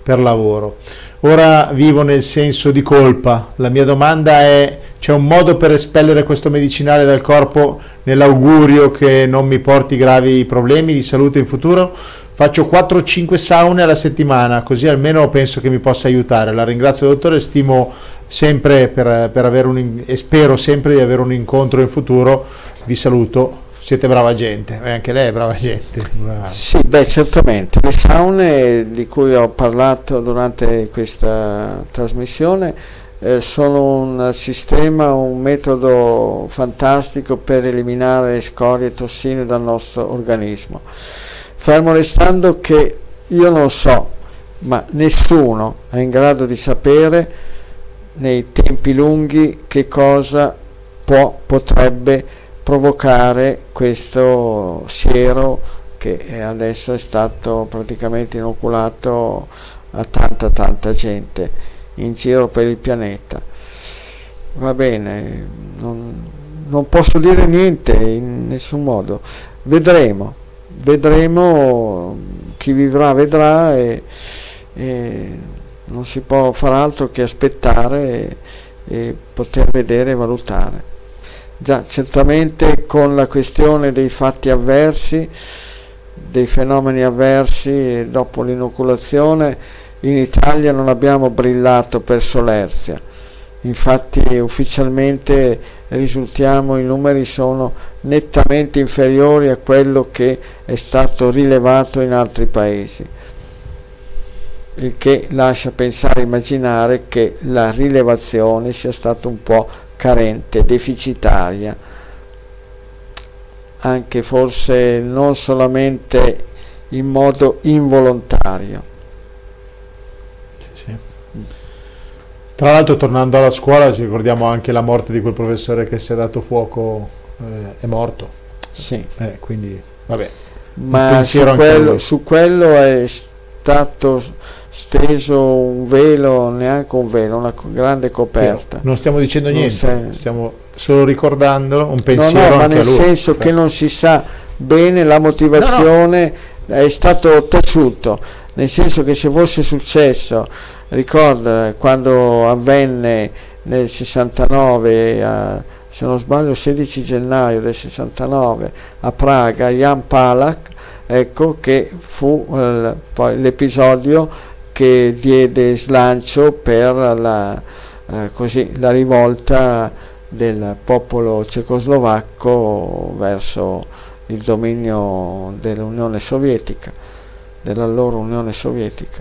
per lavoro. Ora vivo nel senso di colpa. La mia domanda è: c'è un modo per espellere questo medicinale dal corpo nell'augurio che non mi porti gravi problemi di salute in futuro? Faccio quattro cinque saune alla settimana, così almeno penso che mi possa aiutare. La ringrazio dottore, stimo sempre per, per avere un, e spero sempre di avere un incontro in futuro. Vi saluto, siete brava gente, e anche lei è brava gente. Brava. Sì, beh, certamente. Le saune di cui ho parlato durante questa trasmissione eh, sono un sistema, un metodo fantastico per eliminare scorie e tossine dal nostro organismo. Fermo restando che io non so, ma nessuno è in grado di sapere nei tempi lunghi che cosa può, potrebbe provocare questo siero che adesso è stato praticamente inoculato a tanta tanta gente in giro per il pianeta. Va bene, non, non posso dire niente in nessun modo, vedremo. Vedremo, chi vivrà vedrà e, e non si può far altro che aspettare e, e poter vedere e valutare. Già, certamente con la questione dei fatti avversi, dei fenomeni avversi dopo l'inoculazione, in Italia non abbiamo brillato per solerzia. Infatti ufficialmente risultiamo, i numeri sono nettamente inferiori a quello che è stato rilevato in altri paesi, il che lascia pensare e immaginare che la rilevazione sia stata un po' carente, deficitaria, anche forse non solamente in modo involontario. Sì, sì. Tra l'altro, tornando alla scuola, ci ricordiamo anche la morte di quel professore che si è dato fuoco, eh, è morto. Sì. Eh, quindi, vabbè. Ma su quello, su quello è stato steso un velo, neanche un velo, una grande coperta. Non stiamo dicendo niente, sei... stiamo solo ricordando un pensiero. No, no, ma anche nel a lui. senso Beh. che non si sa bene la motivazione, no, no. È stato taciuto, nel senso che se fosse successo, ricorda quando avvenne nel sessantanove, a, se non sbaglio sedici gennaio del sessantanove a Praga, Jan Palach, ecco, che fu eh, poi l'episodio che diede slancio per la, eh, così, la rivolta del popolo cecoslovacco verso il dominio dell'Unione Sovietica, dell'allora Unione Sovietica.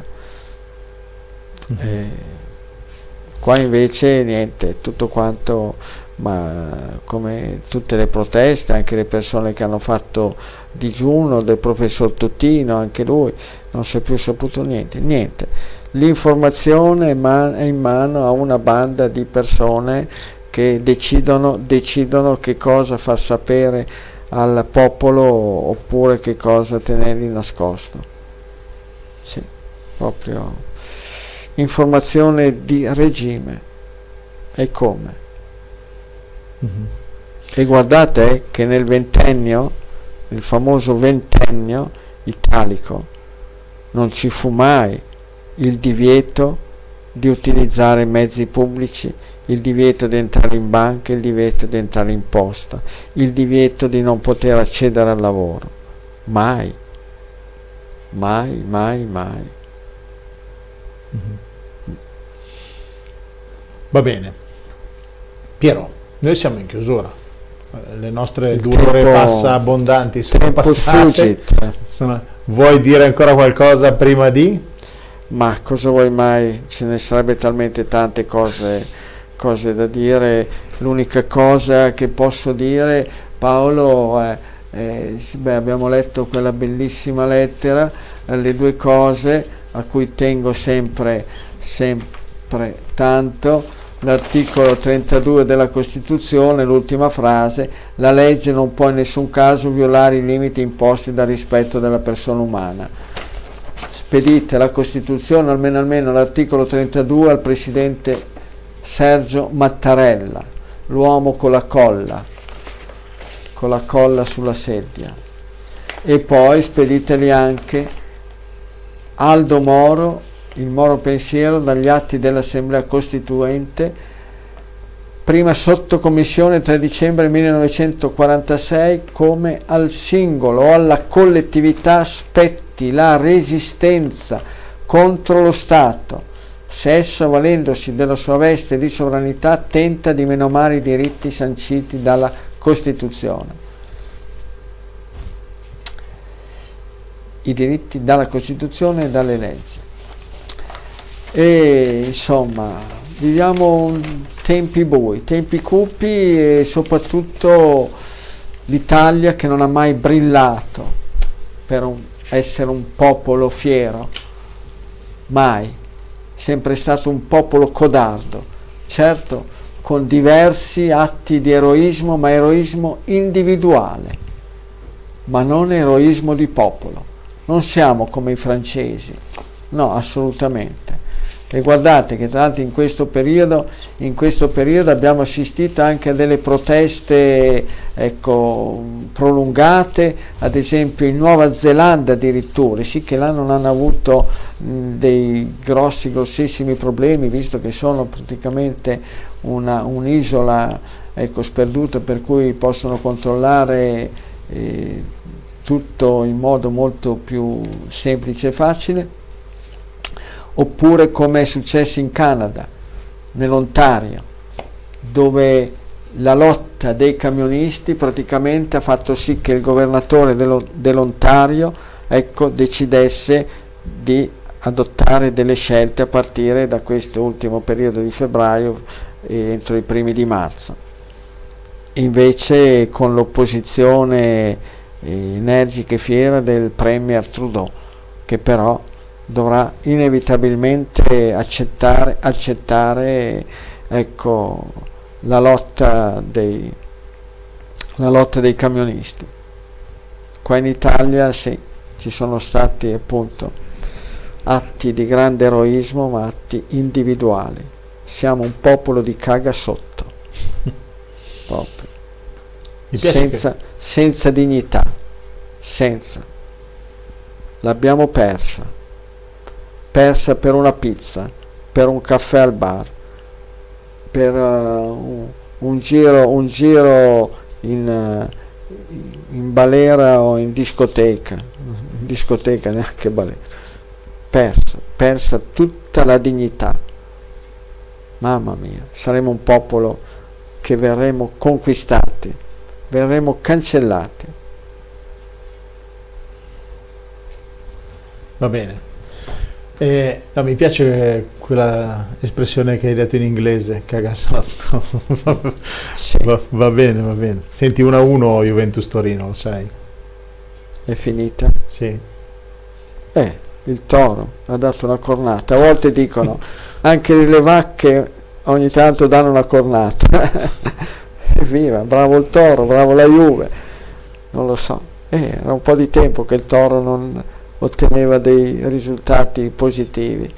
Mm-hmm. E qua invece niente, tutto quanto, ma come tutte le proteste, anche le persone che hanno fatto digiuno, del professor Tutino, anche lui non si è più saputo niente, niente. L'informazione è, man- è in mano a una banda di persone che decidono, decidono che cosa far sapere al popolo oppure che cosa tenergli nascosto. Sì, proprio informazione di regime. E come? Mm-hmm. E guardate eh, che nel ventennio, il famoso ventennio italico, non ci fu mai il divieto di utilizzare mezzi pubblici, il divieto di entrare in banca, il divieto di entrare in posta, il divieto di non poter accedere al lavoro. Mai, mai, mai, mai. Mm-hmm. Va bene. Piero, noi siamo in chiusura. Le nostre il due ore tempo, passa abbondanti sono passate. Fugit. Sono, vuoi dire ancora qualcosa prima di? Ma cosa vuoi mai? Ce ne sarebbe talmente tante cose, cose da dire. L'unica cosa che posso dire, Paolo, è, è, beh, abbiamo letto quella bellissima lettera, eh, le due cose a cui tengo sempre, sempre tanto. L'articolo trentadue della Costituzione, l'ultima frase: la legge non può in nessun caso violare i limiti imposti dal rispetto della persona umana. Spedite la Costituzione, almeno almeno l'articolo trentadue, al presidente Sergio Mattarella, l'uomo con la colla, con la colla sulla sedia. E poi spediteli anche Aldo Moro il Moro Pensiero dagli atti dell'Assemblea Costituente, prima sottocommissione tre dicembre millenovecentoquarantasei, come al singolo o alla collettività spetti la resistenza contro lo Stato, se esso, avvalendosi della sua veste di sovranità, tenta di menomare i diritti sanciti dalla Costituzione. I diritti dalla Costituzione e dalle leggi. E insomma, viviamo tempi bui, tempi cupi, e soprattutto l'Italia che non ha mai brillato per un, essere un popolo fiero, mai, sempre stato un popolo codardo, certo con diversi atti di eroismo, ma eroismo individuale, ma non eroismo di popolo. Non siamo come i francesi, no, assolutamente. E guardate che tra l'altro in questo periodo, in questo periodo abbiamo assistito anche a delle proteste, ecco, prolungate, ad esempio in Nuova Zelanda addirittura, sì che là non hanno avuto mh, dei grossi, grossissimi problemi, visto che sono praticamente una, un'isola, ecco, sperduta, per cui possono controllare eh, tutto in modo molto più semplice e facile. Oppure come è successo in Canada, nell'Ontario, dove la lotta dei camionisti praticamente ha fatto sì che il governatore dello, dell'Ontario, ecco, decidesse di adottare delle scelte a partire da questo ultimo periodo di febbraio e entro i primi di marzo. Invece con l'opposizione energica e fiera del Premier Trudeau, che però dovrà inevitabilmente accettare, accettare ecco, la lotta dei, la lotta dei camionisti. Qua in Italia sì, ci sono stati appunto atti di grande eroismo, ma atti individuali. Siamo un popolo di cagasotto, proprio, senza, che... senza dignità, senza. L'abbiamo persa. persa per una pizza, per un caffè al bar, per uh, un, un giro, un giro in, uh, in balera o in discoteca, in discoteca neanche balera, persa, persa tutta la dignità. Mamma mia, saremo un popolo che verremo conquistati, verremo cancellati. Va bene. Eh, no, mi piace quella espressione che hai detto in inglese, cagasotto. Sì. va, va bene, va bene. Senti, uno a uno Juventus Torino, lo sai? È finita? Sì. Eh, il Toro ha dato una cornata. A volte dicono, anche le vacche ogni tanto danno una cornata. Evviva, bravo il Toro, bravo la Juve. Non lo so. Eh, era un po' di tempo che il Toro non otteneva dei risultati positivi,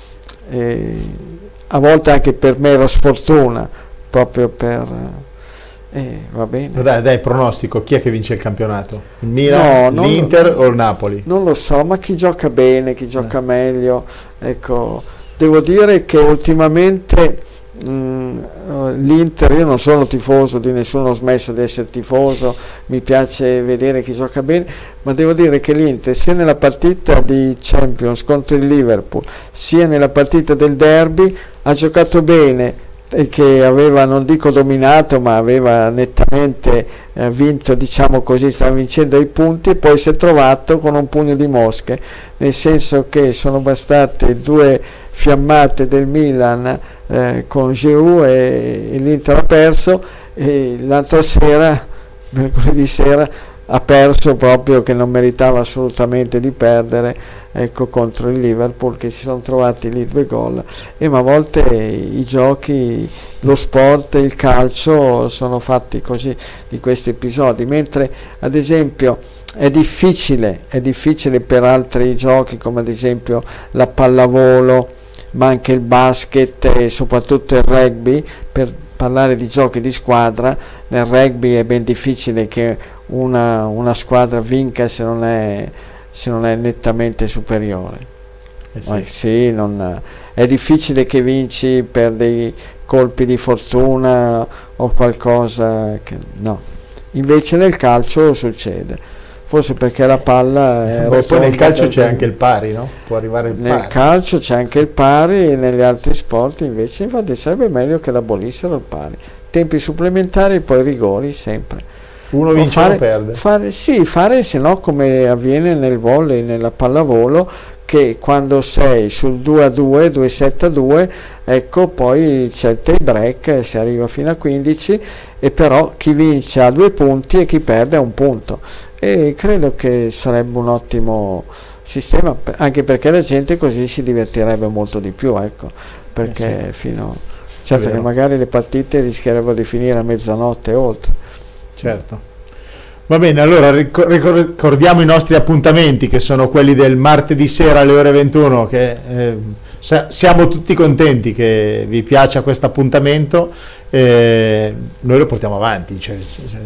e a volte anche per mera sfortuna, proprio per eh, va bene. Dai, dai, pronostico, chi è che vince il campionato? Il Milan, no, l'Inter lo, o il Napoli? Non lo so, ma chi gioca bene, chi gioca eh. meglio, ecco, devo dire che ultimamente Mm, l'Inter, io non sono tifoso di nessuno, ho smesso di essere tifoso, mi piace vedere chi gioca bene, ma devo dire che l'Inter sia nella partita di Champions contro il Liverpool sia nella partita del derby ha giocato bene, e che aveva, non dico dominato, ma aveva nettamente eh, vinto, diciamo così, stava vincendo i punti, e poi si è trovato con un pugno di mosche, nel senso che sono bastate due fiammate del Milan eh, con Giroud, e, e l'Inter ha perso, e l'altra sera, mercoledì sera, ha perso proprio, che non meritava assolutamente di perdere, ecco, contro il Liverpool, che si sono trovati lì due gol. E ma a volte i giochi, lo sport, il calcio sono fatti così, di questi episodi, mentre ad esempio è difficile, è difficile per altri giochi, come ad esempio la pallavolo, ma anche il basket e soprattutto il rugby, per parlare di giochi di squadra. Nel rugby è ben difficile che una, una squadra vinca se non è, se non è nettamente superiore. Eh sì. Ma sì, non, è difficile che vinci per dei colpi di fortuna o qualcosa che no. Invece nel calcio succede, forse perché la palla è Beh, poi nel calcio c'è per... anche il pari, no? Può arrivare il nel pari. calcio c'è anche il pari e negli altri sport invece, infatti sarebbe meglio che l'abolissero il pari, tempi supplementari e poi rigori sempre. Uno vince e uno perde. Fare, sì, fare se no come avviene nel volley, nella pallavolo, che quando sei sul due a due, due sette a due, ecco, poi c'è il tie break, si arriva fino a quindici, e però chi vince ha due punti e chi perde ha un punto, e credo che sarebbe un ottimo sistema, anche perché la gente così si divertirebbe molto di più, ecco, perché eh sì. fino certo che magari le partite rischierebbero di finire a mezzanotte e oltre. Certo. Va bene, allora ricordiamo i nostri appuntamenti, che sono quelli del martedì sera alle ore ventuno, che eh, siamo tutti contenti che vi piaccia questo appuntamento, eh, noi lo portiamo avanti, cioè,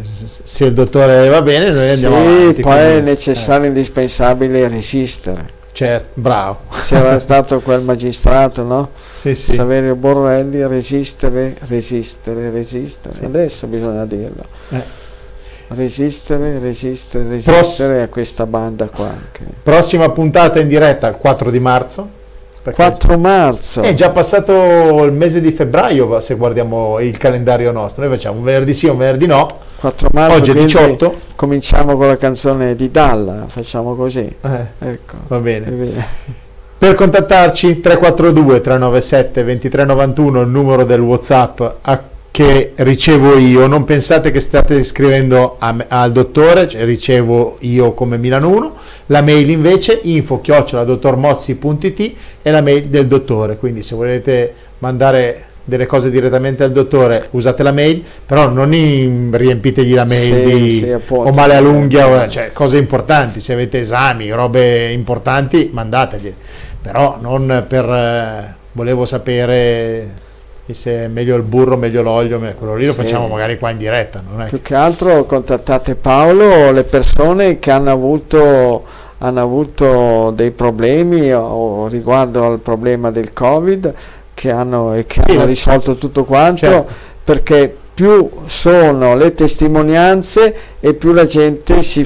se il dottore va bene noi andiamo sì, avanti. Poi quindi, è necessario, eh. indispensabile resistere. Certo, bravo. C'era stato quel magistrato, no? Sì, sì. Saverio Borrelli, resistere, resistere, resistere, sì. Adesso bisogna dirlo. Eh. Resistere, resistere, resistere Pross- a questa banda qua anche. Prossima puntata in diretta il quattro di marzo. quattro marzo. È già passato il mese di febbraio, se guardiamo il calendario nostro. Noi facciamo un venerdì sì, un venerdì no. quattro marzo. Oggi è diciotto. Cominciamo con la canzone di Dalla, facciamo così. Eh, ecco. Va bene. Per contattarci tre quattro due tre nove sette due tre nove uno, il numero del WhatsApp a che ricevo io, non pensate che state scrivendo a me, al dottore, cioè ricevo io come Milano uno, la mail invece info chiocciola dottormozzi punto it è la mail del dottore, quindi se volete mandare delle cose direttamente al dottore usate la mail, però non in, riempitegli la mail sì, di sì, appunto, o male all'unghia, cioè cose importanti, se avete esami, robe importanti mandategli, però non per eh, volevo sapere se è meglio il burro, meglio l'olio, quello lì lo sì. facciamo magari qua in diretta, non è più che altro contattate Paolo o le persone che hanno avuto hanno avuto dei problemi o riguardo al problema del Covid, che hanno e che sì, hanno risolto tutto quanto, certo. Perché più sono le testimonianze e più la gente si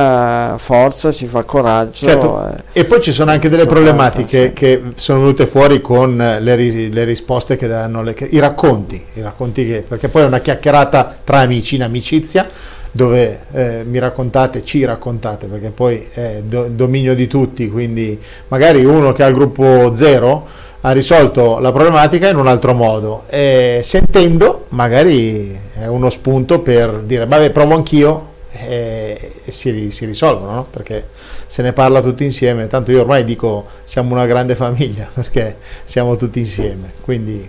fa forza, si fa coraggio. Certo. Eh, e poi ci sono anche delle problematiche sì. che sono venute fuori con le, ris- le risposte che danno, le, che, i racconti, i racconti che, perché poi è una chiacchierata tra amici in amicizia, dove eh, mi raccontate, ci raccontate, perché poi è do- dominio di tutti, quindi magari uno che ha il gruppo zero ha risolto la problematica in un altro modo e sentendo magari è uno spunto per dire vabbè provo anch'io e, e si, si risolvono, no? Perché se ne parla tutti insieme, tanto io ormai dico siamo una grande famiglia perché siamo tutti insieme, quindi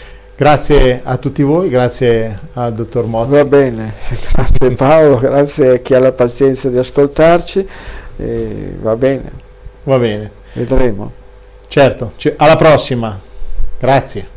grazie a tutti voi, grazie al dottor Mozzi. Va bene, grazie Paolo, grazie a chi ha la pazienza di ascoltarci, e va bene, va bene, vedremo. Certo, alla prossima, grazie.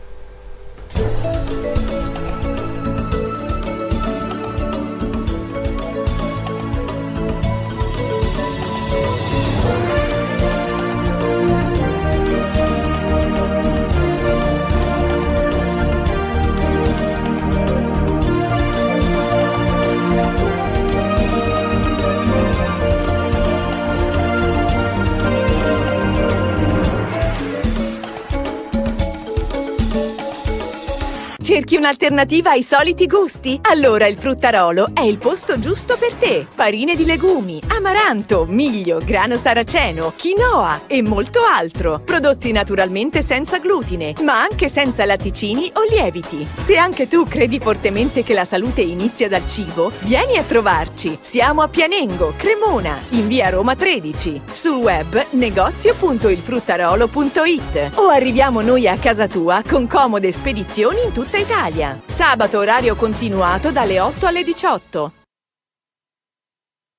Cerchi un'alternativa ai soliti gusti? Allora il Fruttarolo è il posto giusto per te. Farine di legumi, amaranto, miglio, grano saraceno, quinoa e molto altro. Prodotti naturalmente senza glutine, ma anche senza latticini o lieviti. Se anche tu credi fortemente che la salute inizia dal cibo, vieni a trovarci. Siamo a Pianengo, Cremona, in via Roma tredici. Sul web negozio punto il fruttarolo punto it o arriviamo noi a casa tua con comode spedizioni in tutta Italia. Sabato orario continuato dalle otto alle diciotto.